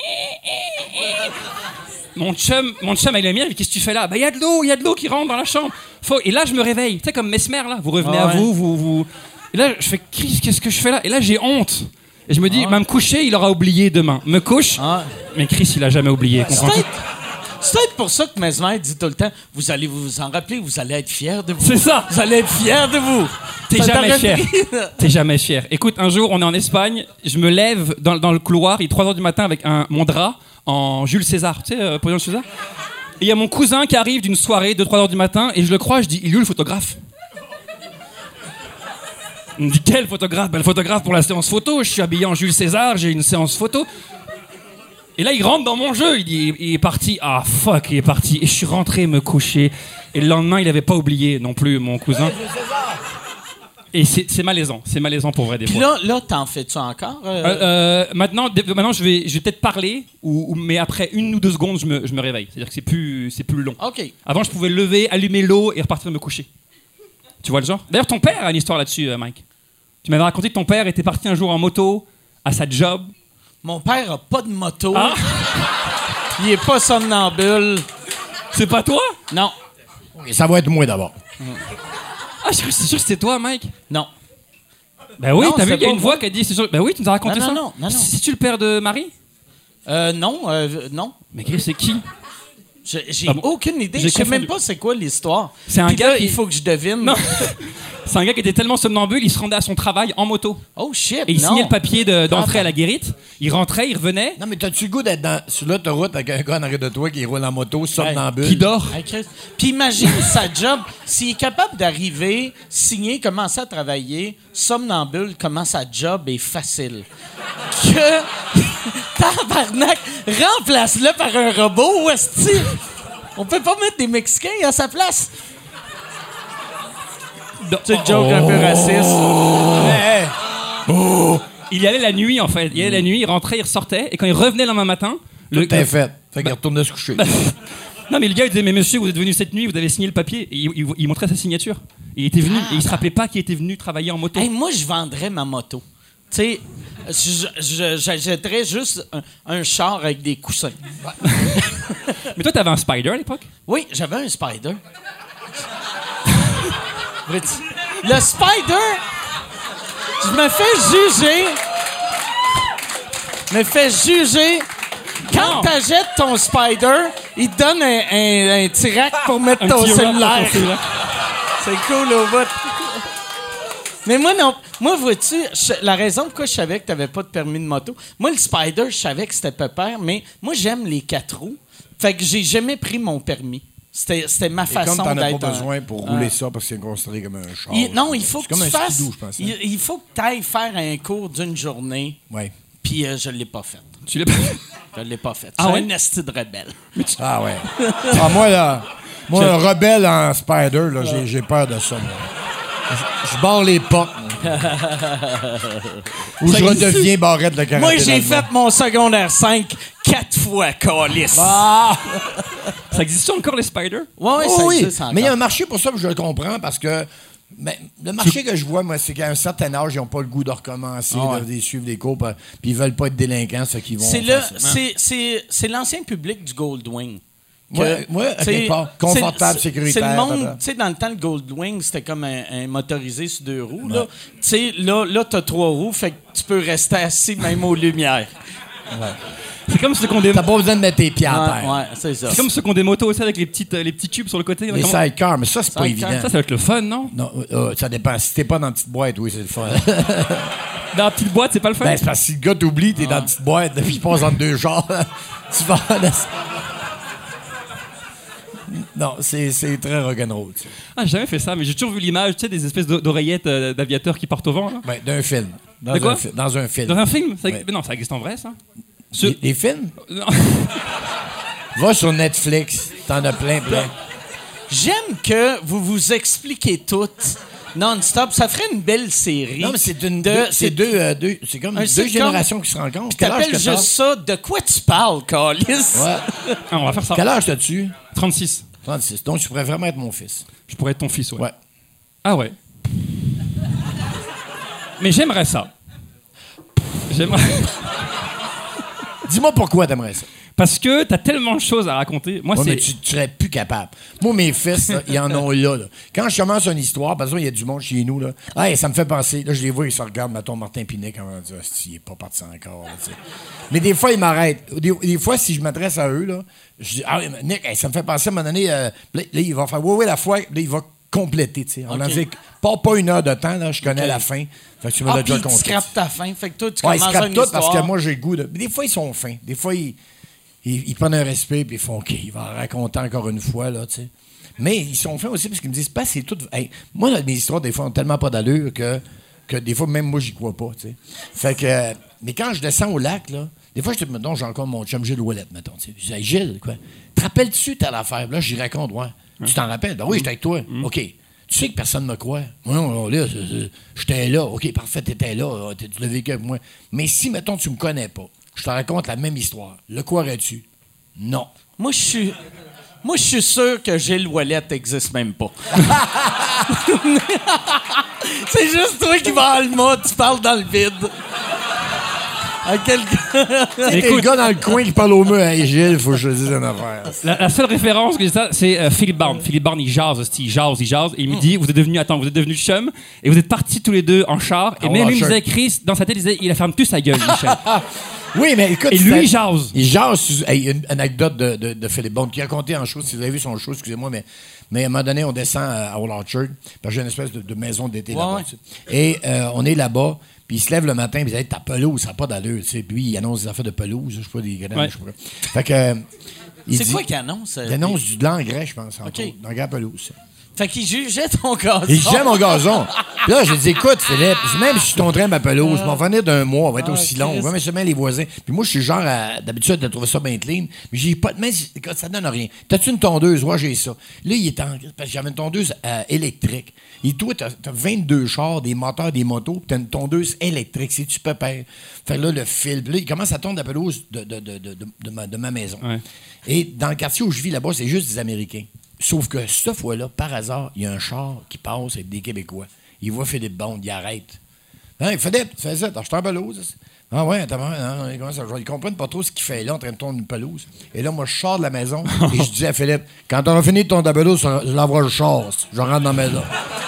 Mon chum, mon chum, il est mien, qu'est-ce que tu fais là? Bah, il y a de l'eau, il y a de l'eau qui rentre dans la chambre. Faut... Et là, je me réveille. Tu sais, comme Mesmer, là, vous revenez Ah à ouais. vous, vous, vous. Et là, je fais, Chris, qu'est-ce que je fais là? Et là, j'ai honte. Et je me dis, va me coucher, il aura oublié demain. Me couche. Ah. Mais Chris, il a jamais oublié. C'est comprends-tu? peut-être, c'est peut-être pour ça que Mesmer dit tout le temps, vous allez vous en rappeler, vous allez être fiers de vous. C'est ça. Vous allez être fiers de vous. T'es Ça jamais t'aurait fier. pris- T'es jamais fier. Écoute, un jour, on est en Espagne, je me lève dans, dans le couloir, il est trois heures du matin avec un, mon drap en Jules César. Tu sais, euh, pour Jules César? Et il y a mon cousin qui arrive d'une soirée, deux trois heures du matin, et je le crois, je dis, il est où le photographe? Il me dit, quel photographe? Ben, le photographe pour la séance photo. Je suis habillé en Jules César, j'ai une séance photo. Et là, il rentre dans mon jeu. Il dit, il est parti. Ah, fuck, il est parti. Et je suis rentré me coucher. Et le lendemain, il avait pas oublié non plus, mon cousin. Et c'est c'est malaisant. C'est malaisant pour vrai, des Puis fois. là, là t'en fais-tu encore? euh? Euh, euh, maintenant, dé- maintenant, je vais, je vais peut-être parler, ou, ou- mais après une ou deux secondes, je me, je me réveille. C'est-à-dire que c'est plus, c'est plus long. OK. Avant, je pouvais lever, allumer l'eau et repartir me coucher. Tu vois le genre? D'ailleurs, ton père a une histoire là-dessus, euh, Mike. Tu m'avais raconté que ton père était parti un jour en moto à sa job. Mon père a pas de moto. Ah! Il est pas somnambule. C'est pas toi? Non. Ok, ça va être moi d'abord. Ah, je suis sûr que c'était toi, Mike. Non. Ben oui, Non, t'as vu, c'est il y a pas une moi. voix qui a dit, c'est sûr. Ben oui, tu nous as raconté Non, non, ça. non, non, non. C'est-tu le père de Marie? Euh, non, euh, non. Mais Chris, c'est qui? Je- J'ai Ah bon? aucune idée. J'ai Je sais même confondu. pas c'est quoi l'histoire. C'est un Puis gars là, qui- il faut que je devine. Non. C'est un gars qui était tellement somnambule, il se rendait à son travail en moto. Oh shit, Et il non. signait le papier de- d'entrée à la guérite. Il rentrait, il revenait. Non, mais t'as-tu le goût d'être dans, sur l'autoroute avec un gars en arrière de toi qui roule en moto, somnambule? Qui dort. Hey, Chris. Puis imagine sa job. S'il est capable d'arriver, signer, commencer à travailler, somnambule, comment sa job est facile. Que. Tabarnak! Remplace-le par un robot, esti! On peut pas mettre des Mexicains à sa place. Do- C'est une joke un peu raciste. Hey, Oh! Il y allait la nuit, en fait. Il y allait la nuit, il rentrait, il ressortait, et quand il revenait le lendemain matin... Tout le est fait. Fait qu'il retournait se coucher. Non, mais le gars, il disait, mais monsieur, vous êtes venu cette nuit, vous avez signé le papier. Et il, il- il montrait sa signature. Il était venu, et il se rappelait pas qu'il était venu travailler en moto. Hey, moi, je vendrais ma moto. Tu sais, je- je- j'achèterais juste un, un char avec des coussins. Mais toi, t'avais un Spider à l'époque? Oui, j'avais un Spider. Le Spider, je me fais juger. Je me fais juger. Quand Non. t'achètes ton Spider, il te donne un, un, un petit rack pour mettre Un ton petit rack pour cellulaire. ton cellulaire. C'est cool au bout. Mais moi, non. Moi, vois-tu, je- la raison pourquoi je savais que t'avais pas de permis de moto, moi, le Spider, je savais que c'était pépère, mais moi, j'aime les quatre roues. Fait que j'ai jamais pris mon permis. C'était, c'était ma Et façon comme t'en as d'être pas un- besoin pour un- rouler ça, parce que c'est considéré comme un char. Il- non, il faut C'est que comme tu un fasses. skidoo, je pense. Il, il faut que tu ailles faire un cours d'une journée, Ouais. puis euh, je l'ai pas fait. Tu l'as pas fait? Je l'ai pas fait. Ah C'est ouais? un esti de rebelle. Ah ouais. Ah, moi, là, moi, un rebelle en Spider, là, j'ai, j'ai peur de ça. moi. Je, je barre les portes. moi. Ou je redeviens barrette de karaté. Moi, j'ai là-dedans. fait mon secondaire cinq quatre fois, calice. Ah! Ça existe encore, les Spiders? Ouais, ouais, Oh ça oui, existe encore. mais il y a un marché pour ça, puis je le comprends, parce que mais, le marché que je vois, moi, c'est qu'à un certain âge, ils n'ont pas le goût de recommencer, Ah ouais. de, de suivre des cours, puis puis ils veulent pas être délinquants, c'est qu'ils vont C'est, le, faire ça. c'est, c'est, c'est l'ancien public du Goldwing. Que, Ouais, ouais, à tu sais, quelque part. Confortable, c'est- sécuritaire, C'est le monde, papa. tu sais, dans le temps, le Goldwing, c'était comme un, un motorisé sur deux roues. Là, tu sais, là, là t'as trois roues, fait que tu peux rester assis même aux lumières. C'est comme ceux qui ont des... T'as pas besoin de mettre tes pieds à Ouais, terre. ouais, c'est ça. C'est comme ceux qui ont des motos aussi avec les, petites, euh, les petits tubes sur le côté. Les Comment- sidecars, mais ça, c'est pas Sidecar. évident. Ça, ça va être le fun, non? Non, euh, ça dépend. Si t'es pas dans une petite boîte, oui, c'est le fun. Dans la petite boîte, c'est pas le fun? Ben, c'est parce que si le gars t'oublie, t'es dans une petite boîte, puis il passe entre deux genres. Tu vas là. Non, c'est, c'est très rock'n'roll. tu sais. Ah, j'ai jamais fait ça, mais j'ai toujours vu l'image, tu sais, des espèces d'o- d'oreillettes euh, d'aviateurs qui partent au vent, là. Ben, d'un film. Dans De quoi? un, fi- dans un film. Dans un film? Ça... Ouais. Mais non, ça existe en vrai, ça? Ce- Les, les films? Non. Va sur Netflix. T'en as plein, plein. J'aime que vous vous expliquez toutes non-stop. Ça ferait une belle série. Non, mais c'est une de- deux, c'est deux, euh, deux- c'est comme un deux sitcom. générations qui se rencontrent. Quel âge T'appelles que t'as? juste ça. De quoi tu parles, Calis? Ouais. Ah, on va faire ça. Quel âge t'as-tu? trente-six. trente-six. Donc, tu pourrais vraiment être mon fils. Je pourrais être ton fils, ouais. Ouais. Ah ouais. Mais j'aimerais ça. J'aimerais... Dis-moi pourquoi t'aimerais ça. Parce que t'as tellement de choses à raconter. Moi, Ouais, c'est... mais tu, tu serais plus capable. Moi, mes fils, là, ils en ont là, là. Quand je commence une histoire, parce qu'il y a du monde chez nous, là. Hey, ça me fait penser. Là, je les vois, ils se regardent, mettons, Martin Pinet, quand on dit, ah, il n'est pas parti encore. Là, tu sais. Mais des fois, ils m'arrêtent. Des, des fois, si je m'adresse à eux, là, je dis, ah, Nick, hey, ça me fait penser à un moment donné, euh, là, là, il va faire, oui, oui, la fois, là, il va compléter, tu sais. On Ok. en dit, pas, pas une heure de temps, là, je connais Ok. la fin. Fait que tu me Ah, l'as puis déjà tu compté. scrapes ta fin. Fait que toi, tu Ouais, ils commences scrapent une tout histoire. parce que moi, j'ai le goût de. Mais des fois, ils sont fins. Des fois, ils, ils, ils prennent un respect puis ils font OK, il va en raconter encore une fois, là, tu sais. Mais ils sont fins aussi parce qu'ils me disent, pas, c'est tout. Hey, moi, là, mes histoires, des fois, ont tellement pas d'allure que, que des fois, même moi, j'y crois pas, tu sais. Fait que. euh, mais quand je descends au lac, là, des fois, je te mettons, j'ai encore mon chum Gilles Ouellette, mettons, tu sais. Je dis, hey, Gilles, quoi. Te rappelles-tu telle affaire? Là, j'y raconte, ouais. Tu t'en rappelles? Ben oui, j'étais avec toi. OK. Tu sais que personne ne me croit. Non, non, là, c'est- c'est- j'étais là. OK, parfait, t'étais là. Tu l'as vécu avec moi. Mais si, mettons, tu me connais pas, je te raconte la même histoire. Le croirais-tu? Non. Moi, je suis. Moi, je suis sûr que Gilles Ouellette n'existe même pas. C'est juste toi qui vas le mot, tu parles dans le vide. À quelqu'un. T'es le gars dans le coin qui parle au mur. Hey, Gilles, faut que je te dise une affaire. La, la seule référence que j'ai ça, c'est euh, Philippe Barne. Philippe Barne, il jase, hostie, il jase, il jase, et il me dit, vous êtes devenus, attends, vous êtes devenus chum, et vous êtes partis tous les deux en char, et Ah, même ouais, lui me en disait, Chris, dans sa tête, il disait, il a ferme plus sa gueule, Michel. Oui, mais écoute. Et lui, c'est- il jase. Il jase. sur- hey, une anecdote de, de, de Philippe Bond qui a raconté en show. Si vous avez vu son show, excusez-moi, mais, mais à un moment donné, on descend à Old Orchard, parce que j'ai une espèce de, de maison d'été Ouais, là-bas. ouais. tu sais. Et euh, on est là-bas, puis il se lève le matin, puis il dit, hey, ta pelouse, ça n'a pas d'allure. Tu sais. Puis il annonce des affaires de pelouse, je sais pas, des graines, Ouais. je sais pas. Fait que. euh, il C'est dit- quoi qui annonce? euh, Il annonce du de l'engrais, je pense. entre OK. autres, L'engrais à pelouse. Fait qu'il jugeait ton gazon. Il jugeait mon gazon. Puis là, j'ai dit, écoute, Philippe, même si je tomberais ma pelouse, je m'en venir d'un mois, on va être Ah, aussi long. Christ. On va mettre les voisins. Puis moi, je suis genre, à- d'habitude, de trouver ça bien clean. Mais j'ai pas de main, écoute, ça donne rien. T'as-tu une tondeuse? Ouais, j'ai ça. Là, il est en. Parce que j'avais une tondeuse euh, électrique. Et toi, t'as, t'as vingt-deux chars, des moteurs, des motos, puis t'as une tondeuse électrique. C'est-tu pépère? Fait que là, le fil. Puis là, il commence à tondre la pelouse de, de, de, de, de, de ma, de ma maison. Ouais. Et dans le quartier où je vis là-bas, c'est juste des Américains. Sauf que cette fois-là, par hasard, il y a un char qui passe avec des Québécois. Il voit Philippe Bond, il arrête. Hein, Philippe, tu fais ça, t'as acheté une pelouse? Ah ouais, attends, non, ils, commencent à- ils comprennent pas trop ce qu'il fait là, en train de tondre une pelouse. Et là, moi, je sors de la maison et je dis à Philippe, quand on a fini de tondre la pelouse, je l'envoie le char. Je rentre dans la maison.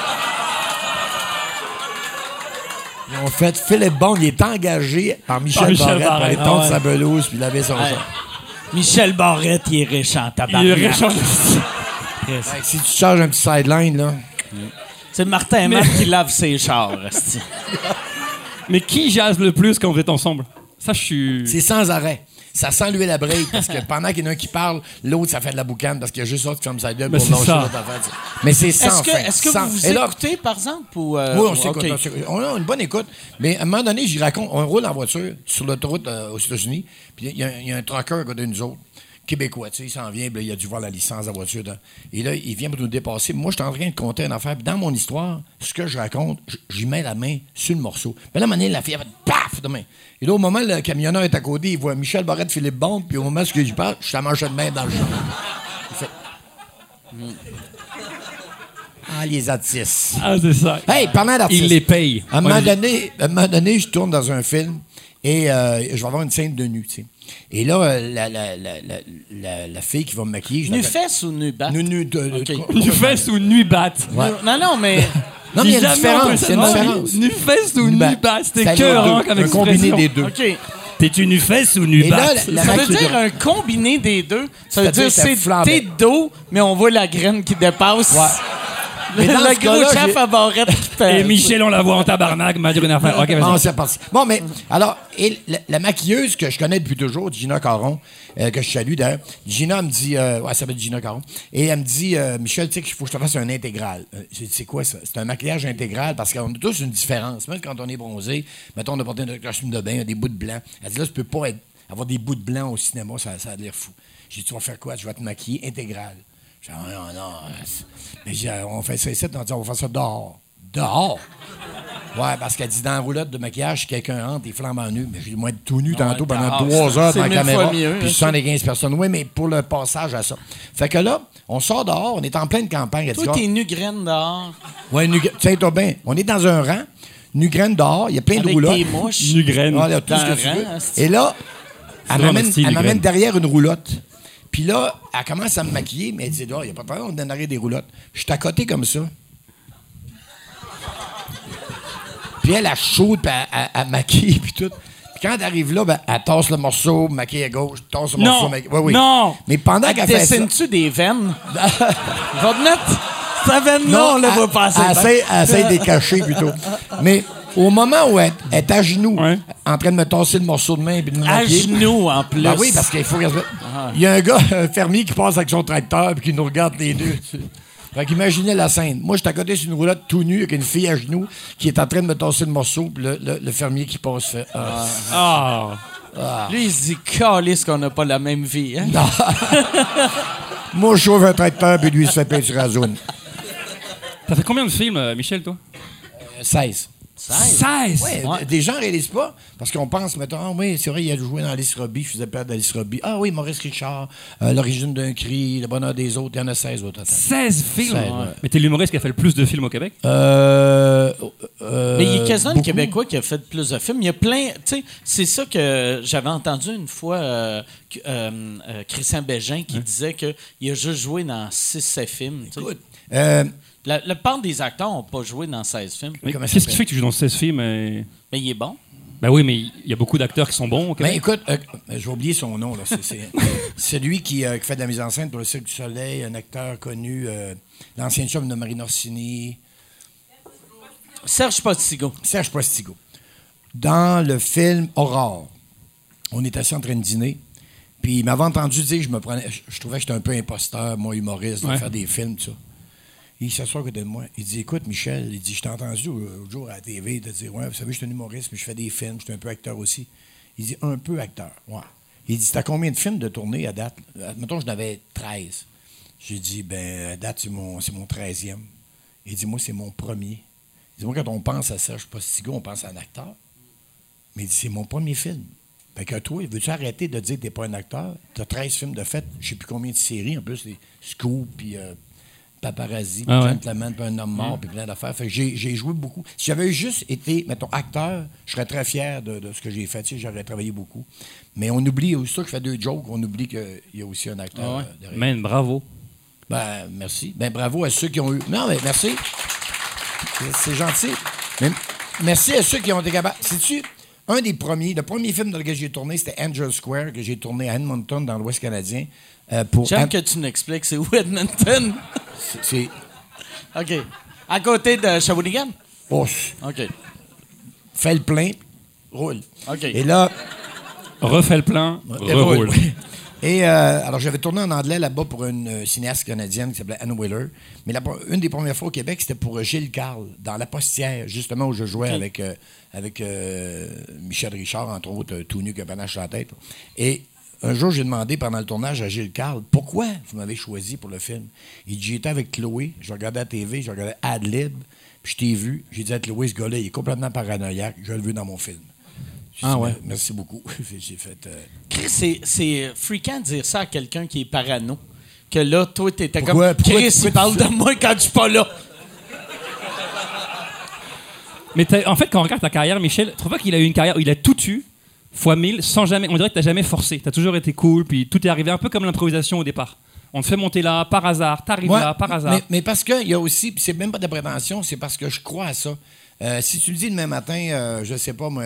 Ils ont fait, Philippe Bond, il est engagé par Michel, Par Michel Barrette pour aller Barrette, tondre ah ouais. sa pelouse puis laver son Ouais. char. Michel Barrette, il est riche en Il tabac. est riche en- Fait que si tu charges un petit sideline, là. C'est Martin Matt qui lave ses chars, esti. Mais qui jase le plus quand vous êtes ensemble? Ça, je suis. C'est sans arrêt. Ça sent l'huile à break parce que pendant qu'il y en a un qui parle, l'autre, ça fait de la boucane parce qu'il y a juste l'autre qui ferme sa gueule Mais pour c'est lâcher ça. l'autre affaire. tu sais. Mais c'est sans Est-ce que, fin. est-ce que sans- vous vous Et là, écoutez, par exemple? Ou, euh, oui, on s'écoute. ok. on s'écoute. On a une bonne écoute. Mais à un moment donné, j'y raconte, on roule en voiture sur l'autoroute euh, aux États-Unis, puis il y, a- il y a un trucker à côté de nous autres, québécois, tu sais, il s'en vient, puis là, il a dû voir la licence de la voiture. dans- Et là, il vient pour nous dépasser. Moi, je suis en train de compter une affaire, puis dans mon histoire, ce que je raconte, j- j'y mets la main sur le morceau. Puis là, à un moment donné, la fille, elle fait paf de main. Et là, au moment où le camionneur est à côté, il voit Michel Barrette, Philippe Bond, puis au moment où je parle, je suis à manchette de main dans le champ. Il fait. Ah, les artistes. Ah, c'est ça. Hey, parlant d'artistes. Il les paye. À un, moment Ouais. donné, à un moment donné, je tourne dans un film et euh, je vais avoir une scène de nu, tu sais. Et là, euh, la, la, la, la, la, la fille qui va me maquiller... je Nu l'appelle- fesse ou nu bat? Nu, nu, de, de- Ok. de- Nu fesse ou nu batte? Ouais. Non, non, mais... Non, mais il y a une J'ai jamais différence. entendu Il y a une ça. différence. Nu fesse ou Nu nu batte. batte? C'était C'est cœur, les hein, deux. comme Un combiné expression. des deux. OK. T'es-tu nu fesse ou nu Et là, batte? la- la Ça veut maquille- dire un combiné des deux. Ça veut C'est-à-dire dire que ça c'est flambait. thé d'eau, mais on voit la graine qui dépasse. Ouais. Le, Mais dans le ce cas-là, gros chef j'ai- à barrette qui Et pèse. Michel, on la voit en tabarnak, m'a dit une affaire. Ok, Bon, vas-y. c'est reparti. Bon, mais alors, et la, la maquilleuse que je connais depuis toujours, Gina Caron, euh, que je salue d'ailleurs, Gina me dit, euh, ouais, elle s'appelle Gina Caron, et elle me dit, euh, Michel, tu sais qu'il faut que je te fasse un intégral. Euh, j'ai dit, c'est quoi ça? C'est un maquillage intégral parce qu'on a tous une différence. Même quand on est bronzé, mettons, on a porté un costume de bain, il y a des bouts de blanc. Elle dit, là, tu peux pas être- avoir des bouts de blanc au cinéma, ça, ça a l'air fou. J'ai dit, tu vas faire quoi? Je vais te maquiller intégral. J'ai dit, non, non, c'est- mais j'ai- on fait ça ici, on dit, on va faire ça dehors. Dehors? Ouais, parce qu'elle dit dans la roulotte de maquillage, si quelqu'un rentre, il flambe en nu. Mais j'ai moi être tout nu tantôt pendant dehors, trois c'est- heures c'est dans la mille caméra. fois mieux, Puis hein, soixante-quinze personnes. Oui, mais pour le passage à ça. Fait que là, on sort dehors, on est en pleine campagne. Elle dit, Toi, t'es nu graine dehors. ouais, nu, tiens-toi bien. On est dans un rang, nu graine dehors, il y a plein de Avec roulottes. des mouches. Nu graine. Voilà, tout Dans ce que un tu rang, veux. c'est- Et là, elle vraiment m'amène, notre style, elle nu m'amène graine. derrière une roulotte. Puis là, elle commence à me maquiller, mais elle dit, il n'y a pas de problème, on est en arrière des roulottes. Je suis à côté comme ça. Puis elle, elle chaude, puis elle, elle- elle maquille, puis tout. Puis quand elle arrive là, ben, elle tasse le morceau, maquille à gauche, tasse le Non! morceau, maquille. Oui, oui. Non! Mais pendant Elle qu'elle fait ça. dessine-tu des veines? Va te mettre ta veine-là, on la elle- voit passer. Elle essaie, elle essaie de les cacher plutôt. Mais au moment où elle, elle est à genoux, Ouais. en train de me tasser le morceau de main et de me À maquiller. genoux, en plus. Ben oui, parce qu'il faut qu'elle se mette- Il y a un gars, un fermier, qui passe avec son tracteur et qui nous regarde les deux. Fait qu'imaginez la scène. Moi, je suis à côté sur une roulotte tout nu avec une fille à genoux qui est en train de me tasser le morceau, puis le, le- le fermier qui passe fait. Ah. Ah! Lui, il se dit, calisse qu'on n'a pas la même vie. Hein? Moi, je chauffe un tracteur, puis lui, il se fait peinturer à zone. T'as fait combien de films, euh, Michel, toi? Euh, seize. seize! Ouais, Ouais. Des gens ne réalisent pas, parce qu'on pense, mettons, ah oui, c'est vrai, il a joué dans Alice Robbie, je faisais peur d'Alice Robbie. Ah oui, Maurice Richard, euh, L'origine d'un cri, Le bonheur des autres, il y en a seize au total. seize films! seize, ouais. Mais t'es l'humoriste qui a fait le plus de films au Québec? Euh, euh, Mais il est quasiment le beaucoup. Québécois qui a fait plus de films. Il y a plein. Tu sais, c'est ça que j'avais entendu une fois euh, que, euh, euh, Christian Bégin qui disait qu'il a juste joué dans six sept films. tu sais. Écoute, euh, La, la part des acteurs n'ont pas joué dans seize films. Mais comment ça qu'est-ce qui s'appelle? fait que tu joues dans seize films? Et... Mais il est bon. Ben oui, mais il y a beaucoup d'acteurs qui sont bons au ben Québec. écoute, euh, je vais oublier son nom, là. C'est, c'est, c'est lui qui, euh, qui fait de la mise en scène pour le Cirque du Soleil, un acteur connu, euh, l'ancien chum de Marine Orsini, Serge Postigo. Serge Postigo. Dans le film Aurore, on est assis en train de dîner, puis il m'avait entendu dire que je me prenais, je, je trouvais que j'étais un peu imposteur, moi, humoriste, de Ouais. faire des films, tout ça. Il s'assoit à côté de moi. Il dit, écoute, Michel, il dit, je t'ai entendu l'autre jour à la T V te dire, ouais, vous savez, je suis un humoriste, mais je fais des films, je suis un peu acteur aussi. Il dit, un peu acteur, ouais. Il dit, t'as combien de films de tournée à date? Mettons, j'en avais treize. J'ai dit, ben, à date, c'est mon, c'est mon treizième. Il dit, moi, c'est mon premier. Il dit, moi, quand on pense à Serge Postigo, on pense à un acteur. Mais il dit, c'est mon premier film. Fait que toi, veux-tu arrêter de dire que t'es pas un acteur? T'as treize films de fait, je sais plus combien de séries, en plus, les Scoop, puis euh, Paparazzi, puis Ah ouais. Gentleman, puis Un homme mort, puis plein d'affaires. Fait que j'ai, j'ai joué beaucoup. Si j'avais juste été, mettons, acteur, je serais très fier de, de ce que j'ai fait. Tu sais, j'aurais travaillé beaucoup. Mais on oublie, aussi ça que je fais deux jokes, on oublie qu'il y a aussi un acteur Ah ouais. euh, derrière. Man, bravo. Ben, merci. Ben, bravo à ceux qui ont eu. Non, mais merci. C'est, c'est gentil. Mais merci à ceux qui ont été capables. Sais-tu, un des premiers, le premier film dans lequel j'ai tourné, c'était Angel Square, que j'ai tourné à Edmonton, dans l'Ouest canadien. Euh, pour J'aime An- que tu nous expliques, c'est où Edmonton? c'est, c'est- OK. À côté de Shawinigan? oh, OK. fais le plein, roule. OK. Et là. Refais le plein, Et reroule. roule. Et euh, alors, j'avais tourné en anglais là-bas pour une euh, cinéaste canadienne qui s'appelait Anne Wheeler. Mais la, une des premières fois au Québec, c'était pour euh, Gilles Carle, dans La Postière, justement, où je jouais Okay. avec, euh, avec euh, Michel Richard, entre autres, euh, tout nu, qui a panache sur la tête. Et un jour, j'ai demandé pendant le tournage à Gilles Carle, pourquoi vous m'avez choisi pour le film? Il dit, j'étais avec Chloé, je regardais la T V, je regardais Ad-Lib, puis je t'ai vu. J'ai dit à Chloé, ce gars-là, il est complètement paranoïaque, je le veux dans mon film. J'ai Ah dit, ouais. Merci beaucoup. J'ai fait. euh, Chris, c'est, c'est fréquent de dire ça à quelqu'un qui est parano. Que là, toi, t'étais comme... Pourquoi- pourquoi- Chris, pourquoi il parle tu de moi quand je suis pas là. Mais t'as- en fait, quand on regarde ta carrière, Michel, tu trouves pas qu'il a eu une carrière où il a tout eu, fois mille, sans jamais. On dirait que t'as jamais forcé. T'as toujours été cool, puis tout est arrivé un peu comme l'improvisation au départ. On te fait monter là, par hasard, t'arrives Ouais, là, par hasard. Mais, mais parce qu'il y a aussi, puis c'est même pas de prétention, c'est parce que je crois à ça. Euh, si tu le dis demain matin, euh, je sais pas, moi,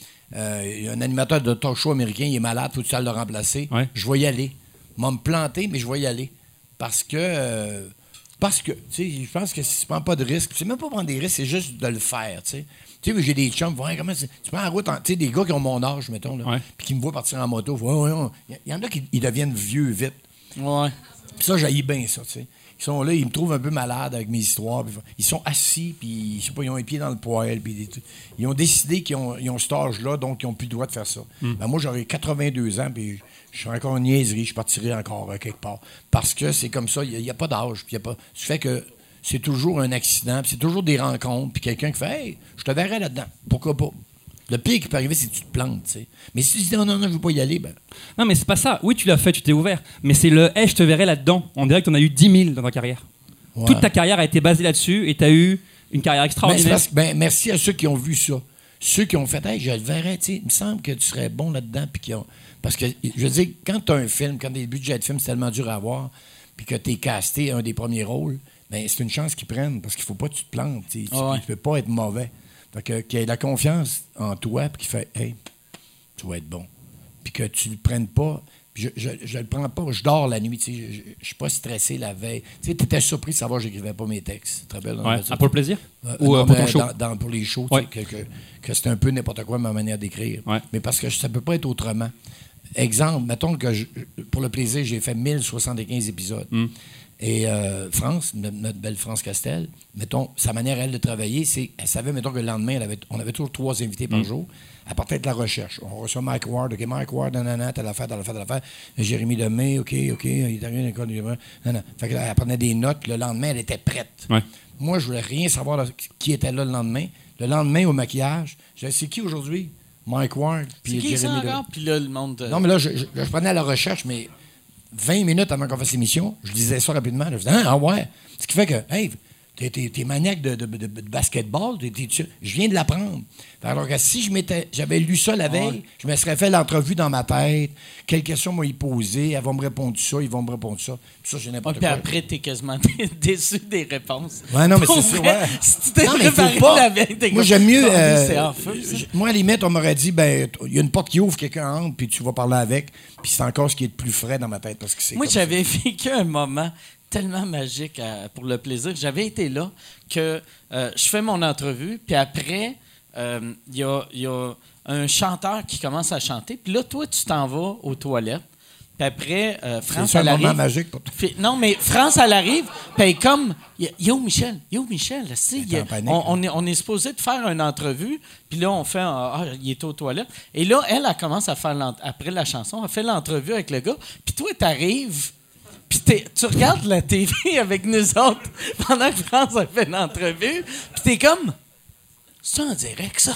euh, il y a un animateur de talk show américain, il est malade, faut que tu ailles le remplacer. Ouais. Je vais y aller. Je vais me planter, mais je vais y aller. Parce que, euh, parce que, tu sais, je pense que si tu prends pas de risque, c'est même pas prendre des risques, c'est juste de le faire, tu sais. Tu sais, j'ai des chums, ouais, comment c'est- tu prends la route, en- tu sais, des gars qui ont mon âge, mettons, là, Ouais. puis qui me voient partir en moto, ouais, ouais, ouais. Il y en a qui ils deviennent vieux vite. Ouais. Puis ça, j'haïs bien ça, tu sais. Ils sont là, ils me trouvent un peu malade avec mes histoires. Puis ils sont assis, puis je sais pas, ils ont les pieds dans le poêle. Puis des trucs. Ils ont décidé qu'ils ont, ils ont cet âge-là, donc ils n'ont plus le droit de faire ça. Ben, moi, j'aurais quatre-vingt-deux ans, puis je suis encore en niaiserie, je partirai encore euh, quelque part. Parce que c'est comme ça, il n'y a, a pas d'âge. Puis il y a pas, ça fait que c'est toujours un accident, puis c'est toujours des rencontres, puis quelqu'un qui fait « Hey, je te verrai là-dedans. Pourquoi pas? » Le pire qui peut arriver, c'est que tu te plantes, tu sais. Mais si tu dis « Non, non, non, je veux pas y aller », ben... Non, mais c'est pas ça. Oui, tu l'as fait, tu t'es ouvert. Mais c'est le hey, je te verrai là-dedans. On dirait que t'en as eu dix mille dans ta carrière. Ouais. Toute ta carrière a été basée là-dessus et t'as eu une carrière Ben, c'est extraordinaire. parce que- ben, merci à ceux qui ont vu ça. Ceux qui ont fait, hey, je le verrais, tu sais, il me semble que tu serais bon là-dedans. Puis qui ont... Parce que, je veux dire, quand tu as un film, quand des budgets de film, c'est tellement dur à avoir, puis que tu es casté un des premiers rôles, ben, c'est une chance qu'ils prennent, parce qu'il faut pas que tu te plantes. Tu Ah ouais. ne peux pas être mauvais. Fait que, qu'il y ait la confiance en toi, puis qu'il fait, hey, tu vas être bon. Puis que tu le prennes pas. Puis je, je, je le prends pas, je dors la nuit, tu sais, je, je, je suis pas stressé la veille. Tu sais, t'étais surpris de savoir que j'écrivais pas mes textes. Tu te rappelles? Ouais. Ah, pour le plaisir Euh, Ou non, euh, pour ton mais show dans- dans- pour les shows, tu Ouais. sais, que, que, que c'était un peu n'importe quoi ma manière d'écrire. Ouais. Mais parce que ça peut pas être autrement. Exemple, mettons que je- pour le plaisir, j'ai fait mille soixante-quinze épisodes. Mm. Et euh, France, notre, notre belle France Castel, mettons, sa manière, elle, de travailler, c'est elle savait, mettons, que le lendemain, elle avait, on avait toujours trois invités par Mm. jour. Elle partait de la recherche. On reçoit Mike Ward, OK, Mike Ward, nanana, telle affaire, telle affaire, telle affaire. Jérémy Lemay, OK, OK, il est arrivé à l'école du non, non. Fait que là, elle prenait des notes. Le lendemain, elle était prête. Ouais. Moi, je voulais rien savoir de qui était là le lendemain. Le lendemain, au maquillage, je disais, c'est qui aujourd'hui? Mike Ward, puis C'est qui ça Jérémy Lemay. encore? Puis là, le monde... euh, Non, mais là, je, je- je prenais à la recherche, mais vingt minutes avant qu'on fasse l'émission, je disais ça rapidement. Là, je disais, ah ouais. Ce qui fait que, hey, t'es, t'es, t'es maniaque de, de, de, de basketball, t'es, t'es, tu- je viens de l'apprendre. Alors que si je m'étais, j'avais lu ça la veille, Ouais. je me serais fait l'entrevue dans ma tête. Quelles questions m'ont y posé? Elles vont me répondre ça, ils vont me répondre ça. Puis ça, j'ai Ouais, n'importe puis quoi. après, t'es quasiment dé- déçu des réponses. Ouais, non, mais Pour c'est sûr, vrai, ouais. Si tu t'es Non, mais faut préparé pas. la veille, t'es Moi, comme, j'aime mieux. Bon, euh, c'est en feu, ça. j- moi, à la limite, on m'aurait dit, ben, t- il y a une porte qui ouvre, quelqu'un entre, puis tu vas parler avec. Puis c'est encore ce qui est le plus frais dans ma tête. Parce que c'est Moi, comme j'avais vécu un moment tellement magique à- pour le plaisir. J'avais été là que euh, je fais mon entrevue, puis après, euh, il y, a, il y a un chanteur qui commence à chanter. Puis là, toi, tu t'en vas aux toilettes. Puis après, euh, ça. France, C'est un elle moment arrive. magique pour toi. Puis- non, mais France, elle arrive. Puis comme, yo, Michel, yo, Michel, tu sais, il y a- en panique, on, on est, on est supposé de faire une entrevue, puis là, on fait, un- ah, il est aux toilettes. Et là, elle, elle commence à faire, l'ent- après la chanson, elle fait l'entrevue avec le gars, puis toi, t'arrives, puis t'es- tu regardes la T V avec nous autres pendant que France a fait l'entrevue, puis t'es comme, c'est en direct, ça?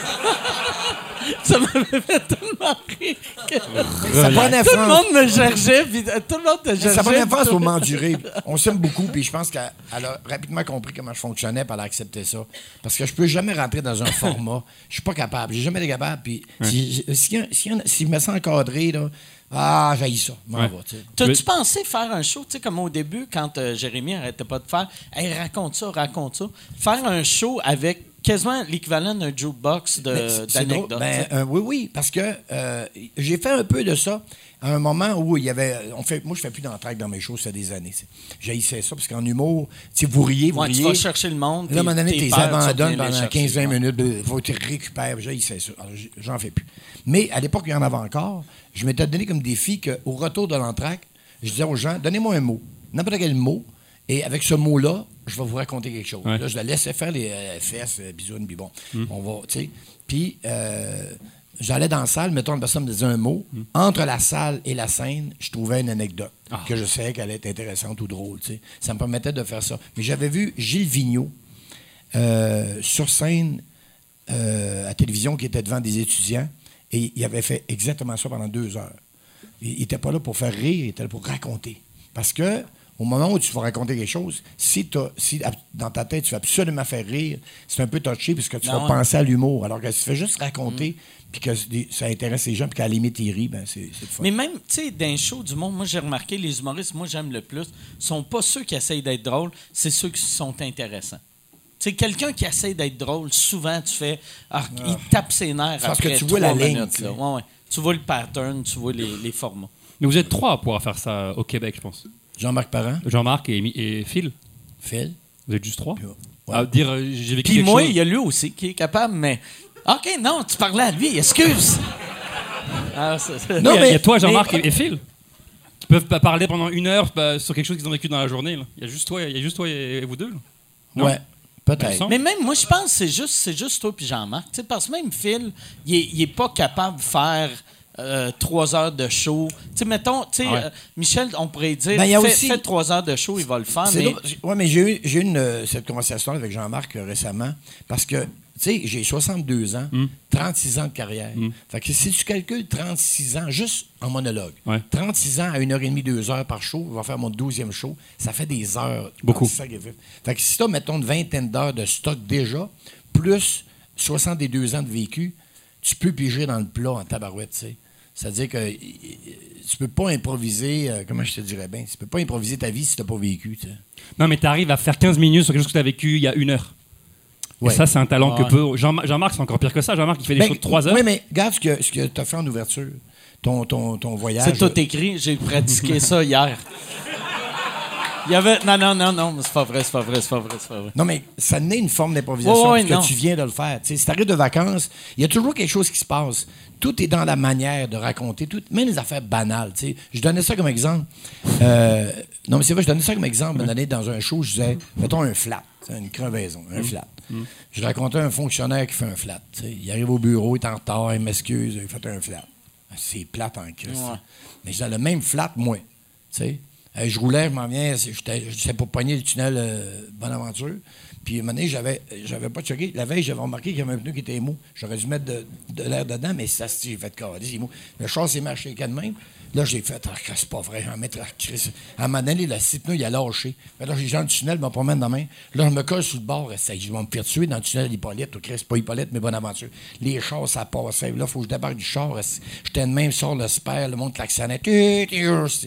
Ça m'avait fait tellement rire. que- Sa bonne Tout le enfance. monde me cherchait, puis tout le monde te cherchait. Sa bonne enfance puis au tout- Manduré. On s'aime beaucoup, puis je pense qu'elle elle a rapidement compris comment je fonctionnais, puis elle a accepté ça. Parce que je peux jamais rentrer dans un format. Je suis pas capable. J'ai jamais été capable. Puis si, si, si, si, si je me sens encadré, là, ah, j'haïs ça. M'en Ouais. va, tu sais. T'as-tu pensé faire un show, tu sais, comme au début, quand euh, Jérémy arrêtait pas de faire « Hey, raconte ça, raconte ça », faire un show avec quasiment l'équivalent d'un jukebox de- Mais c'est- c'est drôle. d'anecdotes. Ben, tu sais. euh, oui, oui, parce que euh, j'ai fait un peu de ça à un moment où il y avait. On fait, moi, je fais plus d'entraque dans mes shows, ça fait des années. J'haïssais ça, parce qu'en humour, tu sais, vous riez, vous Ouais, tu riez. vas chercher le monde. Là, à un moment donné, tu t'es les peur, tu abandonnes reviens les pendant chercher. quinze vingt minutes, il faut que tu récupères. J'haïssais ça. Alors, j- j'en fais plus. Mais à l'époque, il y en avait encore. Je m'étais donné comme défi qu'au retour de l'entraque, je disais aux gens, donnez-moi un mot, n'importe quel mot, et avec ce mot-là, je vais vous raconter quelque chose. Ouais. Là, je la laissais faire les euh, fesses, euh, bisounes, puis bon, on va, tu sais. Puis, euh, j'allais dans la salle, mettons, une personne me disait un mot. Entre la salle et la scène, je trouvais une anecdote que je savais qu'elle allait être intéressante ou drôle, tu sais. Ça me permettait de faire ça. Mais j'avais vu Gilles Vigneault euh, sur scène euh, à télévision qui était devant des étudiants et il avait fait exactement ça pendant deux heures. Il n'était pas là pour faire rire, il était là pour raconter. Parce que au moment où tu vas raconter quelque chose, si, t'as- si ab- dans ta tête tu vas absolument faire rire, c'est un peu touché parce que tu Ah vas ouais. penser à l'humour. Alors que si tu fais juste raconter puis que c'est- ça intéresse les gens puis qu'à la limite ils rient, ben c'est c'est le fun. Mais même, tu sais, dans les shows du monde, moi, j'ai remarqué, les humoristes, moi, j'aime le plus, sont pas ceux qui essayent d'être drôles, c'est ceux qui sont intéressants. Tu sais, quelqu'un qui essaie d'être drôle, souvent, tu fais... Ah, il tape ses nerfs Parce que après tu vois la trois ligne, minutes, tu là. sais. Ouais, ouais. Tu vois le pattern, tu vois les, les formats. Mais vous êtes trois à pouvoir faire ça au Québec, je pense. Jean-Marc Parent, Jean-Marc et, Mi- et Phil. Phil, Vous êtes juste trois. puis, ouais. À dire, euh, j'ai vécu Puis quelque moi, chose. il y a lui aussi qui est capable, mais... OK, non, tu parlais à lui, excuse! Ah, c'est- c'est- Non, il y a, mais- il y a toi, Jean-Marc mais- et, et Phil, qui peuvent pas parler pendant une heure bah, sur quelque chose qu'ils ont vécu dans la journée. là. Il y a juste toi, il y a juste toi et, et vous deux. là. Non? ouais, peut-être. Vincent? Mais même, moi, je pense que c'est juste, c'est juste toi puis Jean-Marc. Tu sais, parce que même Phil, il est, il est pas capable de faire euh, trois heures de show. Tu sais, mettons, tu sais, Ouais. euh, Michel, on pourrait dire, Ben, il y a fais, aussi- fais trois heures de show, il va le faire, C'est mais... drôle. J'ai- ouais, mais j'ai eu, j'ai eu une, euh, cette conversation avec Jean-Marc euh, récemment parce que, tu sais, j'ai soixante-deux ans, trente-six ans de carrière. Fait que si tu calcules trente-six ans juste en monologue, Ouais. trente-six ans à une heure et demie, deux heures par show, je vais faire mon douzième show, ça fait des heures. Beaucoup. C'est ça qui est fait. Fait que si tu as, mettons, une vingtaine d'heures de stock déjà, plus soixante-deux ans de vécu, tu peux piger dans le plat en tabarouette, tu sais. C'est-à-dire que euh, tu peux pas improviser, euh, comment je te dirais bien, tu peux pas improviser ta vie si tu n'as pas vécu, tu sais. Non, mais tu arrives à faire quinze minutes sur quelque chose que tu as vécu il y a une heure. Ouais. Et ça, c'est un talent Ouais. que peu. Jean- Jean-Marc, c'est encore pire que ça. Jean-Marc, il fait des Ben, shows de trois heures. Oui, mais regarde ce que, ce que tu as fait en ouverture. Ton, ton, ton voyage. C'est tout écrit, j'ai pratiqué ça hier. Il y avait... Non, non, non, non, mais c'est pas vrai, c'est pas vrai, c'est pas vrai, c'est pas vrai. Non, mais ça naît une forme d'improvisation Ouais, ouais, parce non. que tu viens de le faire. Tu sais, si tu arrives de vacances, il y a toujours quelque chose qui se passe. Tout est dans la manière de raconter, tout, même les affaires banales. Tu sais. Je donnais ça comme exemple. Euh, non, mais c'est vrai, je donnais ça comme exemple. Une année, dans un show, je disais, mettons un flat, tu sais, une crevaison, un flat. Je racontais un fonctionnaire qui fait un flat. Tu sais. Il arrive au bureau, il est en retard, il m'excuse, il fait un flat. C'est plate en crise. Ouais. Mais j'ai le même flat, moi. Tu sais. Euh, je roulais, je m'en viens, c'est- j'étais j'étais pour pogner le tunnel euh, Bonaventure. Puis, à un moment donné, j'avais, j'avais pas checké. La veille, j'avais remarqué qu'il y avait un pneu qui était mou. J'aurais dû mettre de, de l'air dedans, mais ça, j'ai fait caler, c'est mou. Le char s'est marché de même. Là, j'ai fait, ah, c'est pas vrai, je vais en mettre. À un moment donné, le six pneus, il a lâché. Fait là, j'ai dans le tunnel, je me promène dans la main. Là, je me colle sur le bord. Je vais me faire tuer dans le tunnel d'Hippolyte. Ou Christ, pas Hippolyte, mais Bonaventure. Les chars, ça passait. Là, il faut que je débarque du char. J'étais de même, sort le spare, le monde klaxonnait. Et puis,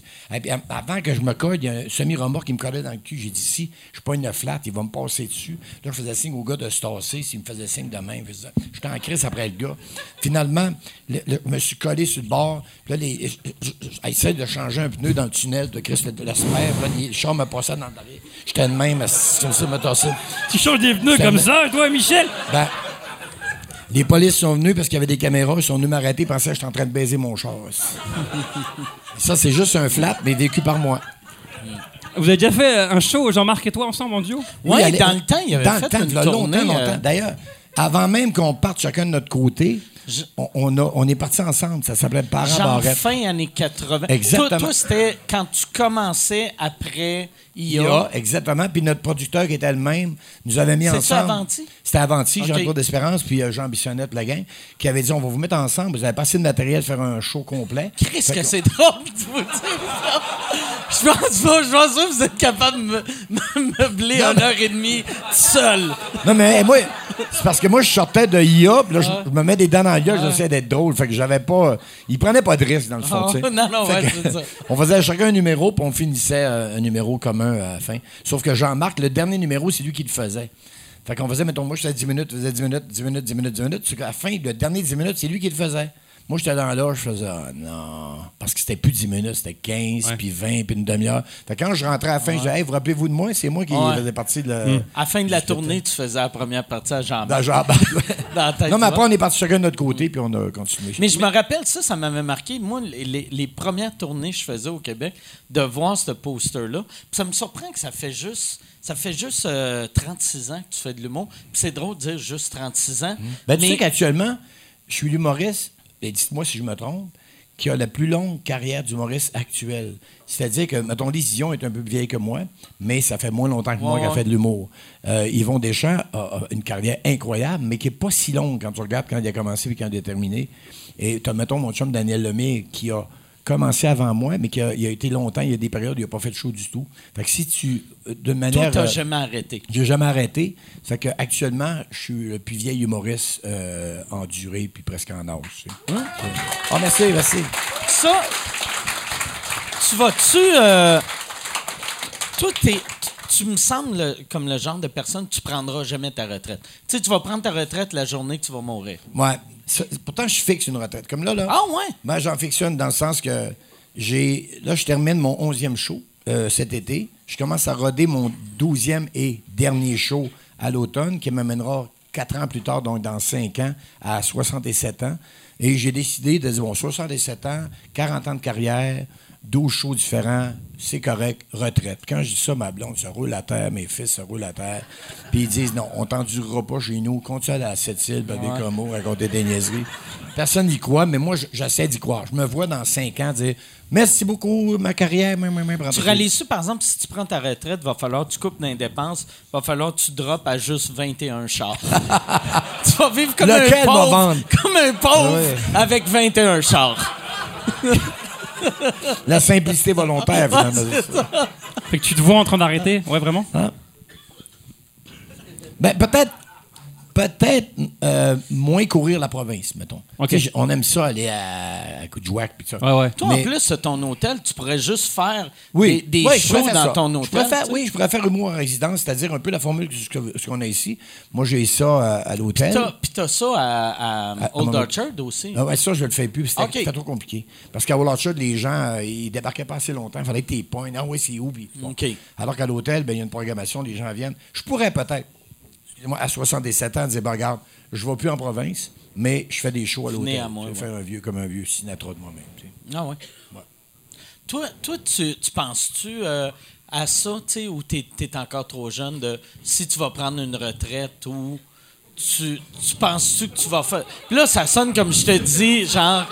avant que je me colle, il y a un semi-remorque qui me collait dans le cul. J'ai dit, si je pas une flat, il va me passer dessus. Là, je faisais signe au gars de se tasser. S'il me faisait signe de même, je faisais- j'étais en crise après le gars. Finalement, le- le- je me suis collé sur le bord. Puis là, les, je- je- je- j'essaie de changer un pneu dans le tunnel de Christ, le, le spare. Là, les- le char me passait dans le derrière. J'étais de même, assis comme ça, me tasser. Tu changes des pneus Ça comme me- ça, toi, Michel? Ben, les polices sont venus parce qu'il y avait des caméras. Ils sont venus m'arrêter. Ils pensaient que j'étais en train de baiser mon char. Ça, c'est juste un flat, mais vécu par moi. Vous avez déjà fait un show, Jean-Marc et toi, ensemble, en duo? Oui, Oui, allez- dans le temps, il avait dans fait le temps, une là, tournée. longtemps, longtemps. euh, D'ailleurs, avant même qu'on parte chacun de notre côté, Je- on, on, a, on est partis ensemble. Ça s'appelait Parents Genre Barrette. fin années quatre-vingts. Exactement. Toi, toi, c'était quand tu commençais après I A. I A, exactement. Puis notre producteur, qui était le même, nous avait mis C'est ensemble. ça, Avanti? C'était Avanti, Ok. Jean-Claude Espérance, puis euh, Jean Bissonnette, la gang, qui avait dit on va vous mettre ensemble, vous avez pas assez de matériel, faire un show complet. Chris, Fait que que- c'est drôle de vous dire ça. Je pense pas, je pense pas que vous êtes capable de me, me meubler une heure et demie seul. Non, mais hey, moi, c'est parce que moi, je sortais de I A, puis là, je, je me mets des dents dans la gueule, j'essayais d'être drôle. Fait que j'avais pas. Ils prenaient pas de risque, dans le fond, Ah, tu sais. non, non, Fait ouais, que- c'est ça. On faisait chacun un numéro, puis on finissait euh, un numéro commun à la fin. Sauf que Jean-Marc, le dernier numéro, c'est lui qui le faisait. Fait qu'on faisait, mettons, moi, j'étais à dix minutes, faisais dix minutes, dix minutes, dix minutes, dix minutes. C'est qu'à la fin, le dernier dix minutes, c'est lui qui le faisait. Moi, j'étais dans l'âge, je faisais, ah non. Parce que c'était plus dix minutes, c'était quinze, Ouais. puis vingt, puis une demi-heure. Fait que quand je rentrais à la fin, je disais, hey, vous rappelez-vous de moi? C'est moi qui Ouais. faisais partie de la. À la fin de la tournée, tu faisais la première partie à Jean-Marc. Dans Jean- Dans la tête, Non, mais tu après, vois. on est parti chacun de notre côté, puis on a continué. Mais je me rappelle, ça, ça m'avait marqué. Moi, les, les- les premières tournées que je faisais au Québec, de voir ce poster-là, puis ça me surprend que ça fait juste... Ça fait juste euh, trente-six ans que tu fais de l'humour. Puis c'est drôle de dire juste trente-six ans. Ben, tu mais sais qu'actuellement, je suis l'humoriste, et dites-moi si je me trompe, qui a la plus longue carrière d'humoriste actuelle. C'est-à-dire que, mettons, Lise Dion est un peu plus vieille que moi, mais ça fait moins longtemps que moi Ouais, qu'elle ouais. fait de l'humour. Euh, Yvon Deschamps a, a une carrière incroyable, mais qui n'est pas si longue quand tu regardes quand il a commencé et quand il a terminé. Et tu as, mettons, mon chum Daniel Lemire qui a commencé avant moi, mais qui a, il a été longtemps, il y a des périodes où il n'a pas fait de show du tout. Fait que si tu, euh, de toi, manière... t'as euh, jamais arrêté. J'ai jamais arrêté. Ça fait que actuellement, je suis le plus vieil humoriste euh, en durée puis presque en âge. tu sais. Hein? Ah, merci, merci. Ça, tu vas-tu... euh, toi, t'es- tu me sembles le- comme le genre de personne, tu prendras jamais ta retraite. Tu sais, tu vas prendre ta retraite la journée que tu vas mourir. Ouais. Ça- pourtant, je fixe une retraite. Comme là, là. Ah ouais? Ben, j'en fixe une dans le sens que j'ai. Là, je termine mon onzième show euh, cet été. Je commence à roder mon douzième et dernier show à l'automne qui m'amènera quatre ans plus tard, donc dans cinq ans, à soixante-sept ans. Et j'ai décidé de dire, bon, soixante-sept ans, quarante ans de carrière, douze shows différents, c'est correct, retraite. Quand je dis ça, ma blonde se roule à terre, mes fils se roulent à terre. Puis ils disent, non, on t'endurera pas chez nous, continue à aller à Sept-Îles, beurrer des comos, raconter des niaiseries. Personne n'y croit, mais moi, j- j'essaie d'y croire. Je me vois dans cinq ans dire, merci beaucoup, ma carrière. Mou, mou, mou, bravo. Tu réalises-tu, par exemple, si tu prends ta retraite, va falloir que tu coupes dans les dépenses, va falloir que tu droppes à juste vingt et un chars. Tu vas vivre comme Lequel un va pauvre, vendre? comme un pauvre Ouais. avec vingt et un chars. La simplicité volontaire, finalement. Fait que tu te vois en train d'arrêter? Ouais, vraiment? Ben, peut-être. Peut-être euh, moins courir la province, mettons. OK. Tu sais, j- on aime ça, aller à, à Coudjouac puis ça. Ouais, ouais. Toi, Mais- en plus, c'est ton hôtel, tu pourrais juste faire Oui, des, des Oui, je pourrais shows faire dans ça. ton Je hôtel. pourrais faire- tu sais. oui, je pourrais faire humour en résidence, c'est-à-dire un peu la formule que ce que- ce qu'on a ici. Moi, j'ai ça à, à l'hôtel. T'as- Puis t'as ça à, à À- Old à mon- Orchard aussi. Ah ouais, ça, je le fais plus. C'était OK. c'était trop compliqué. Parce qu'à Old Orchard, les gens, euh, ils débarquaient pas assez longtemps. Il fallait que tu pointes. Ah oui, c'est où? Puis, bon. OK. Alors qu'à l'hôtel, ben, il y a une programmation, les gens viennent. Je pourrais peut-être, excusez-moi, à soixante-sept ans, dire, ben, regarde, je ne vais plus en province, mais je fais des shows à Venez l'hôtel. à moi, Je vais ouais. faire un vieux comme un vieux Sinatra de moi-même. tu sais. Ah ouais. Ouais. Toi, toi tu, tu penses-tu euh, à ça, tu sais, ou t'es es encore trop jeune, de si tu vas prendre une retraite ou tu, tu penses-tu que tu vas faire... Puis là, ça sonne comme je te dis, genre...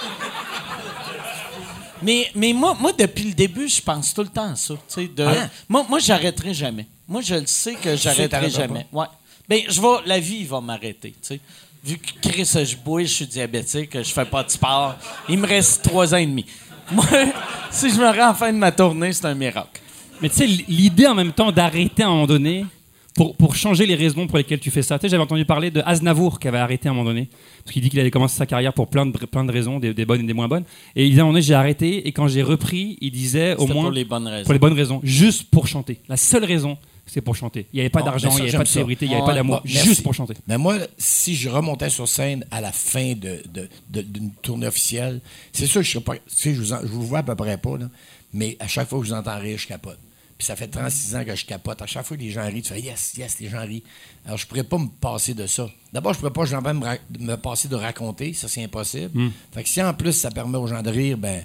Mais, mais moi, moi, depuis le début, je pense tout le temps à ça. tu sais, De, Hein? Moi, moi j'arrêterai jamais. Moi, je le sais que j'arrêterai t'arrêteras jamais. Ouais. Ben, je vais, la vie va m'arrêter. tu sais. Vu que Chris, je bois, je suis diabétique, je fais pas de sport, il me reste trois ans et demi. Moi, si je me rends en fin de ma tournée, c'est un miracle. Mais tu sais, l'idée en même temps d'arrêter à un moment donné pour, pour changer les raisons pour lesquelles tu fais ça. Tu sais, j'avais entendu parler de Aznavour qui avait arrêté à un moment donné. Parce qu'il dit qu'il allait commencer sa carrière pour plein de, plein de raisons, des, des bonnes et des moins bonnes. Et il disait à un moment donné, j'ai arrêté. Et quand j'ai repris, il disait au C'était moins. pour les bonnes raisons. Pour les bonnes raisons. Juste pour chanter. La seule raison, c'est pour chanter. Il n'y avait pas Bon, d'argent, ben ça, il n'y avait j'aime pas de ça. célébrité, il n'y avait Ouais, pas d'amour. bon, merci. Juste pour chanter. Mais moi, si je remontais sur scène à la fin de, de- de- d'une tournée officielle, c'est sûr que je serais pas. Tu sais, je vous, en- je vous vois à peu près pas, là, mais à chaque fois que je vous entends rire, je capote. Puis ça fait trente-six ans que je capote. À chaque fois que les gens rient, tu fais yes, yes, les gens rient. Alors je pourrais pas me passer de ça. D'abord, je pourrais pas jamais me, ra- me passer de raconter, ça c'est impossible. Fait que si en plus ça permet aux gens de rire, ben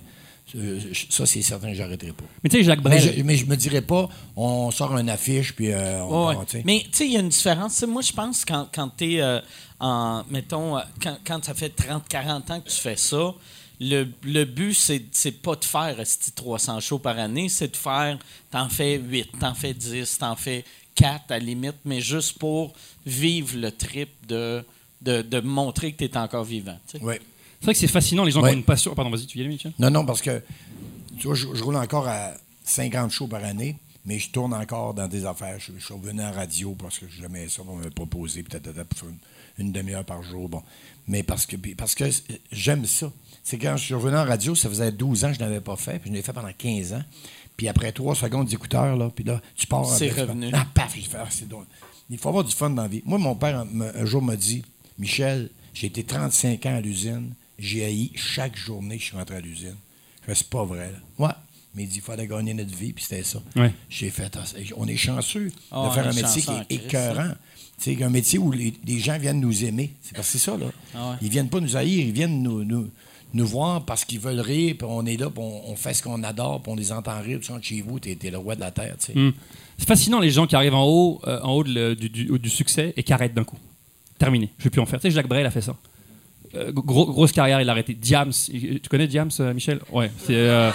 euh, ça, c'est certain que j'arrêterai pas. Mais tu sais, Jacques Mais Brel. je, mais je me dirais pas, on sort une affiche, puis euh, on Ouais, part, tu sais. mais tu sais, il y a une différence. T'sais, moi, je pense quand, quand tu es en. Mettons, euh, quand, quand ça fait trente quarante ans que tu fais ça, le, le but, c'est, c'est pas de faire esti, trois cents shows par année, c'est de faire. T'en fais huit, t'en fais dix, t'en fais quatre à la limite, mais juste pour vivre le trip de, de, de montrer que tu es encore vivant. T'sais. Ouais. C'est vrai que c'est fascinant, les gens Ouais. qui ont une passion. Pardon, vas-y, tu y allais, Michel? Non, non, parce que, tu vois, je, je roule encore à cinquante shows par année, mais je tourne encore dans des affaires. Je, je suis revenu en radio parce que j'aimais ça, on m'avait proposé peut-être pour faire une, une demi-heure par jour. Bon. Mais parce que, parce que j'aime ça. C'est quand je suis revenu en radio, ça faisait douze ans que je n'avais pas fait, puis je l'ai fait pendant quinze ans. Puis après trois secondes d'écouteur, là, puis là, tu pars. C'est après, revenu. Ah, paf, je fais, ah, c'est drôle. Il faut avoir du fun dans la vie. Moi, mon père, un, un jour, m'a dit, Michel, j'ai été trente-cinq ans à l'usine, j'ai haï chaque journée que je suis rentré à l'usine. Je fais, c'est pas vrai, là. Ouais. Mais il dit, il fallait gagner notre vie, puis c'était ça. Ouais. J'ai fait, ah, on est chanceux Ah, de on faire est un métier qui chanceux en est Christ, écœurant. C'est un métier où les, les gens viennent nous aimer. C'est parce que c'est ça, là. Ah ouais. Ils viennent pas nous haïr, ils viennent nous, nous, nous voir parce qu'ils veulent rire, puis on est là, puis on, on fait ce qu'on adore, puis on les entend rire. Tu rentres chez vous, t'es, t'es le roi de la terre, tu sais. Mm. C'est fascinant, les gens qui arrivent en haut, euh, en haut de le- du, du- du succès et qui arrêtent d'un coup. Terminé. Je ne vais plus en faire. Tu sais, Jacques Brel a fait ça. Euh, gros- grosse carrière, il a arrêté. Diams. il- Tu connais Diams, euh, Michel? Ouais. C'est. Euh,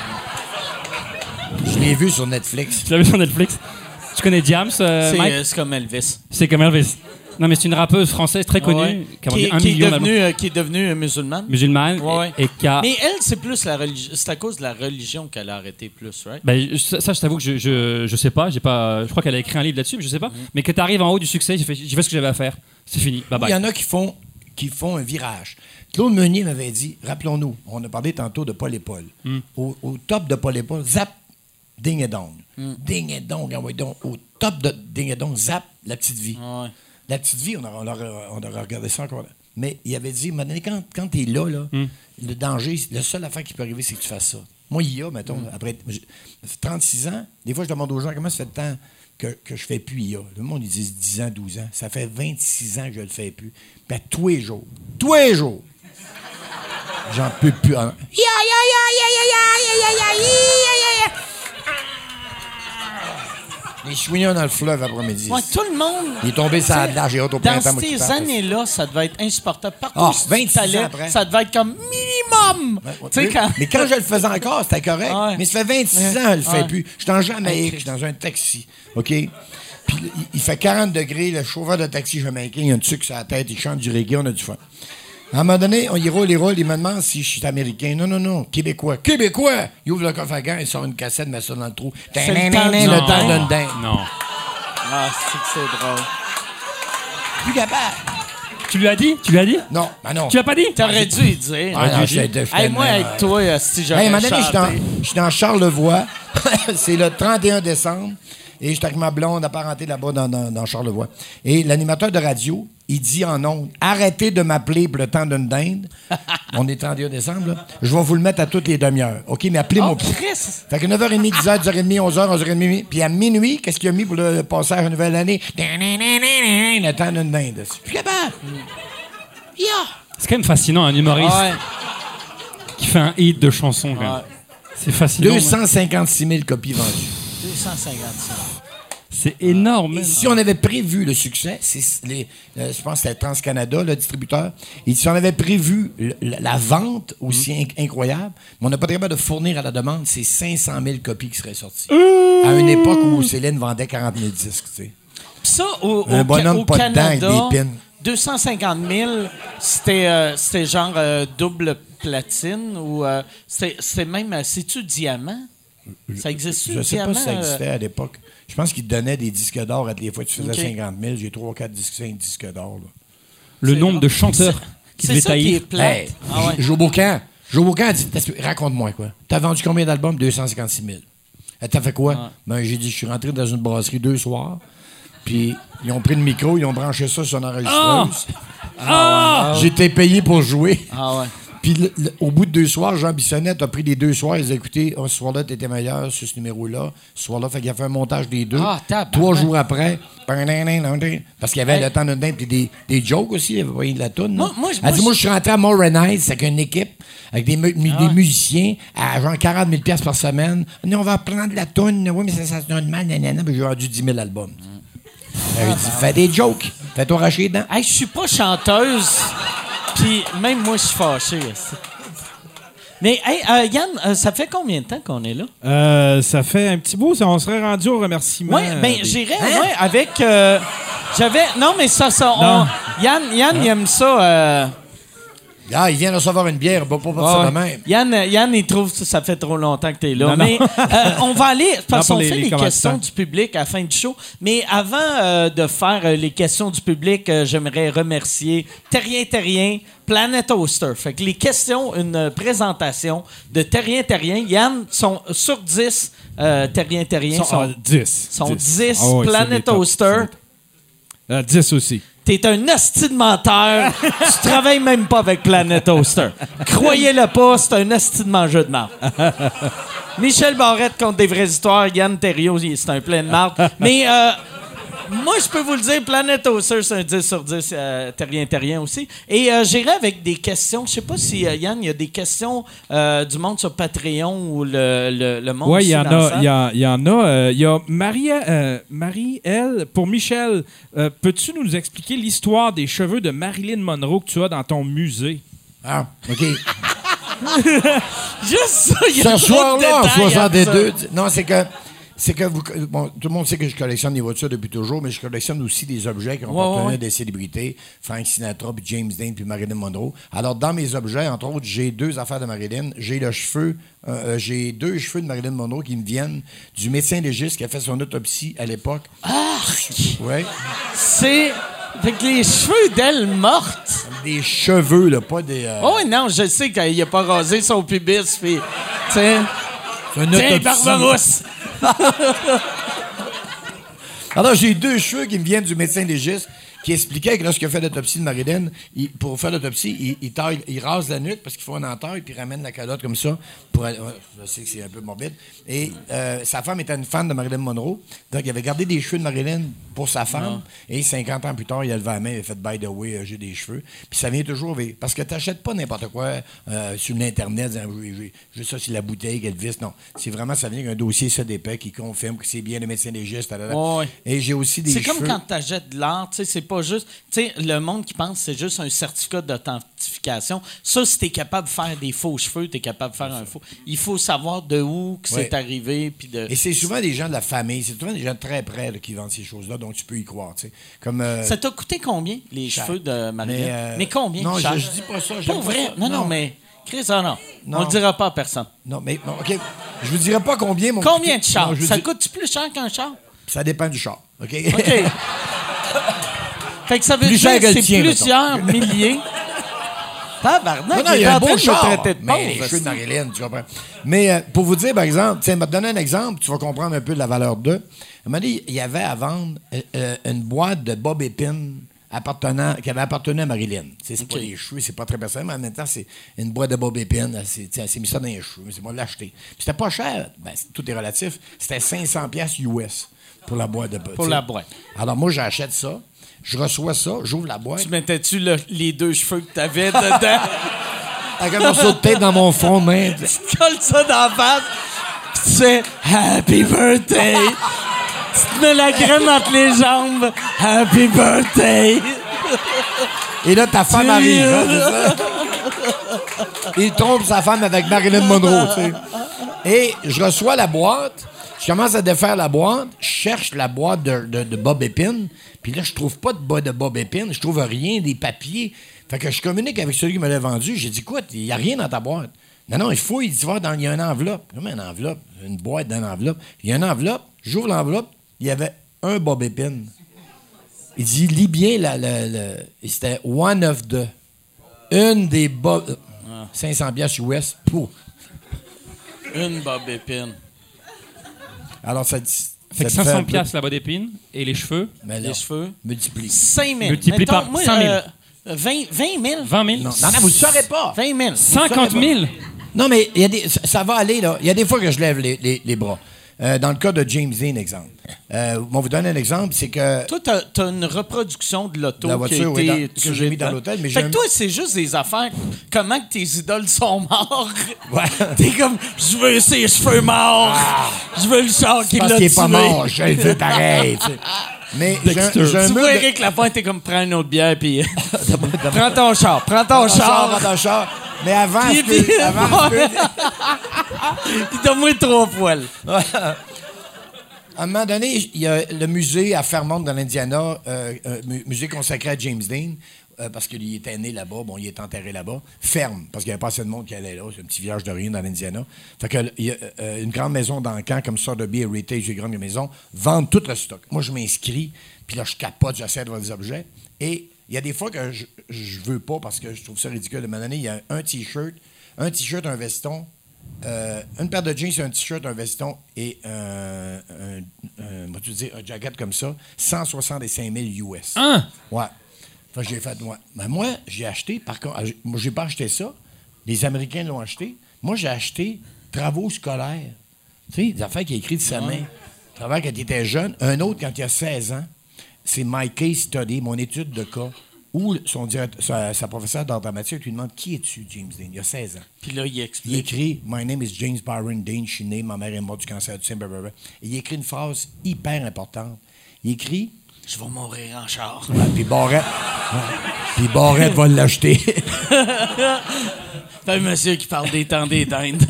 Je l'ai vu sur Netflix. tu l'as vu sur Netflix? Tu connais Diams, euh, C'est, Mike? euh, c'est comme Elvis. C'est comme Elvis. Non, mais c'est une rappeuse française très connue, Ouais. qui a Qui, vendu un qui est million devenue, d'albums. euh, qui est devenue euh, musulmane. Musulmane. Ouais, ouais. Et, et qui a. Mais elle, c'est plus la religion. C'est à cause de la religion qu'elle a arrêté plus, right? Ben, je- ça, ça, je t'avoue que je, je, je sais pas. J'ai pas. Je crois qu'elle a écrit un livre là-dessus, mais je sais pas. Mais que tu arrives en haut du succès, j'ai fait, j'ai fait ce que j'avais à faire. C'est fini. Bye Il bye. y en a qui font, qui font un virage. Claude Meunier m'avait dit, rappelons-nous, on a parlé tantôt de Paul et Paul. Au, au top de Paul et Paul, zap, ding et dong. Ding et dong, ah ouais, donc. Au top de ding et dong, zap, la petite vie. Ouais. La petite vie, on aurait, on aurait- on aurait regardé ça encore. Mais il avait dit, à un moment donné, quand, quand tu es là, là le danger, la seule affaire qui peut arriver, c'est que tu fasses ça. Moi, il y a, mettons, après j'ai- trente-six ans, des fois, je demande aux gens comment ça fait de temps que, que je fais plus I A. Le monde, ils disent dix ans, douze ans. Ça fait vingt-six ans que je le fais plus. Puis à tous les jours, tous les jours, j'en peux plus. Hein. Ya, ya, ya, ya, ya, ya, ya, ya, ya, ya, ya. Les chouignons dans le fleuve après-midi. Ouais, tout le monde. Il est tombé sur la T'sais, plage, j'ai hâte au Dans printemps, moi, qui ces parte. années-là, ça devait être insupportable. Partout Ah, où tu vingt-six t'allais, ans après. ça devait être comme minimum. Ouais, ouais. Tu sais, quand... Mais quand je le faisais encore, c'était correct. Ouais. Mais ça fait vingt-six ans, je le fais Ouais. plus. Je suis en Jamaïque, je suis dans un taxi. OK? Puis il, il fait quarante degrés, le chauffeur de taxi jamaïcain, il a un truc sur la tête, il chante du reggae, on a du fun. À un moment donné, on y roule, il roule, il me demande si je suis américain. Non, non, non, québécois. Québécois! Il ouvre le coffre à gants, il sort une cassette, met ça dans le trou. C'est le temps du- Le Non. temps d'un dingue. Non. Ah, c'est que c'est drôle. Plus capable. Tu lui as dit? Tu lui as dit? Non, ben non. Tu l'as pas dit? T'aurais dû y dire. Ah, non, j'étais- j'étais- Hey, moi, avec toi, euh, si j'aurais Hey, à un moment donné, je suis dans- chanté. je suis dans Charlevoix. C'est le trente et un décembre. Et j'étais avec ma blonde apparentée là-bas dans, dans, dans Charlevoix. Et l'animateur de radio, il dit en ondes, arrêtez de m'appeler pour le temps d'une dinde. On est trente et un décembre, là. Je vais vous le mettre à toutes les demi-heures. OK, mais appelez-moi Oh, pas. Chris! Fait que neuf heures trente, dix heures, dix heures trente, onze heures, onze heures trente. Puis à minuit, qu'est-ce qu'il a mis pour le passage à la nouvelle année? Le temps d'une dinde. C'est plus capable. Yeah. C'est quand même fascinant, un humoriste Ouais. qui fait un hit de chanson. Quand même. Ouais. C'est fascinant. deux cent cinquante-six mille copies vendues. deux cent cinquante-six. C'est énorme. Et si on avait prévu le succès, c'est les, euh, je pense que c'était TransCanada, le distributeur, et si on avait prévu le- la, la vente aussi inc- incroyable, mais on n'a pas été capable de fournir à la demande, c'est cinq cent mille copies qui seraient sorties. À une époque où Céline vendait quarante mille disques, tu sais. Puis ça, au, Un au, bonhomme au pas dedans Canada, avec des pins. deux cent cinquante mille, c'était, euh, c'était genre euh, double platine ou euh, c'était, c'était même, euh, c'est-tu diamant? Ça existe-tu, Je sais diamant? pas si ça euh, existait à l'époque. Je pense qu'ils te donnaient des disques d'or à toutes les fois que tu faisais Ok. cinquante mille. J'ai trois ou quatre disques, cinq disques d'or. là. Le C'est nombre bon. de chanteurs qui C'est devaient ça qui est tailler. plate. Hey, Ah ouais. Jo Bocan. Jo Bocan a dit, T'as- raconte-moi quoi. T'as vendu combien d'albums? deux cent cinquante-six mille. Elle t'a fait quoi? Ah. Ben, j'ai dit, je suis rentré dans une brasserie deux soirs, puis ils ont pris le micro, ils ont branché ça sur une enregistreuse. Ah! J'étais payé pour jouer. Ah ouais. Puis le- le- au bout de deux soirs, Jean Bissonnette a pris les deux soirs, ils ont écouté, oh, ce soir-là, t'étais meilleur sur ce numéro-là, ce soir-là, fait qu'il a fait un montage des deux. Ah, tabarnak. Trois jours après, parce qu'il y avait Hey. le temps de dingue, puis des, des jokes aussi, il avait pas eu de la toune. Moi- là. moi, je- Elle moi, dit, moi, je- je suis rentré à Moronize avec une équipe, avec des, mu- mu- des musiciens, à genre quarante mille piastres par semaine. Non, on va prendre la toune, oui, mais ça, ça sonne mal, nanana, puis j'ai vendu dix mille albums. Elle dit, fais des jokes, fais-toi arracher les dents. Hey, je suis pas chanteuse, puis même moi, je suis fâché. Mais, hey, euh, Yann, euh, ça fait combien de temps qu'on est là? Euh, ça fait un petit bout, ça, on serait rendu au remerciement. Oui, ben des- j'irais ouais, avec... euh, j'avais... Non, mais ça, ça... on- Non. Yann, Yann il aime ça... euh, Ah, il vient de recevoir une bière, il va pas faire ça de même. Yann, Yann, il trouve que ça fait trop longtemps que tu es là. Non, non. mais euh, on va aller, parce Non, qu'on pour les- fait les les, questions commanditants. du public à la fin du show. Mais avant euh, de faire euh, les questions du public, euh, j'aimerais remercier Terrien Terrien, Planet Oster. Fait que les questions, une euh, présentation de Terrien Terrien. Yann, sont sur dix, euh, Terrien Terrien Sont, sont, ah, dix. sont dix, Ah ouais, c'est Planet des tops, Oster. c'est des tops. Euh, dix aussi. T'es un asti de menteur. Tu travailles même pas avec Planet Oster. Croyez-le pas, c'est un asti de mangeur de marde. Michel Barrette compte des vraies histoires. Yann Terriot, il- c'est un plein de marde. Mais euh, moi, je peux vous le dire, Planet Oster, c'est un dix sur dix. Euh, Terrien Terrien aussi. Et euh, j'irai avec des questions. Je sais pas si, euh, Yann, il y a des questions euh, du monde sur Patreon ou le, le, le monde Oui, il ici y en dans la a. salle. Il y, en- il y en a. euh, Il y a Marie, euh, Marie, elle, pour Michel, euh, peux-tu nous expliquer l'histoire des cheveux de Marilyn Monroe que tu as dans ton musée? Ah, OK. Juste ça, il y a Ce trop de soir-là, en détails à soixante-deux, ça. non, c'est que, c'est que vous, bon, tout le monde sait que je collectionne des voitures depuis toujours, mais je collectionne aussi des objets qui ont Ouais, appartenu ouais. à des célébrités, Frank Sinatra, puis James Dean, puis Marilyn Monroe. Alors, dans mes objets, entre autres, j'ai deux affaires de Marilyn. J'ai le cheveu, euh, euh, j'ai deux cheveux de Marilyn Monroe qui me viennent du médecin légiste qui a fait son autopsie à l'époque. Ah! Ouais. C'est. Fait que les cheveux d'elle morte. Des cheveux, là, pas des. euh, Oh, oui, non, je sais qu'il a pas rasé son pubis, puis. Tiens. c'est une Tiens, autopsie. Barbarousse! Alors, j'ai deux cheveux qui me viennent du médecin légiste qui expliquait que lorsqu'il a fait l'autopsie de Marilyn, il- pour faire l'autopsie, il, il, taille, il rase la nuque parce qu'il faut un entaille, puis il ramène la calotte comme ça. Pour, aller- ouais, je sais que c'est un peu morbide. Et euh, sa femme était une fan de Marilyn Monroe. Donc, il avait gardé des cheveux de Marilyn pour sa femme. Et cinquante ans plus tard, il a levé la main, il a fait « By the way, euh, j'ai des cheveux ». Puis ça vient toujours... avec- Parce que tu n'achètes pas n'importe quoi euh, sur l'Internet, disant, j'ai, j'ai, juste ça, c'est la bouteille, qu'elle visse. Non, c'est vraiment, ça vient avec un dossier, ça, d'épais qui confirme que c'est bien le médecin légiste. Talala. Ouais, ouais. Et j'ai aussi des C'est cheveux... comme quand tu achètes de l'art, tu sais, c'est pas juste. Tu sais, le monde qui pense que c'est juste un certificat d'authentification. Ça, si t'es capable de faire des faux cheveux, t'es capable de faire un faux. Il faut savoir de où que Ouais. c'est arrivé. Puis de... Et c'est souvent des gens de la famille, c'est souvent des gens très près là, qui vendent ces choses-là, donc tu peux y croire. Tu sais. Comme, euh, Ça t'a coûté combien, les cher. cheveux de Marilyn? Mais, Mais, euh, combien? non, cher? je- je dis pas ça, j'aime Pour pas vrai? ça. Non, non, Non. mais. Chris, ah non. Non. On le dira pas à personne. Non, mais bon, OK. Je vous dirai pas combien mon Combien de chars? Non, je vous Ça dis- coûte plus cher qu'un char? Ça dépend du char. OK? OK. Fait que ça veut Plus dire cher que que le c'est tien, plusieurs milliers. Tabarnak, Non, non, il il y est a un en train beau de me char. traiter de Mais les pauvre. cheveux de Marilyn, tu comprends? Mais euh, pour vous dire, par exemple, tiens, je vais te donner un exemple, tu vas comprendre un peu la valeur d'eux. À un moment donné, il y avait à vendre euh, euh, une boîte de Bob Epine appartenant, qui avait appartenu à Marilyn. Tu sais, c'est OK. pas des cheveux, c'est pas très personnel, mais en même temps, c'est une boîte de Bob Epine. Elle s'est, tu sais, elle s'est mis ça dans les cheveux, mais c'est moi de l'acheter. Puis c'était pas cher, ben, c'est- tout est relatif. C'était cinq cents piastres U S pour la boîte de Bob. Pour tu sais. la boîte. Alors moi, j'achète ça, je reçois ça, j'ouvre la boîte. Tu mettais-tu le- les deux cheveux que t'avais dedans? Avec un morceau de tête dans mon front de main. Tu te colles ça dans la face, pis tu fais Happy Birthday! Tu te mets la graine entre les jambes. Happy Birthday! Et là, ta femme Tu- arrive. Hein, c'est ça? Il trompe sa femme avec Marilyn Monroe, tu sais. Et je reçois la boîte. Je commence à défaire la boîte. Je cherche la boîte de, de, de Bob Epine. Puis là, je trouve pas de boîte de Bob Epine. Je trouve rien, des papiers. Fait que je communique avec celui qui me l'a vendu. J'ai dit, écoute, il n'y a rien dans ta boîte. Non, non, il faut, il dit, va dans, il y a une enveloppe. Comment une enveloppe? Une boîte dans une enveloppe. Il y a une enveloppe. J'ouvre l'enveloppe. Il y avait un Bob Epine. Il dit, lis bien, la, la, la- c'était one of the. Une des Bob. cinq cents piastres U S. Pour. Une Bob Épine. Alors, ça dit. Fait que ça te cinq un cents peu- piastres la boîte d'épine et les cheveux. Mais là, Les cheveux. multiplie. cinq mille. Multiplie Mettons, par moi, cinq mille. euh, vingt, vingt mille? vingt mille? Non, non, non, vous ne le saurez pas. vingt mille. cinquante mille? Non, mais il y a des, ça, ça va aller, là. Il y a des fois que je lève les, les, les bras. Euh, dans le cas de James Dean, exemple. Euh, on vous donne un exemple, c'est que... Toi, t'as, t'as une reproduction de l'auto La qui a voiture, oui, été dans- que tuée j'ai mis dans dedans. l'hôtel, mais fait j'ai que un- toi, c'est juste des affaires. Comment que tes idoles sont morts? Ouais. T'es comme, je veux ses cheveux morts. Je veux le char qui Parce l'a qu'il tué. est pas mort, je le veux pareil, tu sais. Mais j'ai un, j'ai un Tu mur vois de- Éric Lapointe, t'es comme, prends une autre bière, puis... prends ton char, prends ton Dans le char, char. dans le char. Mais avant, Puis- je peux- puis- avant, je peux- Puis donne-moi trois poils. À un moment donné, il y a le musée à Fairmont, dans l'Indiana, euh, un mu- musée consacré à James Dean, euh, parce qu'il était né là-bas, bon, il est enterré là-bas, ferme, parce qu'il n'y avait pas assez de monde qui allait là, c'est un petit village de rien dans l'Indiana. Fait que, il y a euh, une grande maison d'Ancan, comme Sotheby's Heritage, des grandes maisons, vendent tout le stock. Moi, je m'inscris, puis là, je capote, j'essaie de voir des objets, et il y a des fois que je, je veux pas, parce que je trouve ça ridicule. À un moment donné, il y a un T-shirt, un T-shirt, un veston, Euh, une paire de jeans, un t-shirt, un veston et euh, un, un, un, tu dire, un jacket comme ça, cent soixante-cinq mille U S. Hein? Ouais. Fait que j'ai fait, moi. Ben moi, j'ai acheté, par contre, j'ai- moi, j'ai pas acheté ça. Les Américains l'ont acheté. Moi, j'ai acheté travaux scolaires. Tu sais, des affaires qui a écrit de sa main. Travail quand il était jeune. Un autre, quand il a seize ans, c'est My Case Study, mon étude de cas, où son direct- sa, sa professeure d'art dramatique lui demande qui es-tu, James Dean? Il a seize ans. Puis là, il Il explique. écrit My name is James Byron Dean, je suis né, ma mère est morte du cancer du sein, blablabla. Et il écrit une phrase hyper importante. Il écrit Je vais mourir en char. ouais, puis Barrette, ouais, puis Barrette va l'acheter. C'est un monsieur qui parle des temps des dindes.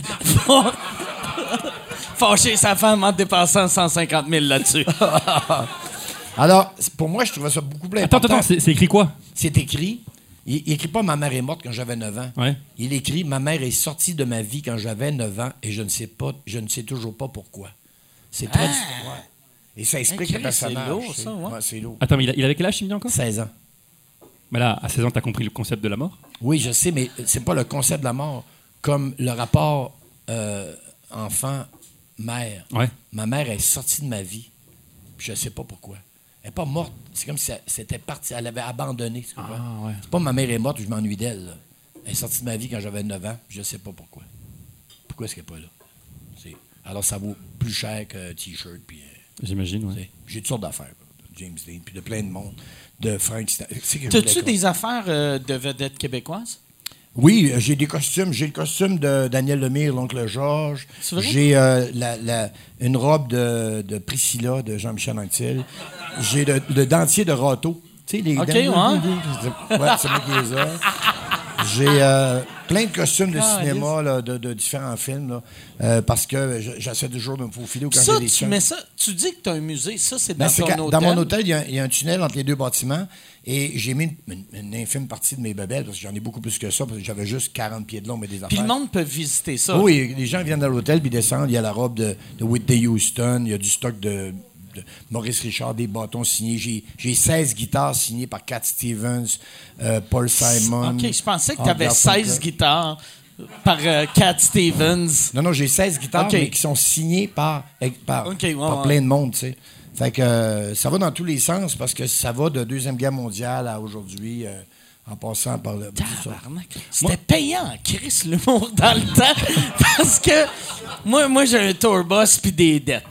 Fâcher sa femme en dépensant cent cinquante mille là-dessus. Alors, c'est- pour moi, je trouvais ça beaucoup plus Attends, important. attends, c'est c'est écrit quoi? C'est écrit. Il, il écrit pas Ma mère est morte quand j'avais neuf ans. Ouais. Il écrit Ma mère est sortie de ma vie quand j'avais neuf ans et je ne sais pas, je ne sais toujours pas pourquoi. C'est très difficile. Ouais. Et ça explique Hey, le Chris, c'est personnage. lourd, tu sais. ça, ouais. Ouais, c'est lourd. Attends, mais il, a- il avait quel âge, Sylvie, encore? seize ans. Mais là, à seize ans, t'as compris le concept de la mort? Oui, je sais, mais c'est pas le concept de la mort comme le rapport euh, enfant-mère. Ouais. Ma mère est sortie de ma vie, puis je sais pas pourquoi. Elle n'est pas morte. C'est comme si ça- c'était parti. Elle avait abandonné. Tu comprends? Ah, ouais. C'est pas ma mère est morte, je m'ennuie d'elle. là. Elle est sortie de ma vie quand j'avais neuf ans, puis je sais pas pourquoi. Pourquoi est-ce qu'elle n'est pas là? C'est- Alors, ça vaut plus cher qu'un T-shirt, puis... euh, J'imagine, tu ouais. sais, j'ai toutes sortes d'affaires, là, de James Dean, puis de plein de monde, de Frank... Sta- c'est que je T'as-tu voulais- des affaires euh, de vedettes québécoises? Oui, euh, j'ai des costumes. J'ai le costume de Daniel Lemire, l'oncle Georges. C'est vrai? J'ai euh, la, la- une robe de, de Priscilla, de Jean-Michel Anctil. J'ai le, le dentier de Rato. Tu sais, les OK, dents- ouais. Ouais, c'est moi qui les ai. J'ai euh, plein de costumes de Ah, cinéma, là, de, de différents films, là, euh, parce que je- j'essaie toujours de me faufiler au quand Ça, j'ai des tu scènes. mets ça... Tu dis que tu as un musée. Ça, c'est Ben, dans c'est ton qu'à- hôtel. dans mon hôtel, il y, a un- il y a un tunnel entre les deux bâtiments et j'ai mis une, une- une infime partie de mes bebelles parce que j'en ai beaucoup plus que ça parce que j'avais juste quarante pieds de long, mais des affaires. Puis le monde peut visiter ça. Oui, les gens viennent dans l'hôtel puis descendent. Il y a la robe de, de Whitney Houston, il y a du stock de, de Maurice Richard, des bâtons signés. J'ai, j'ai seize guitares signées par Cat Stevens, euh, Paul Simon. OK, je pensais que Ah, tu avais Garfunkel. seize guitares par euh, Cat Stevens. Non, non, j'ai seize guitares, OK. mais qui sont signées par, par, OK, ouais, par ouais. plein de monde, tu sais. Fait que euh, ça va dans tous les sens parce que ça va de Deuxième Guerre mondiale à aujourd'hui, euh, en passant par le... tout ça. Tabarnak. C'était payant en Chris l'humour dans le temps parce que moi, moi j'ai un tour bus puis des dettes.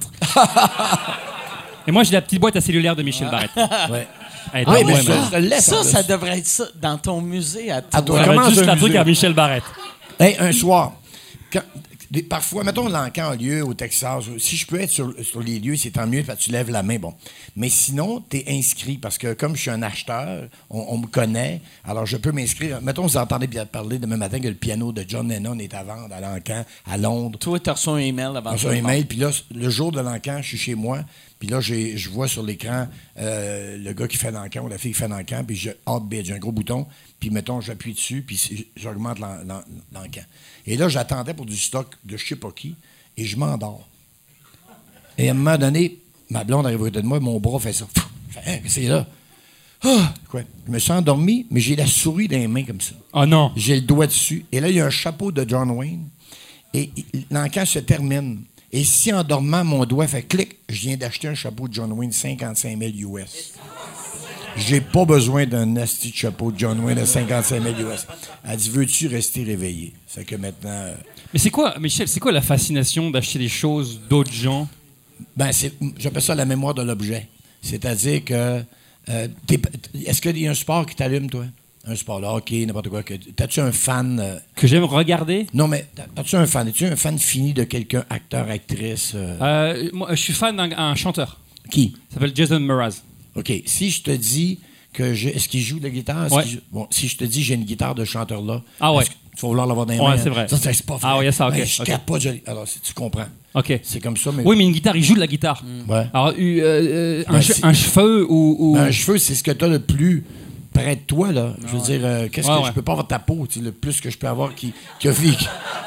Et moi, j'ai la petite boîte à cellulaire de Michel Barrette. Ouais. Elle est Oui, dans mais moi, je, man. je te le laisse. Ça, en ça plus. devrait être ça dans ton musée à À toi. toi. Ça va Comment être juste un la truc musée? à Michel Barrette. Hey, un soir, quand- des- parfois, mettons l'encan a lieu au Texas. Si je peux être sur, sur les lieux, c'est tant mieux, parce que tu lèves la main. Bon. Mais sinon, tu es inscrit, parce que comme je suis un acheteur, on, on me connaît, alors je peux m'inscrire. Mettons, vous entendez bien parler demain matin que le piano de John Lennon est à vendre à l'encan, à Londres. Toi, tu as reçu un email avant On reçoit un email, puis là, le jour de l'encan, je suis chez moi, puis là, j'ai- je vois sur l'écran euh, le gars qui fait l'encan ou la fille qui fait l'encan, puis je hâte bid, j'ai un gros bouton, puis mettons, j'appuie dessus, puis c'est- j'augmente l'en- l'en- l'encan. Et là, j'attendais pour du stock de je sais pas qui, et je m'endors. Et à un moment donné, ma blonde arrive à côté de moi, mon bras fait ça. Je fais, hein, qu'est-ce que c'est là? Ah! Quoi? Je me suis endormi, mais j'ai la souris dans les mains comme ça. Oh non. J'ai le doigt dessus. Et là, il y a un chapeau de John Wayne. Et il- l'encan se termine. Et si en dormant, mon doigt fait clic, je viens d'acheter un chapeau de John Wayne cinquante-cinq mille U S. j'ai pas besoin d'un nasty chapeau de John Wayne à cinquante-cinq mille U S. Elle dit, veux-tu rester réveillé? C'est que maintenant... euh, Mais c'est quoi, Michel, c'est quoi la fascination d'acheter des choses d'autres gens? Ben, c'est, j'appelle ça la mémoire de l'objet. C'est-à-dire que... euh, t'es- est-ce qu'il y a un sport qui t'allume, toi? Un sport, le hockey, n'importe quoi. Que, t'as-tu un fan... euh, Que j'aime regarder? non, mais t'as- t'as-tu un fan? Es-tu un fan fini de quelqu'un, acteur, actrice? euh, Euh, moi, je suis fan d'un un chanteur. Qui? Il s'appelle Jason Mraz. OK. Si je te dis que je... Est-ce qu'il joue de la guitare? Est-ce Ouais. qu'il joue- Bon, si je te dis j'ai une guitare de chanteur-là... Ah ouais. est-ce que tu vas vouloir l'avoir dans les Ouais, mains? c'est hein? vrai. Ça, c'est pas vrai. Ah ouais, il y a ça, OK, Ben, je OK. capote, je- Alors, si tu comprends. OK. C'est comme ça, mais... Oui, mais une guitare, il joue de la guitare. Ouais. Alors, euh, euh, un, Ben, che- c'est- un cheveu ou... ou- Ben, un cheveu, c'est ce que tu as le plus près de toi, là. Je veux dire, euh, qu'est-ce Ouais, que ouais. je peux pas avoir ta peau, tu sais, le plus que je peux avoir qui, qui a vécu.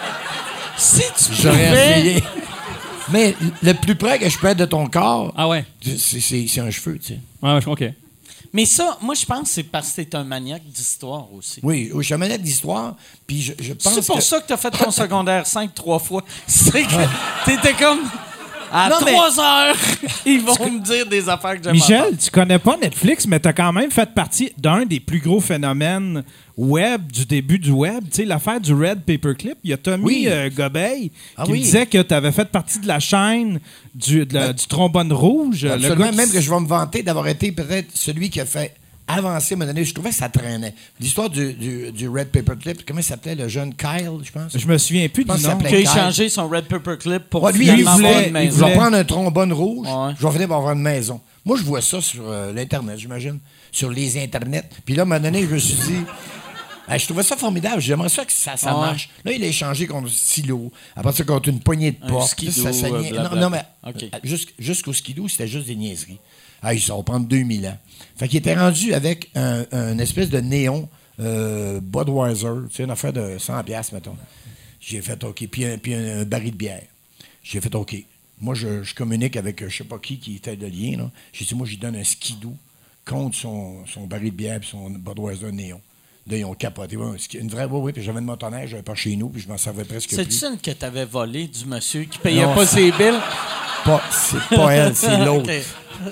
Si tu J'aurais pouvais... essayé. Mais le plus près que je peux être de ton corps, Ah ouais. c'est, c'est, c'est un cheveu, tu sais. Ouais, ouais, OK. Mais ça, moi, je pense que c'est parce que t'es un maniaque d'histoire aussi. Oui, oui, je suis un maniaque d'histoire, puis je, je pense C'est pour que... ça que t'as fait ton secondaire cinq trois fois. C'est que t'étais comme... À Non, mais- trois heures, ils vont me dire des affaires que j'aime Michel, entendre. tu connais pas Netflix, mais tu as quand même fait partie d'un des plus gros phénomènes web du début du web. Tu sais, l'affaire du Red Paperclip. Il y a Tommy Oui. euh, Gobeil Ah qui oui. me disait que tu avais fait partie de la chaîne du, de la- Ben, du trombone rouge. Le Absolument, gars qui- même que je vais me vanter d'avoir été peut-être celui qui a fait avancer, me donner. Je trouvais que ça traînait. L'histoire du, du, du Red Paperclip, comment il s'appelait, le jeune Kyle, je pense? Je me souviens plus Je pense du que ça nom. s'appelait- Qu'il a Kyle. échangé son Red Paperclip pour Ouais, lui, il finalement voulait- avoir une il maison. Je vais voulait- prendre un trombone rouge, Ouais. je vais finir par avoir une maison. Moi, je vois ça sur euh, l'Internet, j'imagine. Sur les Internets. Puis là, à un moment donné, je me suis dit... hey, je trouvais ça formidable. J'aimerais ça que ça, ça Ouais. marche. Là, il a échangé contre un stylo. Après ça, contre une poignée de Un porte. skidoo, Ça, ça euh, niais- non, blablabla. non, mais OK. euh, jusqu'- jusqu'au skidoo, c'était juste des niaiseries. Ah, ça va prendre deux mille ans. Fait qu'il était rendu avec un, un espèce de néon euh, Budweiser, tu sais, une affaire de cent piastres, mettons. J'ai fait OK. Puis un, puis un, un baril de bière. J'ai fait OK. Moi, je, je communique avec euh, je sais pas qui qui était le lien. Là. J'ai dit, moi, je lui donne un skidoo contre son, son baril de bière et son Budweiser néon. Là, ils ont capoté. Ouais, une vraie, oui, oui. Puis j'avais une motoneige, j'avais pas chez nous, puis je m'en servais presque C'est plus. une que t'avais volé du monsieur qui payait Non, pas ça- ses billes? Pas, c'est pas elle, c'est l'autre. OK.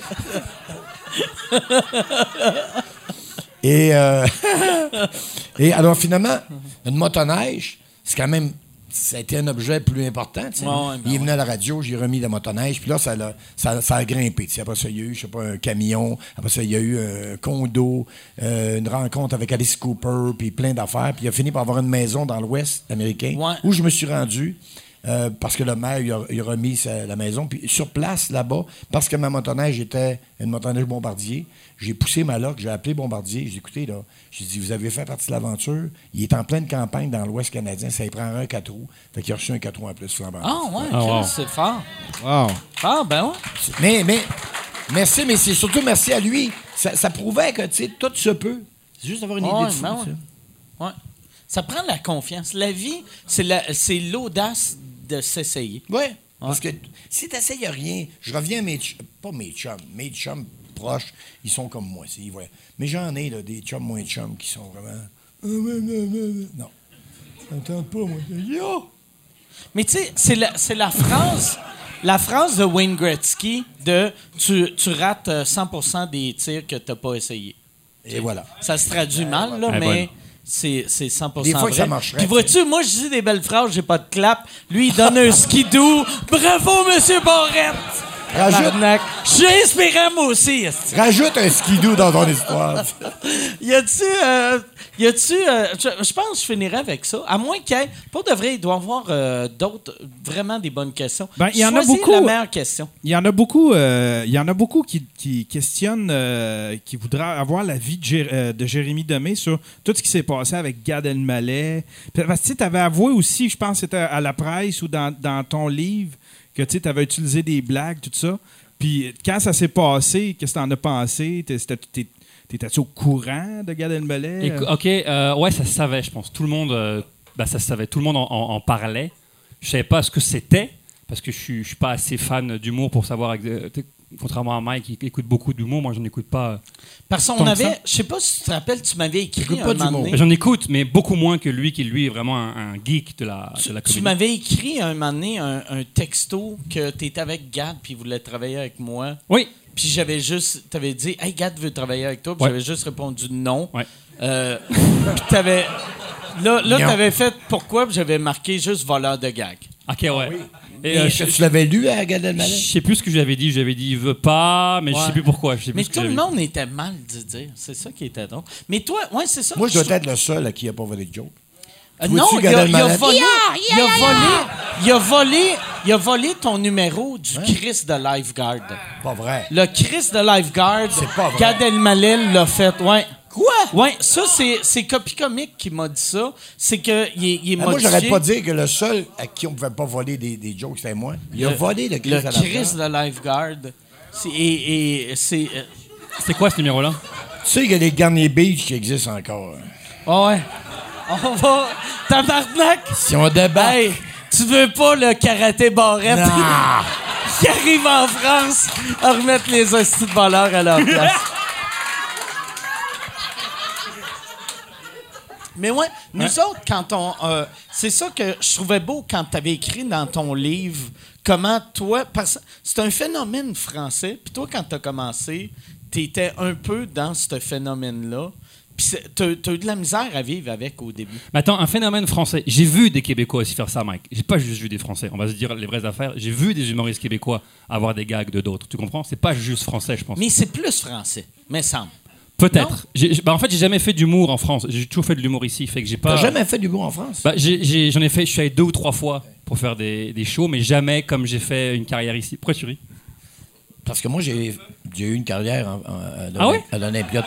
Et, euh, et alors, finalement, une motoneige, c'est quand même. Ça a été un objet plus important. tu sais. Ouais, ouais, ben il est venu à la radio, j'ai remis la motoneige, puis là, ça, l'a- ça, ça a grimpé. tu sais. Après ça, il y a eu, je sais pas, un camion. Après ça, il y a eu un condo, euh, une rencontre avec Alice Cooper, puis plein d'affaires. Puis il a fini par avoir une maison dans l'Ouest américain Ouais. où je me suis rendu. euh, parce que le maire il a, il a remis sa- la maison. Puis sur place, là-bas, parce que ma motoneige était une motoneige Bombardier, j'ai poussé ma loque, j'ai appelé Bombardier. J'ai dit, écoutez, là, j'ai dit, vous avez fait partie de l'aventure. Il est en pleine campagne dans l'Ouest canadien. Ça y prend un quatre roues. Fait qu'il a reçu un quatre roues en plus. flambant. Ah, ouais, Ah, wow. Chris, c'est fort. Wow. Ah, ben ouais. Mais, mais, merci, mais c'est surtout merci à lui. Ça, ça prouvait que, tu sais, tout se peut. C'est juste d'avoir une Ouais, idée de fou, ben ça. ouais. Ouais. Ça prend de la confiance. La vie, c'est la- c'est l'audace de s'essayer. Oui. Parce que si tu n'essayes rien, je reviens à mes chums, pas mes chums, mes chums proches, ils sont comme moi. c'est- ils voient. Mais j'en ai là, des chums moins chums qui sont vraiment. Non. Ça me tente pas, moi. Yo! Mais tu sais, c'est la, c'est la phrase... La phrase de Wayne Gretzky de tu, tu rates euh, cent pour cent des tirs que tu n'as pas essayé. Et voilà. Ça se traduit mal, là, Ah, mais bonne. c'est, c'est cent pour cent Des fois vrai. que ça marcherait, Puis vois-tu, moi, je dis des belles phrases, j'ai pas de clap. Lui, il donne un skidoo. Bravo, Monsieur Barrette! Rajoute- Tabarnak. Je suis inspirant, moi aussi. esti. Rajoute un skidoo dans ton histoire. Y a-tu... Euh, y a-tu... euh, je, je pense que je finirai avec ça. À moins qu'il y ait... Pour de vrai, il doit y avoir euh, d'autres... Vraiment des bonnes questions. Ben, il y en a Choisis beaucoup. la meilleure question. Il y en a beaucoup, euh, il y en a beaucoup qui, qui questionnent, euh, qui voudraient avoir la vie de, Jé- euh, de Jérémy Demé sur tout ce qui s'est passé avec Gad Elmaleh. Puis, parce que tu avais avoué aussi, je pense que c'était à la presse ou dans, dans ton livre, que tu avais utilisé des blagues, tout ça. Puis quand ça s'est passé, qu'est-ce que tu en as pensé? T'es- c'était- t'es- T'étais-tu au courant de Gad Elmaleh? Écou- ok, euh, ouais, ça se savait, je pense. Tout le monde, euh, bah, ça se savait. Tout le monde en, en- en parlait. Je savais pas ce que c'était parce que je suis, je suis pas assez fan d'humour pour savoir exa- contrairement à Mike, qui écoute beaucoup d'humour, moi, j'en écoute pas. Parce qu'on Tant que avait, ça. je sais pas si tu te rappelles, tu m'avais écrit T'écoutes un pas moment d'humour. donné. J'en écoute, mais beaucoup moins que lui, qui lui est vraiment un, un geek de la, de la Tu comédie. m'avais écrit un moment donné un, un texto que tu étais avec Gad puis il voulait travailler avec moi. Oui. Puis j'avais juste, t'avais dit, hey, Gad veut travailler avec toi. Puis Ouais. j'avais juste répondu non. Ouais. Euh, puis t'avais, là, là Non. t'avais fait pourquoi, puis j'avais marqué juste voleur de gag. Ok, ouais. Et, Et euh, est-ce je, que tu l'avais lu à Gad je Elmaleh? sais plus ce que je lui avais dit. Je lui avais dit, il veut pas, mais je Ouais. sais plus pourquoi. Je sais plus Mais ce que tout le j'avais dit. monde était mal de dire. C'est ça qui était drôle. Mais toi, ouais, c'est ça. Moi, je dois trouve- être le seul à qui n'a pas volé de joke. Euh, Vois-tu non, il a, Gad il a Elmaleh? volé, il a volé, il a volé, il a volé ton numéro du Chris de Lifeguard. Pas vrai. Le Chris de Lifeguard, C'est pas vrai. Gad Elmaleh l'a fait, ouais. Quoi? Ouais, ça, c'est, c'est Copy Comique qui m'a dit ça. C'est que il est, il est Ah, moi, modifié. j'arrête pas de dire que le seul à qui on ne pouvait pas voler des, des jokes, c'était moi. Il a volé le Chris Le à la Chris fin. de Lifeguard. C'est, et, et c'est... euh, C'est quoi ce numéro-là? Tu sais qu'il y a les Garnier Beach qui existent encore. hein. ah ouais. On va... Tabarnak! Si on débarque... Hey, tu veux pas le karaté barrette Non. qui arrive en France à remettre les hosties de voleurs à leur place? Mais ouais, nous autres, quand on... euh, c'est ça que je trouvais beau quand tu avais écrit dans ton livre, comment toi... Parce que c'est un phénomène français, puis toi, quand tu as commencé, tu étais un peu dans ce phénomène-là, puis tu as eu de la misère à vivre avec au début. Mais attends, un phénomène français. J'ai vu des Québécois aussi faire ça, Mike. J'ai pas juste vu des Français. On va se dire les vraies affaires. J'ai vu des humoristes québécois avoir des gags de d'autres. Tu comprends? C'est pas juste français, je pense. Mais c'est plus français, me semble. Peut-être. J'ai- j'ai- bah, en fait, j'ai jamais fait d'humour en France. J'ai toujours fait de l'humour ici. Fait que j'ai pas. T'as jamais fait d'humour en France? Bah, j'ai- j'ai- j'en ai fait. Je suis allé deux ou trois fois pour faire des, des shows, mais jamais comme j'ai fait une carrière ici. Pourquoi tu ris? Parce que moi, j'ai j'ai eu une carrière en- en- à l'Olymp- Ah ouais? à l'Olympiade.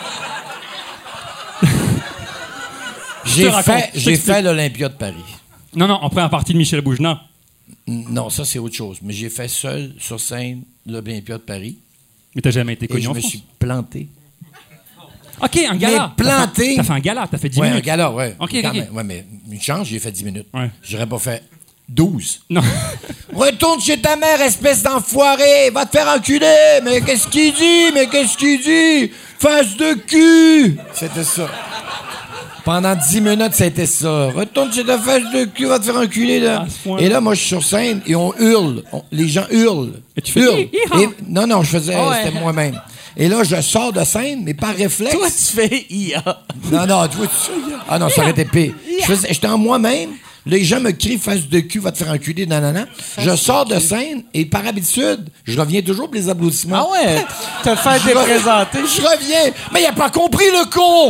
Je J'ai te raconte, fait, je j'ai t'explique. fait l'Olympia de Paris. Non, non, en première partie de Michel Boujna. Non, ça, c'est autre chose. Mais j'ai fait seul sur scène l'Olympia de Paris. Mais t'as jamais été Et connu je en me France. suis planté. Ok, un gala. Mais planté. T'as fait un gala. T'as fait dix Ouais, un minutes. gala, ouais. Ok, Quand ok. même. Ouais, mais une chance, j'ai fait dix minutes. Ouais. J'aurais pas fait douze. Non. Retourne chez ta mère, espèce d'enfoiré! Va te faire enculer! Mais qu'est-ce qu'il dit? Mais qu'est-ce qu'il dit? Face de cul! C'était ça. Pendant dix minutes, c'était ça. Retourne chez ta face de cul, va te faire enculer, là. À ce point. Et là, moi, je suis sur scène et on hurle. On- les gens hurlent. Et tu fais hurlent. hi, hi, ha. Et- non, non, je faisais, Ah ouais. c'était moi-même. Et là, je sors de scène, mais par réflexe. Toi, tu fais I A. Non, non, toi, tu Ah non, ça aurait été pire. Je faisais- J'étais en moi-même. Les gens me crient face de cul, va te faire enculer, nanana. Je sors de scène et par habitude, je reviens toujours pour les applaudissements. Ah ouais, te faire Je re- déprésenter. Je reviens. Mais il a pas compris le con!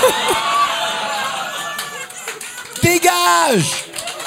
Dégage!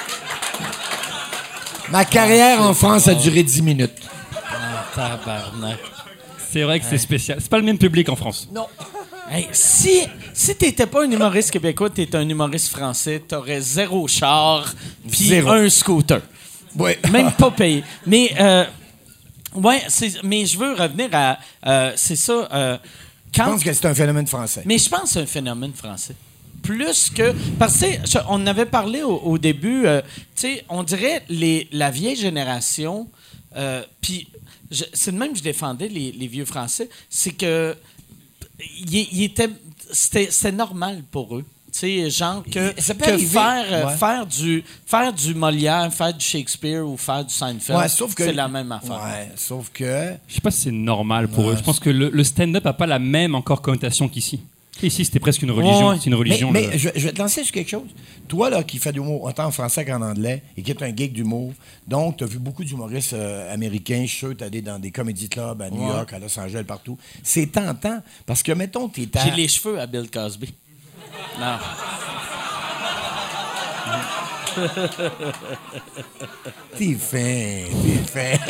Ma carrière en France a duré dix minutes. Tabarnak. C'est vrai que c'est spécial. C'est pas le même public en France. Non. Hey, si si t'étais pas un humoriste québécois, t'étais un humoriste français, t'aurais zéro char puis Zéro. un scooter. Ouais. Même pas payé. Mais, euh, ouais, c'est- mais je veux revenir à... euh, c'est ça... euh, Je quand pense que c'est un phénomène français. Mais je pense que c'est un phénomène français. Plus que... Parce que, tu sais, on avait parlé au, au début, euh, tu sais, on dirait les, la vieille génération, euh, puis je- c'est de même que je défendais les, les vieux Français, c'est que il, il était, c'était, c'était normal pour eux. Tu sais, genre que, Ça peut que arriver. faire, euh, Ouais. faire, du, faire du Molière, faire du Shakespeare ou faire du Seinfeld, Ouais, sauf que c'est la même affaire. Ouais, sauf que Je sais pas si c'est normal pour eux. Je pense que le, le stand-up a pas la même encore connotation qu'ici. Ici, c'était presque une religion. Ouais. C'est une religion. Mais, le- mais je, je vais te lancer sur quelque chose. Toi, là, qui fais de l'humour autant en français qu'en anglais et qui est un geek d'humour, donc, tu as vu beaucoup d'humoristes euh, américains. Je suis sûr que tu allé dans des comedy clubs à New Ouais. York, à Los Angeles, partout. C'est tentant parce que, mettons, tu es à. J'ai les cheveux à Bill Cosby. Non. T'es fin, t'es fin.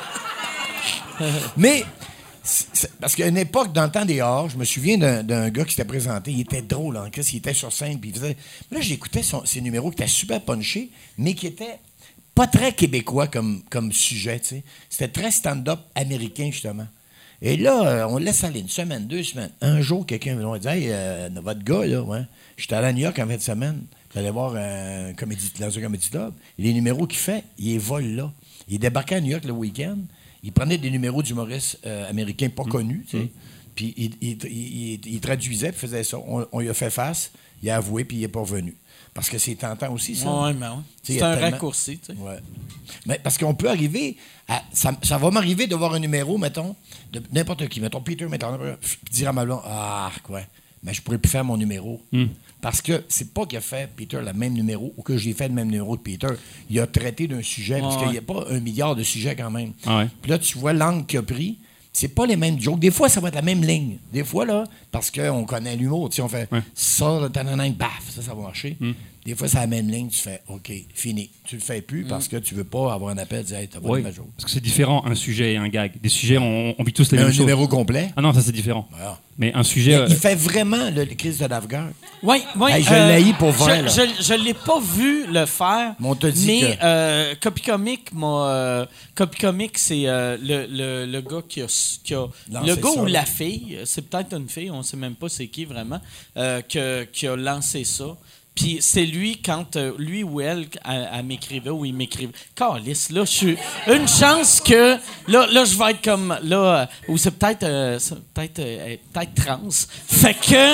Mais, c'est- c'est- parce qu'à une époque, dans le temps des Arts, je me souviens d'un, d'un gars qui s'était présenté. Il était drôle, en Christ, il était sur scène, puis il faisait. Là, j'écoutais son- ses numéros qui étaient super punchés, mais qui étaient pas très québécois comme, comme sujet, tu sais. C'était très stand-up américain, justement. Et là, euh, on le laisse aller une semaine, deux semaines. Un jour, quelqu'un me dit Hey, euh, votre gars, là, ouais. J'étais allé à New York en fin de semaine. J'allais voir un comédie, dans un comédie club. Et les numéros qu'il fait, il les vole là. Il est débarqué à New York le week-end. il prenait des numéros d'humoristes euh, américains pas connus, tu sais, puis il, il, il, il, il traduisait, puis faisait ça. On, on lui a fait face, il a avoué, puis il n'est pas revenu. Parce que c'est tentant aussi, ça. Oui, mais oui. C'est un tellement... raccourci, tu sais. Ouais. Mais parce qu'on peut arriver à... Ça, ça va m'arriver de voir un numéro, mettons, de n'importe qui, mettons Peter, mettons, puis dire à ma blonde, ah, quoi, mais je pourrais plus faire mon numéro. Mm. Parce que c'est pas qu'il a fait, Peter, le même numéro, ou que j'ai fait le même numéro de Peter. Il a traité d'un sujet, ah, parce qu'il n'y a pas un milliard de sujets quand même. Ah, ouais. Puis là, tu vois l'angle qu'il a pris. C'est pas les mêmes jokes. Des fois, ça va être la même ligne. Des fois, là, parce qu'on connaît l'humour, tu sais, on fait ouais. ça, le tananain, baf, ça, ça va marcher. Mm. Des fois, c'est la même ligne, tu fais OK, fini. Tu le fais plus mm. parce que tu veux pas avoir un appel, dire hey, t'as pas oui, ma joke. Parce que c'est différent, un sujet et un gag. Des sujets, on, on vit tous les mais mêmes un choses. Un numéro complet. Ah non, ça, c'est différent. Voilà. Mais un sujet. Il, euh... il fait vraiment le, le Chris de Navgar. Oui, oui. Hey, je euh, l'ai pour vrai. Je ne l'ai pas vu le faire. Mais on te dit mais que... euh, Copy Comic, m'a, euh, Copy Comic, c'est euh, le, le, le gars qui a. Qui a le gars ça, ou là. La fille, c'est peut-être une fille, on ne sait même pas c'est qui vraiment, euh, que, qui a lancé ça. Puis c'est lui, quand euh, lui ou elle, elle, elle m'écrivait ou il m'écrivait. Calisse, là, je suis. Une chance que. Là, là je vais être comme. Là, ou c'est peut-être. Euh, c'est peut-être, euh, peut-être trans. Fait que.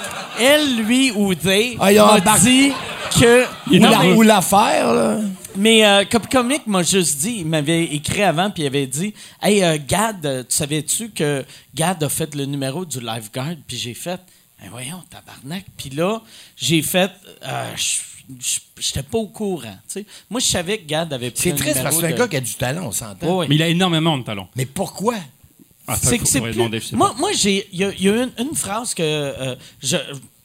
Elle, lui ou they, ah, m'a bar... dit que. Ou, la, mais, ou l'affaire, là. Mais euh, Copy Comic m'a juste dit, il m'avait écrit avant, puis il avait dit hey, euh, Gad, tu savais-tu que Gad a fait le numéro du Lifeguard? Puis j'ai fait. Ben voyons, tabarnak. Puis là, j'ai fait... Euh, J'étais pas au courant. T'sais. Moi, je savais que Gad avait pris c'est un triste numéro parce que c'est de... un gars qui a du talent, on s'entend. Oh, oui. Mais il a énormément de talent. Mais pourquoi? Ah, ça, c'est que c'est plus... demander, moi, moi, j'ai... Il y a, y a une, une phrase que... Euh, je,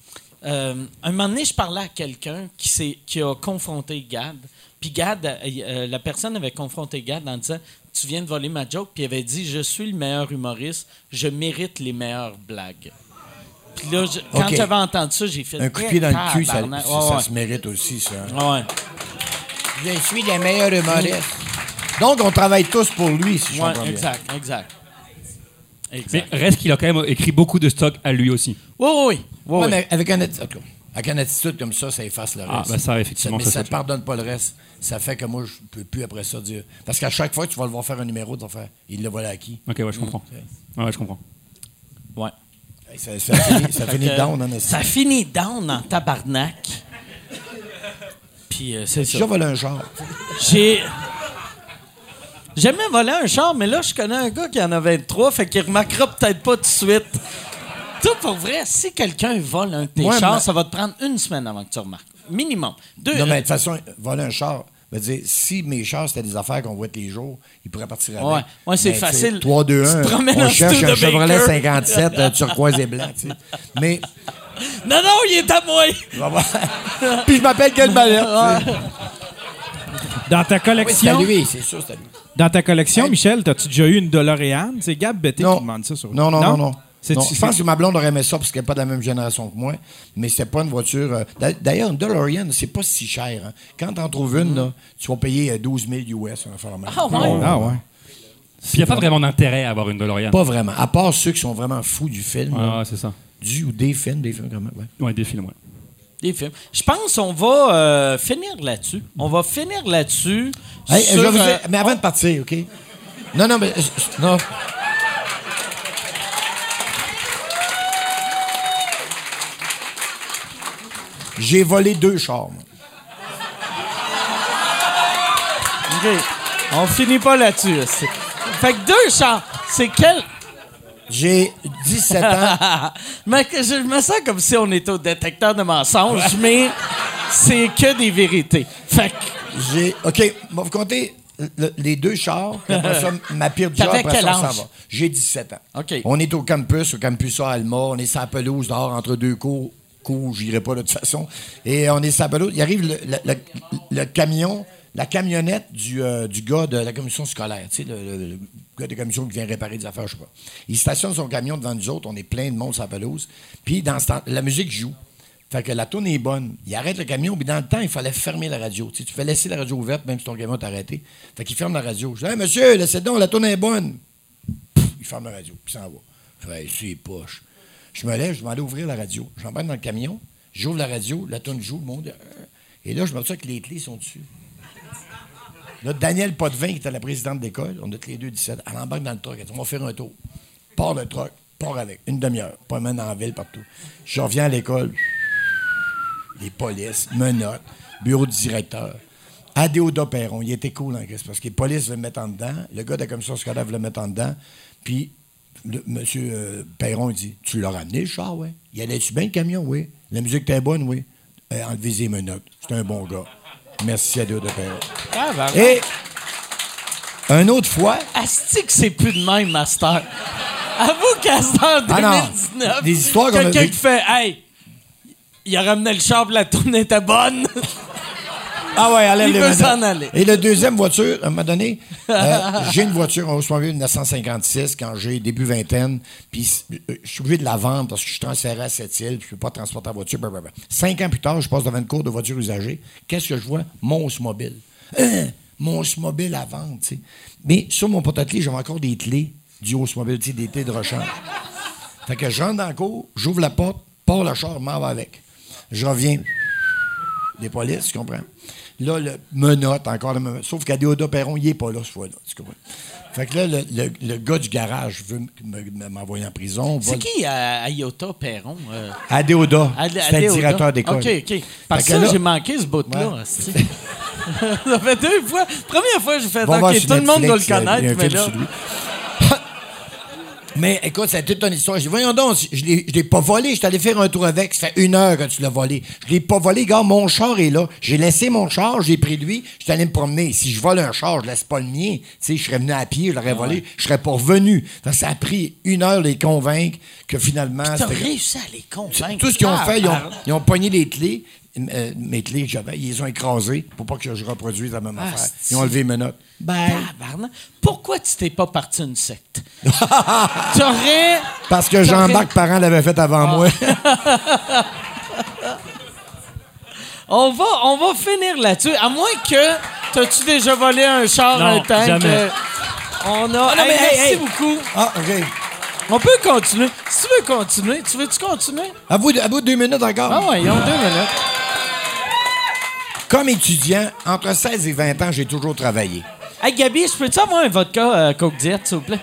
euh, un moment donné, je parlais à quelqu'un qui, s'est, qui a confronté Gad. Puis Gad, euh, la personne avait confronté Gad en disant... Tu viens de voler ma joke. Puis il avait dit, je suis le meilleur humoriste. Je mérite les meilleures blagues. Puis là, je, quand okay. j'avais entendu ça, j'ai fait... Un coup de pied dans le cul, ça, ça, oh, ça ouais. se mérite aussi, ça. Ouais. Je suis le meilleur humoriste. Donc, on travaille tous pour lui, si je ouais, comprends exact, bien. exact, exact. Mais reste qu'il a quand même écrit beaucoup de stock à lui aussi. Oui, oui, oui. Ouais, oui. mais avec, un, avec une attitude comme ça, ça efface le reste. Ah, ben ça, effectivement. Ça, mais ça ne pardonne pas le reste. Ça fait que moi, je ne peux plus après ça dire... Parce qu'à chaque fois que tu vas le voir faire un numéro, tu vas faire « Il l'a volé à qui? » OK, ouais, je comprends. Mmh. Ouais, je comprends. Ouais. Ça, ça finit, ça finit down, hein, ça finit down en tabarnak. Puis euh, c'est ça. J'ai déjà volé un char. J'ai... Jamais volé un char, mais là, je connais un gars qui en a vingt-trois, fait qu'il remarquera peut-être pas tout de suite. Toi, pour vrai, si quelqu'un vole un de tes ouais, chars, mais... ça va te prendre une semaine avant que tu remarques. Minimum. Deux... Non, mais de toute façon, voler un char... Je veux dire, si mes chars, c'était des affaires qu'on voit tous les jours, ils pourraient partir avec. Ouais, ouais c'est mais, facile. trois, deux, un, on cherche un Chevrolet cinquante-sept euh, turquoise et blanc, tu sais. Mais... Non, non, il est à moi! Puis je m'appelle Quelle Mallette. Dans ta collection... Oui, c'est lui, c'est sûr, c'est lui. Dans ta collection, hey. Michel, as-tu déjà eu une DeLorean? C'est Gab Betté qui demande ça sur Non, non, non, non. non. C'est, non c'est, je pense que ma blonde aurait aimé ça parce qu'elle n'est pas de la même génération que moi, mais c'était pas une voiture... Euh, d'ailleurs, une DeLorean, c'est pas si cher. Hein. Quand tu en trouves une, là, tu vas payer douze mille U S. Ah ouais? Ah ouais. Il n'y a pas vraiment d'intérêt à avoir une DeLorean. Pas vraiment. À part ceux qui sont vraiment fous du film. Ah, ouais, c'est ça. Du ou des films, des films quand même. Ouais, ouais des films, ouais. Des films. Je pense qu'on va euh, finir là-dessus. On va finir là-dessus. Hey, sur, je vous euh, ai... Mais avant on... de partir, OK? Non, non, mais... Non. J'ai volé deux chars, moi. OK. On finit pas là-dessus. C'est... Fait que deux chars, c'est quel... J'ai dix-sept ans. Mais je me sens comme si on était au détecteur de mensonges, mais c'est que des vérités. Fait que... J'ai... OK, on va vous compter le, les deux chars, puis après ça, ma pire du jour, après ça, on s'en va. J'ai dix-sept ans. OK. On est au campus, au campus A Alma. On est sur la pelouse dehors, entre deux cours. Cours, j'irai pas de toute façon. Et on est sur la pelouse. Il arrive le, le, le, le camion... La camionnette du, euh, du gars de la commission scolaire, tu sais, le, le, le gars de commission qui vient réparer des affaires, je sais pas. Il stationne son camion devant nous autres, on est plein de monde sur la pelouse. Puis, dans ce temps, la musique joue. Fait que la tourne est bonne. Il arrête le camion, puis dans le temps, il fallait fermer la radio. Tu sais, tu fais laisser la radio ouverte, même si ton camion t'a arrêté. Fait qu'il ferme la radio. Je dis, hey, monsieur, laissez donc, la tourne est bonne. Pff, il ferme la radio, puis il s'en va. Je fais, hey, c'est poche. Je me lève, je vais aller ouvrir la radio. J'embarque dans le camion, j'ouvre la radio, la tourne joue, le monde. Et là, je me dis que les clés sont dessus. Là, Daniel Potvin, qui était la présidente d'école, on a tous les deux dix-sept, elle embarque dans le truck, elle dit, on va faire un tour. Part le truck, part avec, une demi-heure, pas même dans la ville, partout. Je reviens à l'école, les polices, menottes, bureau du directeur. Adéoda Perron, il était cool en Christ, parce que les polices veulent le mettre en dedans, le gars de la commission scolaire veut le mettre en dedans, puis le, M. Euh, Perron, il dit, tu l'as ramené, le char, oui. Il allait-tu bien, le camion, oui. La musique était bonne, oui. Euh, enlevez les menottes. C'est un bon gars. Merci, Adéoda Perron. Ah, ben, Et, une autre fois... Asti que c'est plus de même, Master. Avoue qu'à ce temps, en Ah non, deux mille dix-neuf, des histoires qu'on a- quelqu'un qui fait « Hey, il a ramené le char, puis la tournée était bonne. » Ah ouais, enlève Il les veut menottes. s'en aller. Et la deuxième voiture, à un moment donné, euh, j'ai une voiture en Oldsmobile dix-neuf cent cinquante-six quand j'ai début vingtaine, puis euh, je suis obligé de la vendre parce que je suis transféré à Sept-Îles, puis je peux pas transporter la voiture. Blablabla. Cinq ans plus tard, je passe devant une cour de voitures usagées. Qu'est-ce que je vois? Mon Oldsmobile. Hein? Mon Oldsmobile à vendre, tu sais. Mais sur mon porte-clés, j'avais encore des clés du Oldsmobile, tu sais, des clés de rechange. Fait que je rentre dans la cour, j'ouvre la porte, pars le char, m'en va avec. Je reviens. Des polices, tu comprends? Là, le menotte, encore le menotte. Sauf qu'Adéoda Perron, il n'est pas là, ce fois-là. Tu comprends? Fait que là, le, le, le gars du garage veut me- m'envoyer en prison. C'est Vole- qui, euh, Ayota Perron? Euh, Adéoda. Ad- C'était le Adéoda? directeur d'école. OK, OK. Parce Fait que que ça, là- j'ai manqué ce bout-là. Ouais. asti. Ça fait deux fois. Première fois, j'ai fait Va voir OK, sur tout le monde doit le Netflix, il y a un connaître, mais film là... sur lui. Mais écoute, c'est toute une histoire. Je dis, voyons donc, je l'ai, je l'ai pas volé. Je suis allé faire un tour avec. Ça fait une heure que tu l'as volé. Je l'ai pas volé, gars. Mon char est là. J'ai laissé mon char, j'ai pris lui. Je suis allé me promener. Si je vole un char, je laisse pas le mien. Tu sais, je serais venu à pied, je l'aurais volé. Je serais pas revenu. Fait que ça a pris une heure de les convaincre que finalement. T'as c'était- réussi à les convaincre. Tout ce qu'ils ont Ah, fait, ils ont, ah, ils ont pogné les clés. euh, mes clés que j'avais, ils les ont écrasées pour pas que je reproduise la même Ah, affaire. c'est- Ils ont enlevé mes menottes. Tabarnak. Pourquoi tu t'es pas parti une secte? T'aurais... Parce que Jean-Marc Parent l'avait fait avant moi. On va, on va finir là-dessus. À moins que... T'as-tu déjà volé un char, Non, un tank? jamais. euh, On a... non, Hey, mais, merci hey, hey. beaucoup. Ah, OK. On peut continuer. Si tu veux continuer, tu veux-tu continuer? À vous, de- à vous de deux minutes encore. Ah ouais, ils ont deux minutes. Comme étudiant, entre seize et vingt ans, j'ai toujours travaillé. Hey, Gabi, je peux-tu avoir un vodka euh, Coke Diet, s'il vous plaît?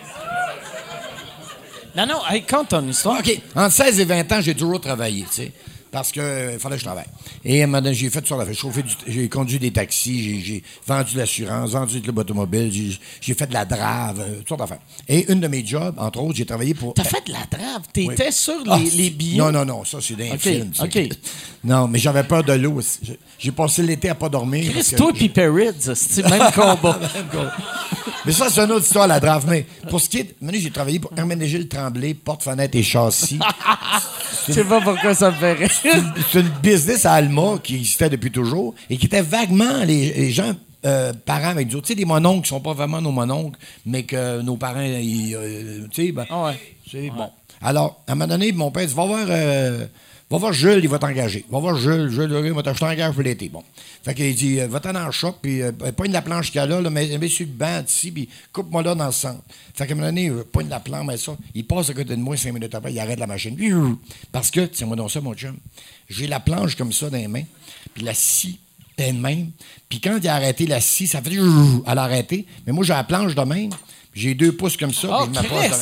Non, non, hey, compte ton histoire. OK. Entre seize et vingt ans, j'ai toujours travaillé, tu sais. Parce que euh, fallait que je travaille. Et maintenant, j'ai fait ça, j'ai chauffé du- j'ai conduit des taxis, j'ai, j'ai vendu de l'assurance, vendu des clubs automobiles, j'ai, j'ai fait de la drave, euh, toutes sortes d'affaires. Et une de mes jobs, entre autres, j'ai travaillé pour. T'as fait de la drave. T'étais Oui. sur Ah, les, les billets. Non, non, non, ça, c'est d'un OK, film. ça. OK. Non, mais j'avais peur de l'eau. J'ai, j'ai passé l'été à pas dormir. parce Chris, que- toi pis Perrids, c'est le même combat. Mais ça, c'est une autre histoire, la drave. Mais pour ce qui est. Maintenant, j'ai travaillé pour Herménégilde Tremblay, porte-fenêtre et châssis. Je sais pas pourquoi ça me fait rire. C'est une business à Alma qui existait depuis toujours et qui était vaguement les, les gens. Euh, parents avec d'autres, tu sais, des mononcles qui sont pas vraiment nos mononcles, mais que nos parents, ils, euh, tu sais, ben, Ah ouais. c'est bon. Alors, à un moment donné, mon père dit, va voir, euh, va voir Jules, il va t'engager. Va voir Jules, Jules, il va t'engager pour l'été. Bon. Fait qu'il dit, euh, va-t'en dans le shop, puis euh, pogne la planche qu'il y a là, là mais mets sur le banc ici, puis coupe-moi là dans le centre. Fait qu'à un moment donné, euh, pogne la planche, mais ça, il passe à côté de moi cinq minutes après, il arrête la machine. Parce que, tiens-moi donc ça, mon chum, j'ai la planche comme ça dans les mains, puis la scie elle-même. Puis quand il a arrêté la scie, ça fait elle a arrêté. Mais moi, j'ai la planche de même. puis J'ai deux pouces comme ça. Oh, puis je m'approche Chris! de même.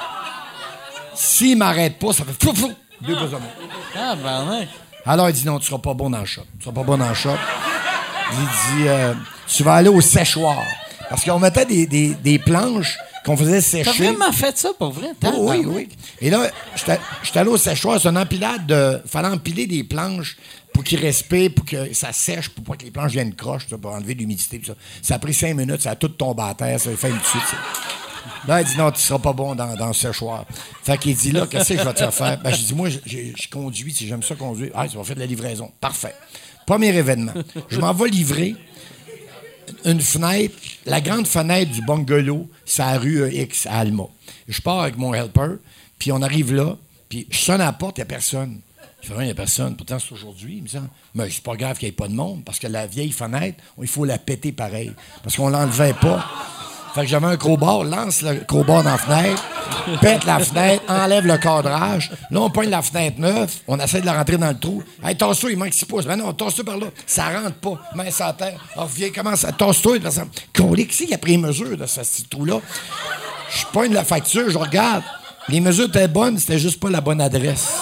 S'il m'arrête pas, ça fait flou, flou, deux pouces de même. Ah, ben ouais. Alors, il dit non, tu seras pas bon dans le shop. Tu seras pas bon dans le shop. Il dit, euh, tu vas aller au séchoir. Parce qu'on mettait des, des, des planches qu'on faisait sécher. T'as vraiment fait ça pour vrai? Oh, oui, Tabarnak. oui. Et là, j'étais j'étais allé au séchoir. C'est un empilade de. Fallait empiler des planches pour qu'ils respirent, pour que ça sèche, pour pas que les planches viennent croches, ça, pour enlever l'humidité. Tout ça. Ça a pris cinq minutes, ça a tout tombé à terre, ça a fait une suite. Ça. Là, il dit non, tu seras pas bon dans, dans le séchoir. Fait qu'il dit là, qu'est-ce que je vais te faire? Ben, j'ai dit, moi, j'ai- je conduis, si j'aime ça conduire. Ah, tu vas faire de la livraison. Parfait. Premier événement. Je m'en vais livrer une fenêtre, la grande fenêtre du bungalow, c'est à la rue euh, X, à Alma. Je pars avec mon helper, puis on arrive là, puis je sonne à la porte, il n'y a personne. Je fais, il n'y a personne. Pourtant, c'est aujourd'hui, il me semble. Mais c'est pas grave qu'il n'y ait pas de monde, parce que la vieille fenêtre, il faut la péter pareil. Parce qu'on l'enlevait pas. Fait que j'avais un crowbar, lance le crowbar dans la fenêtre, pète la fenêtre, enlève le cadrage. Là, on pogne la fenêtre neuve, on essaie de la rentrer dans le trou. Hey, tasse-toi, il manque six pouces. Ben non, tasse-toi par là. Ça rentre pas. Main sur la terre. On revient, commence à tasse-toi. Qu'on qui c'est qui a pris les mesures de ce petit trou-là? Je pogne la facture, je regarde. Les mesures étaient bonnes, c'était juste pas la bonne adresse.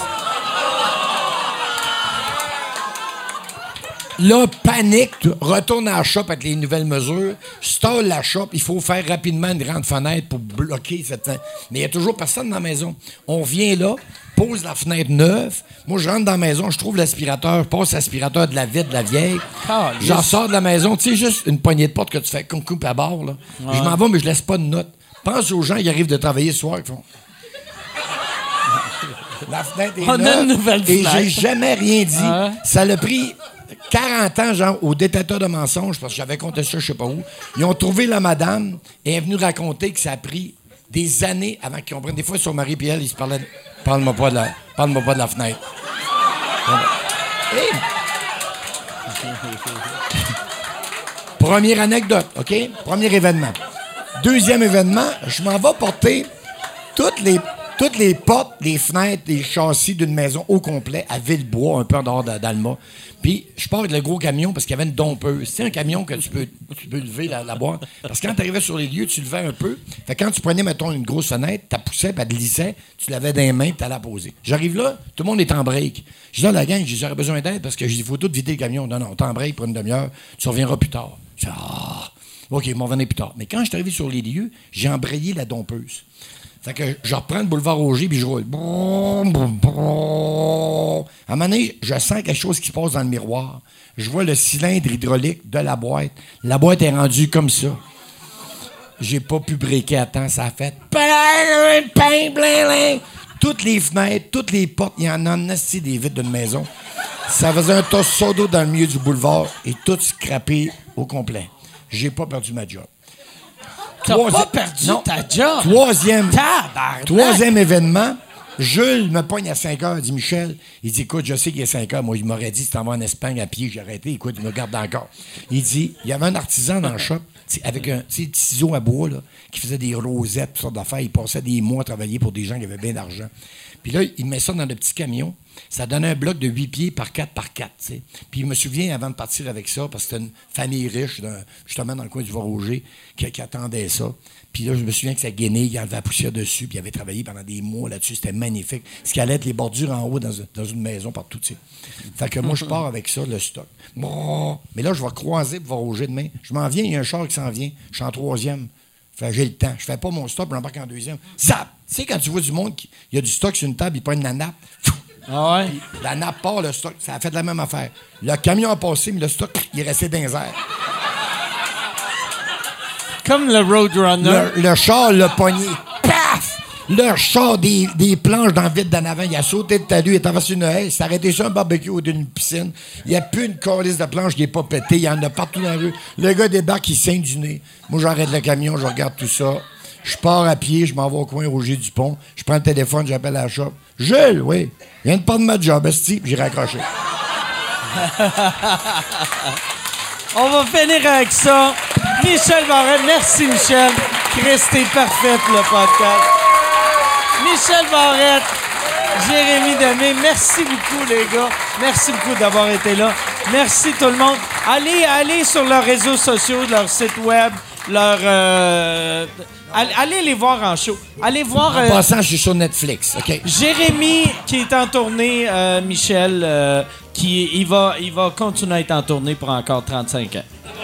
Là, panique, retourne à la shop avec les nouvelles mesures, stalle la shop, il faut faire rapidement une grande fenêtre pour bloquer cette fenêtre. Mais il n'y a toujours personne dans la maison. On vient là, pose la fenêtre neuve. Moi, je rentre dans la maison, je trouve l'aspirateur, je passe l'aspirateur de la vide, de la vieille. Ah, J'en yes. sors de la maison, tu sais, juste une poignée de porte que tu fais comme coupe à bord, là. Ouais. Je m'en vais, mais je laisse pas de notes. Pense aux gens qui arrivent de travailler ce soir, qui font... La fenêtre est On neuve, a une nouvelle et fenêtre. j'ai jamais rien dit. Ah. Ça l'a pris... quarante ans, genre, au détecteur de mensonges, parce que j'avais compté ça, je sais pas où. Ils ont trouvé la madame et elle est venue raconter que ça a pris des années avant qu'ils comprennent. Des fois, son mari et elle, ils se parlaient de... Parle-moi pas de la, Parle-moi pas de la fenêtre. Hey. Première anecdote, OK? Premier événement. Deuxième événement, je m'en vais porter toutes les... Toutes les portes, les fenêtres, les châssis d'une maison au complet à Villebois, un peu en dehors d'Alma. Puis, je pars avec le gros camion parce qu'il y avait une dompeuse. C'est un camion que tu peux, tu peux lever la, la boîte. Parce que quand tu arrivais sur les lieux, tu levais un peu. Fait que quand tu prenais, mettons, une grosse fenêtre, tu poussais, puis elle glissait, tu l'avais dans les mains, puis tu allais la poser. J'arrive là, tout le monde est en break. Je dis à la gang, j'aurais besoin d'aide parce que j'ai des photos de vider le camion. Non, non, t'es en break pour une demi-heure, tu reviendras plus tard. Je dis, ah, OK, m'en venez plus tard. Mais quand je suis arrivé sur les lieux, j'ai embrayé la dompeuse. Fait que je reprends le boulevard Roger puis je roule. Boum, boum, boum. À un moment donné, je sens quelque chose qui se passe dans le miroir. Je vois le cylindre hydraulique de la boîte. La boîte est rendue comme ça. J'ai pas pu breaker à temps. Ça a fait... Toutes les fenêtres, toutes les portes, il y en a en assis des vitres d'une maison. Ça faisait un tosseau d'eau dans le milieu du boulevard et tout scrappé au complet. J'ai pas perdu ma job. T'as Troisi- pas perdu non. ta job. Troisième, Tabarnak. troisième événement, Jules me pogne à cinq heures, il dit Michel, il dit écoute, je sais qu'il est cinq heures, moi il m'aurait dit si t'en vas en Espagne à pied, j'ai arrêté, écoute, il me garde encore. Il dit, il y avait un artisan dans le shop, avec un petit ciseau à bois, là, qui faisait des rosettes, toutes sortes d'affaires, il passait des mois à travailler pour des gens qui avaient bien d'argent. Puis là, il met ça dans le petit camion. Ça donnait un bloc de huit pieds par quatre par quatre, tu sais. Puis je me souviens, avant de partir avec ça, parce que c'était une famille riche, dans- justement dans le coin du Vieux-Roger, qui, qui attendait ça. Puis là, je me souviens que ça gainait, il enlevait la poussière dessus, puis il avait travaillé pendant des mois là-dessus. C'était magnifique. Ce qui allait être les bordures en haut dans, dans une maison partout, tu sais. Fait que moi, je pars avec ça, le stock. Bon, mais là, je vais croiser pour Vieux-Roger demain. Je m'en viens, il y a un char qui s'en vient. Je suis en troisième. Fait que j'ai le temps. Je fais pas mon stop, je l'embarque en deuxième. Zap! Tu sais, quand tu vois du monde, qui- il y a du stock sur une table, ils prennent la nappe. Fou! Ah ouais? La nappe part, le stock, ça a fait la même affaire. Le camion a passé, mais le stock, il est resté dans les airs. Comme le Roadrunner. Le, le char l'a pogné. Paf! Le char des, des planches dans le vide d'en avant, il a sauté de talus, il est traversé une haie, il s'est arrêté sur un barbecue ou d'une piscine. Il n'y a plus une calice de planches qui n'est pas pété, il y en a partout dans la rue. Le gars débarque, il saigne du nez. Moi, j'arrête le camion, je regarde tout ça. Je pars à pied, je m'en vais au coin Roger Dupont. Je prends le téléphone, j'appelle à la shop. Jules, oui, je viens de prendre ma job, esti, puis j'ai raccroché. On va finir avec ça. Michel Barrette. Merci, Michel. Chris, t'es parfaite, le podcast. Michel Barrette, Jérémy Demé, merci beaucoup, les gars. Merci beaucoup d'avoir été là. Merci, tout le monde. Allez, allez sur leurs réseaux sociaux, leur site web, leur... euh, allez, allez les voir en show. Allez voir... En euh, passant, je suis sur Netflix, OK? Jérémy, qui est en tournée, euh, Michel, euh, qui il va, il va continuer à être en tournée pour encore trente-cinq ans.